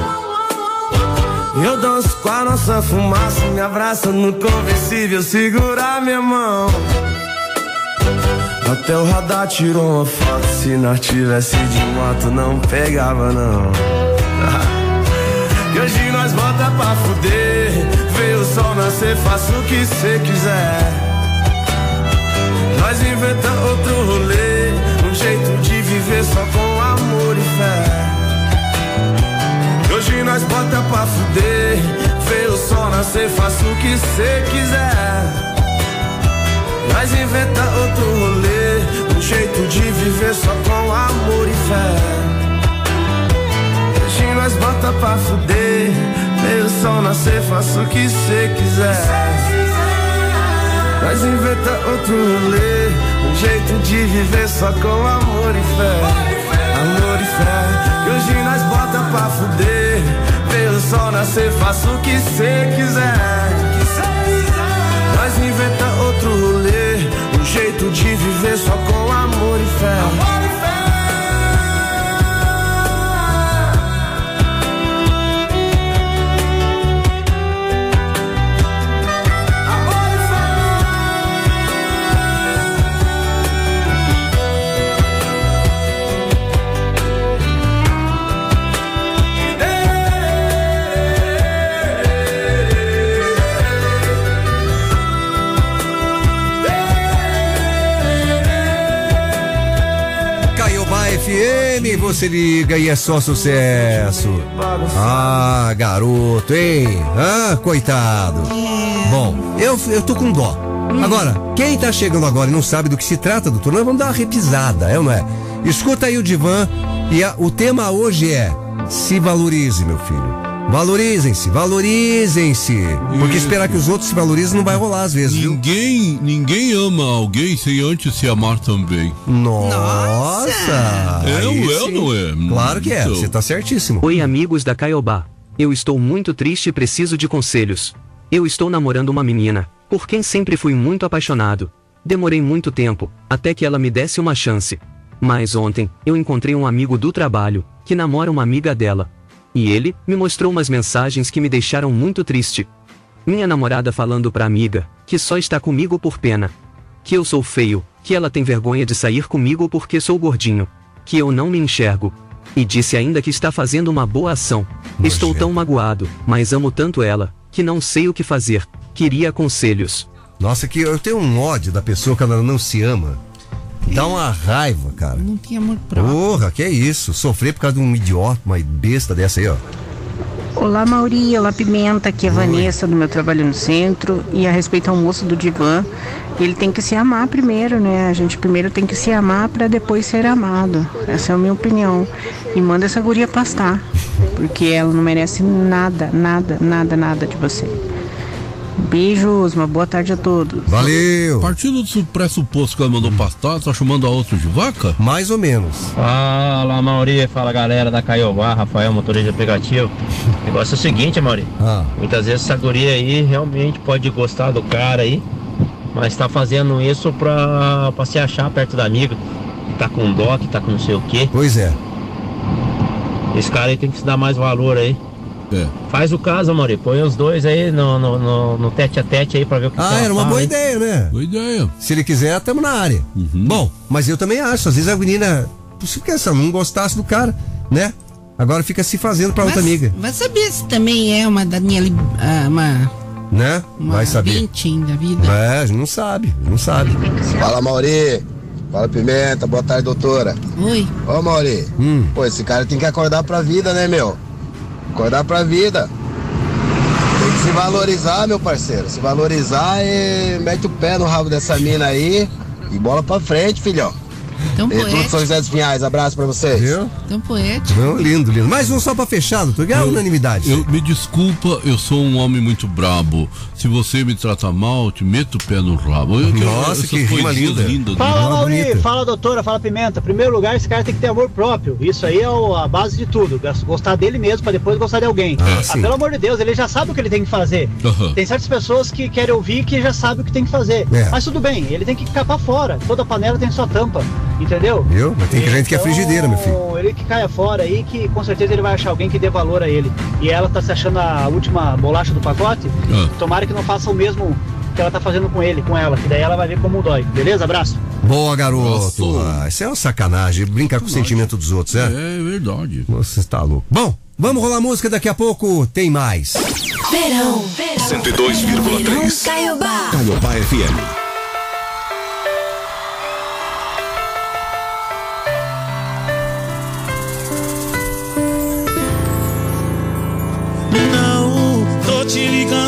Eu danço com a nossa fumaça, me abraça no conversível, segura minha mão. Até o radar tirou uma foto, se nós tivesse de moto não pegava não. E hoje nós bota pra fuder, vê o sol nascer, faça o que cê quiser. Nós inventa outro rolê, um jeito de viver só com amor e fé. Hoje nós bota pra fuder, vê o sol nascer, faço o que cê quiser. Mas inventa outro rolê, um jeito de viver só com amor e fé. Hoje nós bota pra fuder, veio o sol nascer, faço o que cê quiser. Mas inventa outro rolê, um jeito de viver só com amor e fé. Amor e fé, que hoje nós bota pra fuder, veio o sol nascer, faço o que cê quiser. Mas inventa outro rolê, um jeito de viver só com amor e fé. Amor e fé. F M, você liga e é só sucesso. Ah, garoto, hein? Ah, coitado. Bom, eu, eu tô com dó. Agora, quem tá chegando agora e não sabe do que se trata, doutor, nós vamos dar uma repisada, é ou não é? Escuta aí o Divan e a, o tema hoje é: se valorize, meu filho. Valorizem-se, valorizem-se. Porque esperar que os outros se valorizem não vai rolar às vezes. Ninguém, viu? ninguém ama alguém sem antes se amar também. Nossa! É ou é ou não é? Claro que é, você tá certíssimo. Oi, amigos da Caiobá. Eu estou muito triste e preciso de conselhos. Eu estou namorando uma menina, por quem sempre fui muito apaixonado. Demorei muito tempo, até que ela me desse uma chance. Mas ontem, eu encontrei um amigo do trabalho, que namora uma amiga dela. E ele me mostrou umas mensagens que me deixaram muito triste. Minha namorada falando pra amiga, que só está comigo por pena. Que eu sou feio, que ela tem vergonha de sair comigo porque sou gordinho. Que eu não me enxergo. E disse ainda que está fazendo uma boa ação. Nossa. Estou tão magoado, mas amo tanto ela, que não sei o que fazer. Queria conselhos. Nossa, que eu tenho um ódio da pessoa que ela não se ama. Dá uma raiva, cara. Não tem amor próprio. Porra, que é isso? Sofrer por causa de um idiota, uma besta dessa aí, ó. Olá, Mauri. Olá, Pimenta. Aqui é a Vanessa, do meu trabalho no centro. E a respeito ao moço do Divan, ele tem que se amar primeiro, né? A gente primeiro tem que se amar pra depois ser amado. Essa é a minha opinião. E manda essa guria pastar, porque ela não merece nada, nada, nada, nada de você. Beijos, uma boa tarde a todos. Valeu! Partindo do pressuposto que ela mandou pastar, tá chamando a outro de vaca? Mais ou menos. Fala, Mauri, fala galera da Caiobá, Rafael, motorista de aplicativo. O negócio é o seguinte, Mauri. Ah. Muitas vezes essa guria aí realmente pode gostar do cara aí, mas tá fazendo isso pra, pra se achar perto da amiga, que tá com dó, que tá com não sei o quê. Pois é. Esse cara aí tem que se dar mais valor aí. É. Faz o caso, Mauri, põe os dois aí no, no, no, no tete a tete aí pra ver o que Ah, era uma fala, boa hein? ideia, né? Boa ideia. Se ele quiser, estamos na área. Uhum. Bom, mas eu também acho, às vezes a menina, se ela não gostasse do cara, né? Agora fica se fazendo pra mas, outra amiga. Vai saber se também é uma da minha, uma... Né? Uma vai saber. Da vida. É, a gente não sabe, não sabe. Fala, Mauri. Fala, Pimenta. Boa tarde, doutora. Oi. Ô, Mauri. Hum. Pô, esse cara tem que acordar pra vida, né, meu? Acordar pra vida. Tem que se valorizar, meu parceiro. Se valorizar e mete o pé no rabo dessa mina aí e bola pra frente, filhão. Tão e poético. tudo São José dos Pinhais, abraço pra vocês. Viu? Tão poético. Não, lindo, lindo. Mais um só pra fechar, doutor. Que é a unanimidade. Eu, me desculpa, eu sou um homem muito brabo. Se você me trata mal, eu te meto o pé no rabo. Eu, Nossa, que rima linda. linda. Fala, Mauri. Fala, doutora. Fala, Pimenta. Em primeiro lugar, esse cara tem que ter amor próprio. Isso aí é o, a base de tudo. Gostar dele mesmo pra depois gostar de alguém. Ah, ah, pelo amor de Deus, ele já sabe o que ele tem que fazer. Uhum. Tem certas pessoas que querem ouvir que já sabem o que tem que fazer. É. Mas tudo bem, ele tem que ficar pra fora. Toda panela tem sua tampa. Entendeu? Viu? Mas tem então, gente que é frigideira, meu filho. Ele que caia fora aí, que com certeza ele vai achar alguém que dê valor a ele. E ela tá se achando a última bolacha do pacote. Ah. Tomara que não faça o mesmo que ela tá fazendo com ele, com ela. Que daí ela vai ver como dói. Beleza? Abraço. Boa, garoto. Ah, isso é uma sacanagem. Brincar com o sentimento dos outros, é? É verdade. Você tá louco. Bom, vamos rolar música. Daqui a pouco tem mais. Verão. Verão. cento e dois vírgula três. Caiobá. Caiobá F M. Te ligando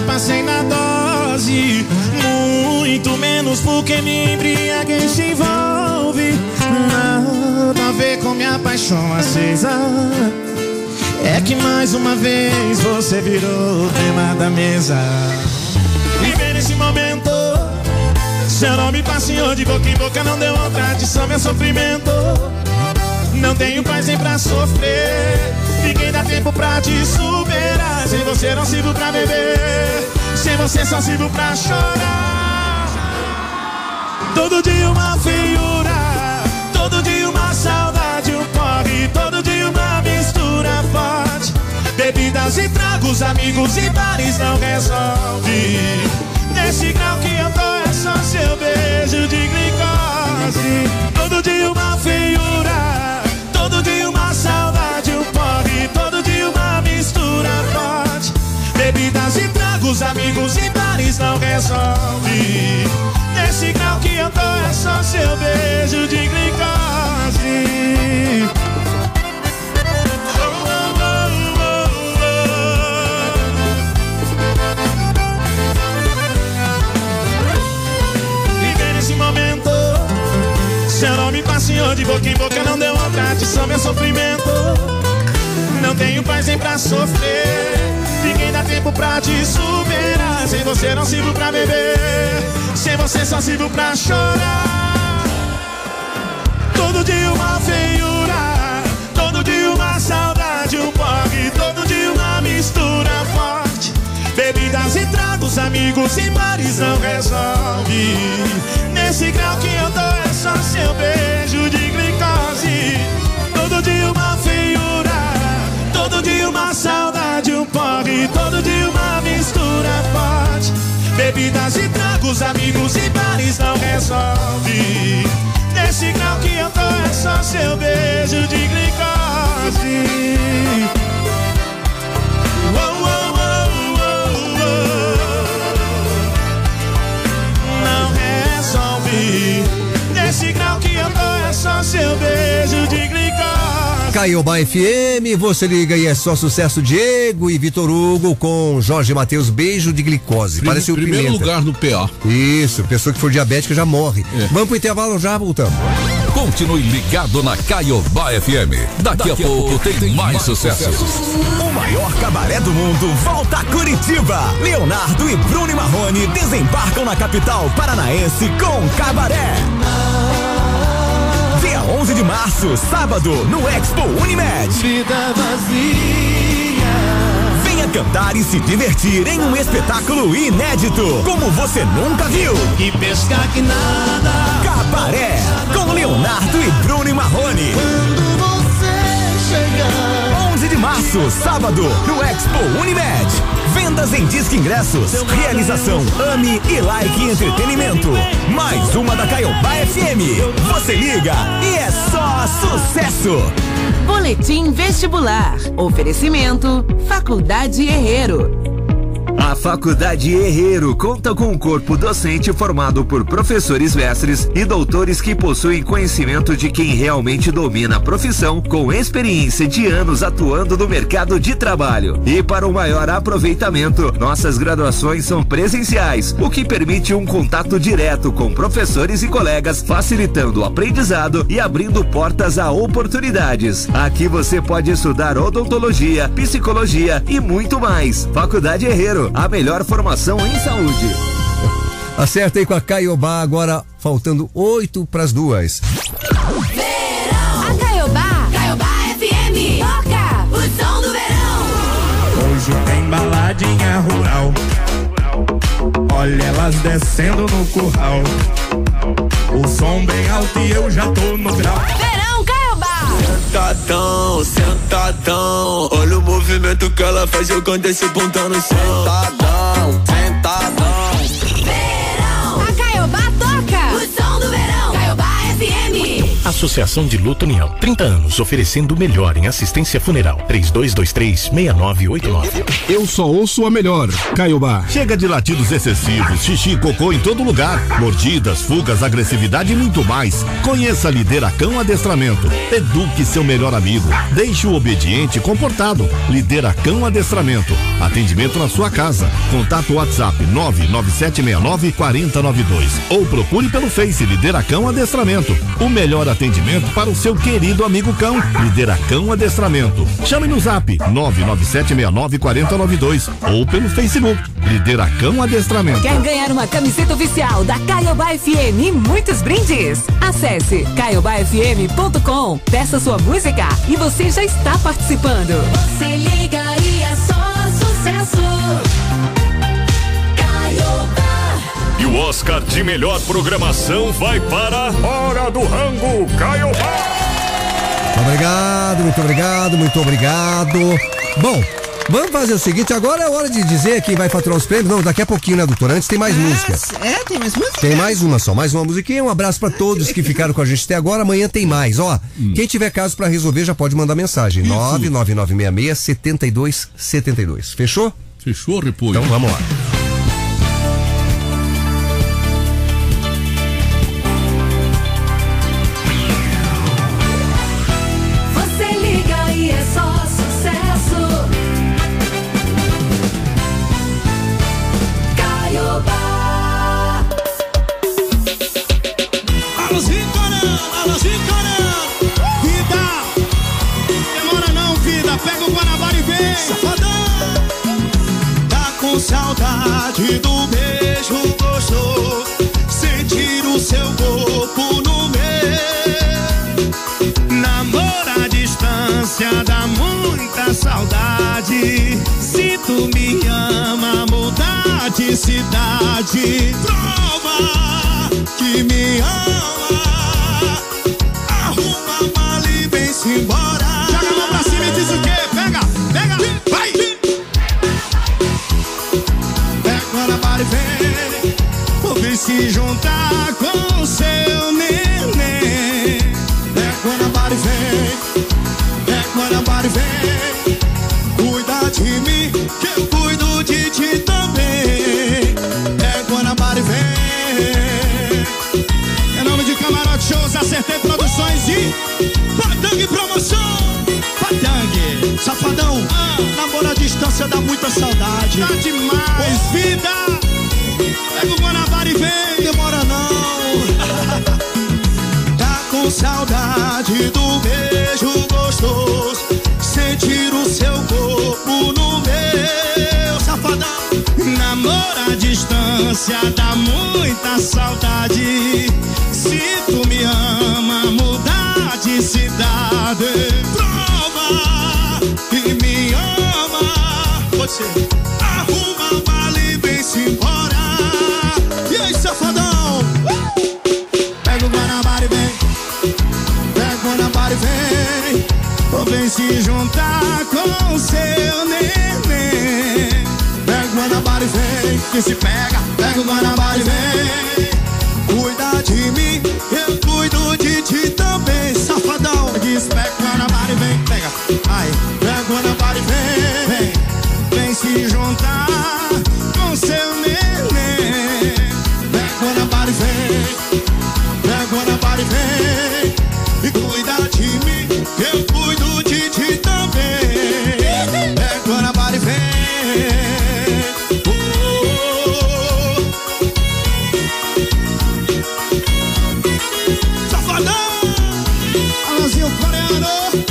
passei na dose. Muito menos porque me embriaguei se envolve. Nada a ver com minha paixão acesa. É que mais uma vez você virou o tema da mesa. Viver nesse momento, seu nome passeou de boca em boca, não deu vontade, só meu sofrimento. Não tenho paz nem pra sofrer, ninguém dá tempo pra te superar. Sem você não sirvo pra beber, sem você só sirvo pra chorar. Todo dia uma feiura, todo dia uma saudade, um porre, todo dia uma mistura forte. Bebidas e tragos, amigos e bares não resolve. Nesse grau que eu tô é só seu beijo de glicose. Todo dia uma feiura, todo dia uma saudade, um porre, todo dia uma mistura forte. Bebidas e tragos, amigos e bares não resolve. Nesse grau que eu tô é só seu beijo de glicose. Momento, seu nome passeou de boca em boca, não deu vontade, só meu sofrimento. Não tenho paz nem pra sofrer, ninguém dá tempo pra te superar. Sem você não sirvo pra beber, sem você só sirvo pra chorar. Todo dia uma feiura, todo dia uma saudade, um porre, todo dia uma mistura forte. Bebidas e tragos, amigos e bares não resolve. Nesse grau que eu tô é só seu beijo de glicose. Todo dia uma feiura, todo dia uma saudade, um porre, todo dia uma mistura forte. Bebidas e tragos, amigos e bares não resolve. Nesse grau que eu tô é só seu beijo de glicose. Oh, oh, oh. Nesse grau que eu tô é só seu beijo de glicose. Caiobá F M, você liga e é só sucesso. Diego e Vitor Hugo com Jorge Mateus, beijo de glicose. Prim, Parece o primeiro Pimenta. lugar no P A. Isso, pessoa que for diabética já morre. É. Vamos pro intervalo, já voltamos. Continue ligado na Caiobá F M. Daqui, Daqui a, a pouco, pouco tem, tem mais, mais sucessos. O maior cabaré do mundo volta a Curitiba. Leonardo e Bruno e Marrone desembarcam na capital paranaense com cabaré. Dia onze de março, sábado, no Expo Unimed. Vida vazia. Venha cantar e se divertir em um espetáculo inédito, como você nunca viu. Que pescar que nada. Cabaré, com Leonardo e Bruno e Marrone. Quando você chegar. onze de março, sábado, no Expo Unimed. Vendas em Disque Ingressos. Realização Ame e Like Entretenimento. Mais uma da Caiobá F M. Você liga e é só sucesso. Boletim Vestibular. Oferecimento Faculdade Herrero. A Faculdade Herrero conta com um corpo docente formado por professores mestres e doutores que possuem conhecimento de quem realmente domina a profissão, com experiência de anos atuando no mercado de trabalho. E para o maior aproveitamento, nossas graduações são presenciais, o que permite um contato direto com professores e colegas, facilitando o aprendizado e abrindo portas a oportunidades. Aqui você pode estudar odontologia, psicologia e muito mais. Faculdade Herrero, a melhor formação em saúde. Acertei com a Caiobá, agora faltando oito pras duas. Verão. A Caiobá, Caiobá F M, toca o som do verão. Hoje tem baladinha rural, olha elas descendo no curral. O som bem alto e eu já tô no grau. Verão Caiobá. Sentadão, sentadão, olha o movimento que ela faz jogando esse bundão no chão. Sentadão, sentadão. Verão. A Caiobá toca o som do verão. Caiobá F M. A Associação de Luto União. trinta anos oferecendo o melhor em assistência funeral. três dois dois três, seis nove oito nove. Eu só ouço a melhor. Caiobá. Chega de latidos excessivos, xixi e cocô em todo lugar. Mordidas, fugas, agressividade e muito mais. Conheça a Lideracão Adestramento. Eduque seu melhor amigo. Deixe o obediente comportado. Lideracão Adestramento. Atendimento na sua casa. Contato WhatsApp nove nove sete seis nove quatro zero nove dois ou procure pelo Face Lideracão Adestramento. O melhor atendimento para o seu querido amigo cão. Lideracão Adestramento. Chame no Zap nove nove sete seis nove quatro zero nove dois ou pelo Facebook Lideracão Adestramento. Quer ganhar uma camiseta oficial da Caiobá F M e muitos brindes? Acesse caiobá f m ponto com, peça sua música e você já está participando. Se liga e é só sucesso. Caiobá. E o Oscar de melhor programação vai para Hora do Rango Caiobá. Obrigado, muito obrigado, muito obrigado. Bom, vamos fazer o seguinte, agora é hora de dizer quem vai faturar os prêmios. Não, daqui a pouquinho, né, doutor? Antes tem mais ah, música. É, tem mais música? Tem mais uma só, mais uma musiquinha. Um abraço pra todos que ficaram com a gente até agora. Amanhã tem mais, ó. Hum. Quem tiver caso pra resolver já pode mandar mensagem. nove nove nove seis seis, sete dois sete dois. Fechou? Fechou, Repolho. Então vamos lá. Saudade do beijo gostoso, sentir o seu corpo no meu. Namoro à distância dá muita saudade. Se tu me ama, mudar de cidade. Prova que me ama. Arruma a mala e vem-se embora. Joga a mão pra cima e diz o quê? Pega, pega, vai! Vem, vou vir se juntar com o seu neném. É quando a Bari vem, é quando a Bari vem. Cuida de mim, que eu cuido de ti também. É quando a Bari vem. Em nome de Camarote Shows, Acertei Produções e Patangue Promoção. Patangue, safadão, ah, namoro à distância dá muita saudade. Tá demais. Pois vida. Pega o Guanabara e vem, demora não. Tá com saudade do beijo gostoso, sentir o seu corpo no meu. Safadão, namoro à distância dá muita saudade. Se tu me ama, mudar de cidade. Prova que me ama. Você arruma a mala e vem-se embora. E aí, safadão? Pega o Guanabara e vem. Pega o Guanabara e vem. Ou vem se juntar com o seu neném. Pega o Guanabara e vem. Que se pega. Pega o Guanabara e vem. Cuida de mim, eu cuido de ti também. Safadão. Diz, pega o Guanabara e vem. Pega. Aí. Pega o Guanabara e vem. Vem. Vem se juntar com o seu neném. Guanabara vem, é Guanabara vem. E cuida de mim, eu cuido de ti também. É Guanabara vem. Oh, safadão, Alanzinho coreano.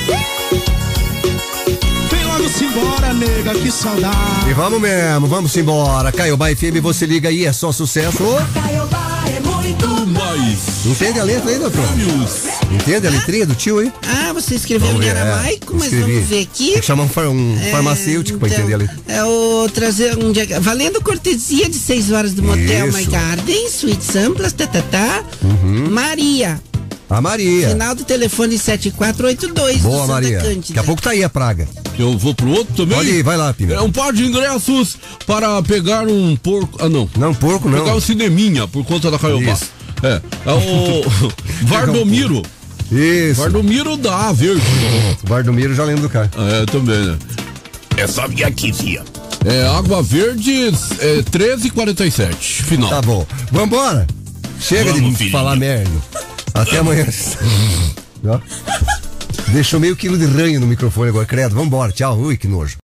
Vem logo-se embora, nega, que saudade. E vamos mesmo, vamos embora. Caiobá F M, você liga aí, é só sucesso. Caiobá é muito mais. Entende a letra aí, doutor? Entende a letrinha do tio aí? Ah, você escreveu em aramaico, mas escrevi. Vamos ver aqui. Tem que chamar um, um é, farmacêutico então, pra entender a letra. É o trazer um dia, valendo cortesia de seis horas do Motel Isso. My Garden, Suítes Amplas, tatatá. Uhum. Maria. A Maria. Final do telefone sete quatro oito dois. Boa, Maria. Daqui a pouco tá aí a praga. Eu vou pro outro também? Pode ir, vai lá, Pimenta. É um par de ingressos para pegar um porco. Ah, não. Não, porco não. Pegar um cineminha por conta da Caiobá. Isso. É. É o Vardomiro. Isso. Vardomiro dá, verde. Vardomiro já lembro do cara. É, também, né? É só vir aqui, fia. É, Água Verde, é, treze e quarenta e sete, final. Tá bom. Vambora. Chega Vamos, de filhinho. falar merda. Até amanhã. Deixou meio quilo de ranho no microfone agora, credo. Vambora, tchau. Ui, que nojo.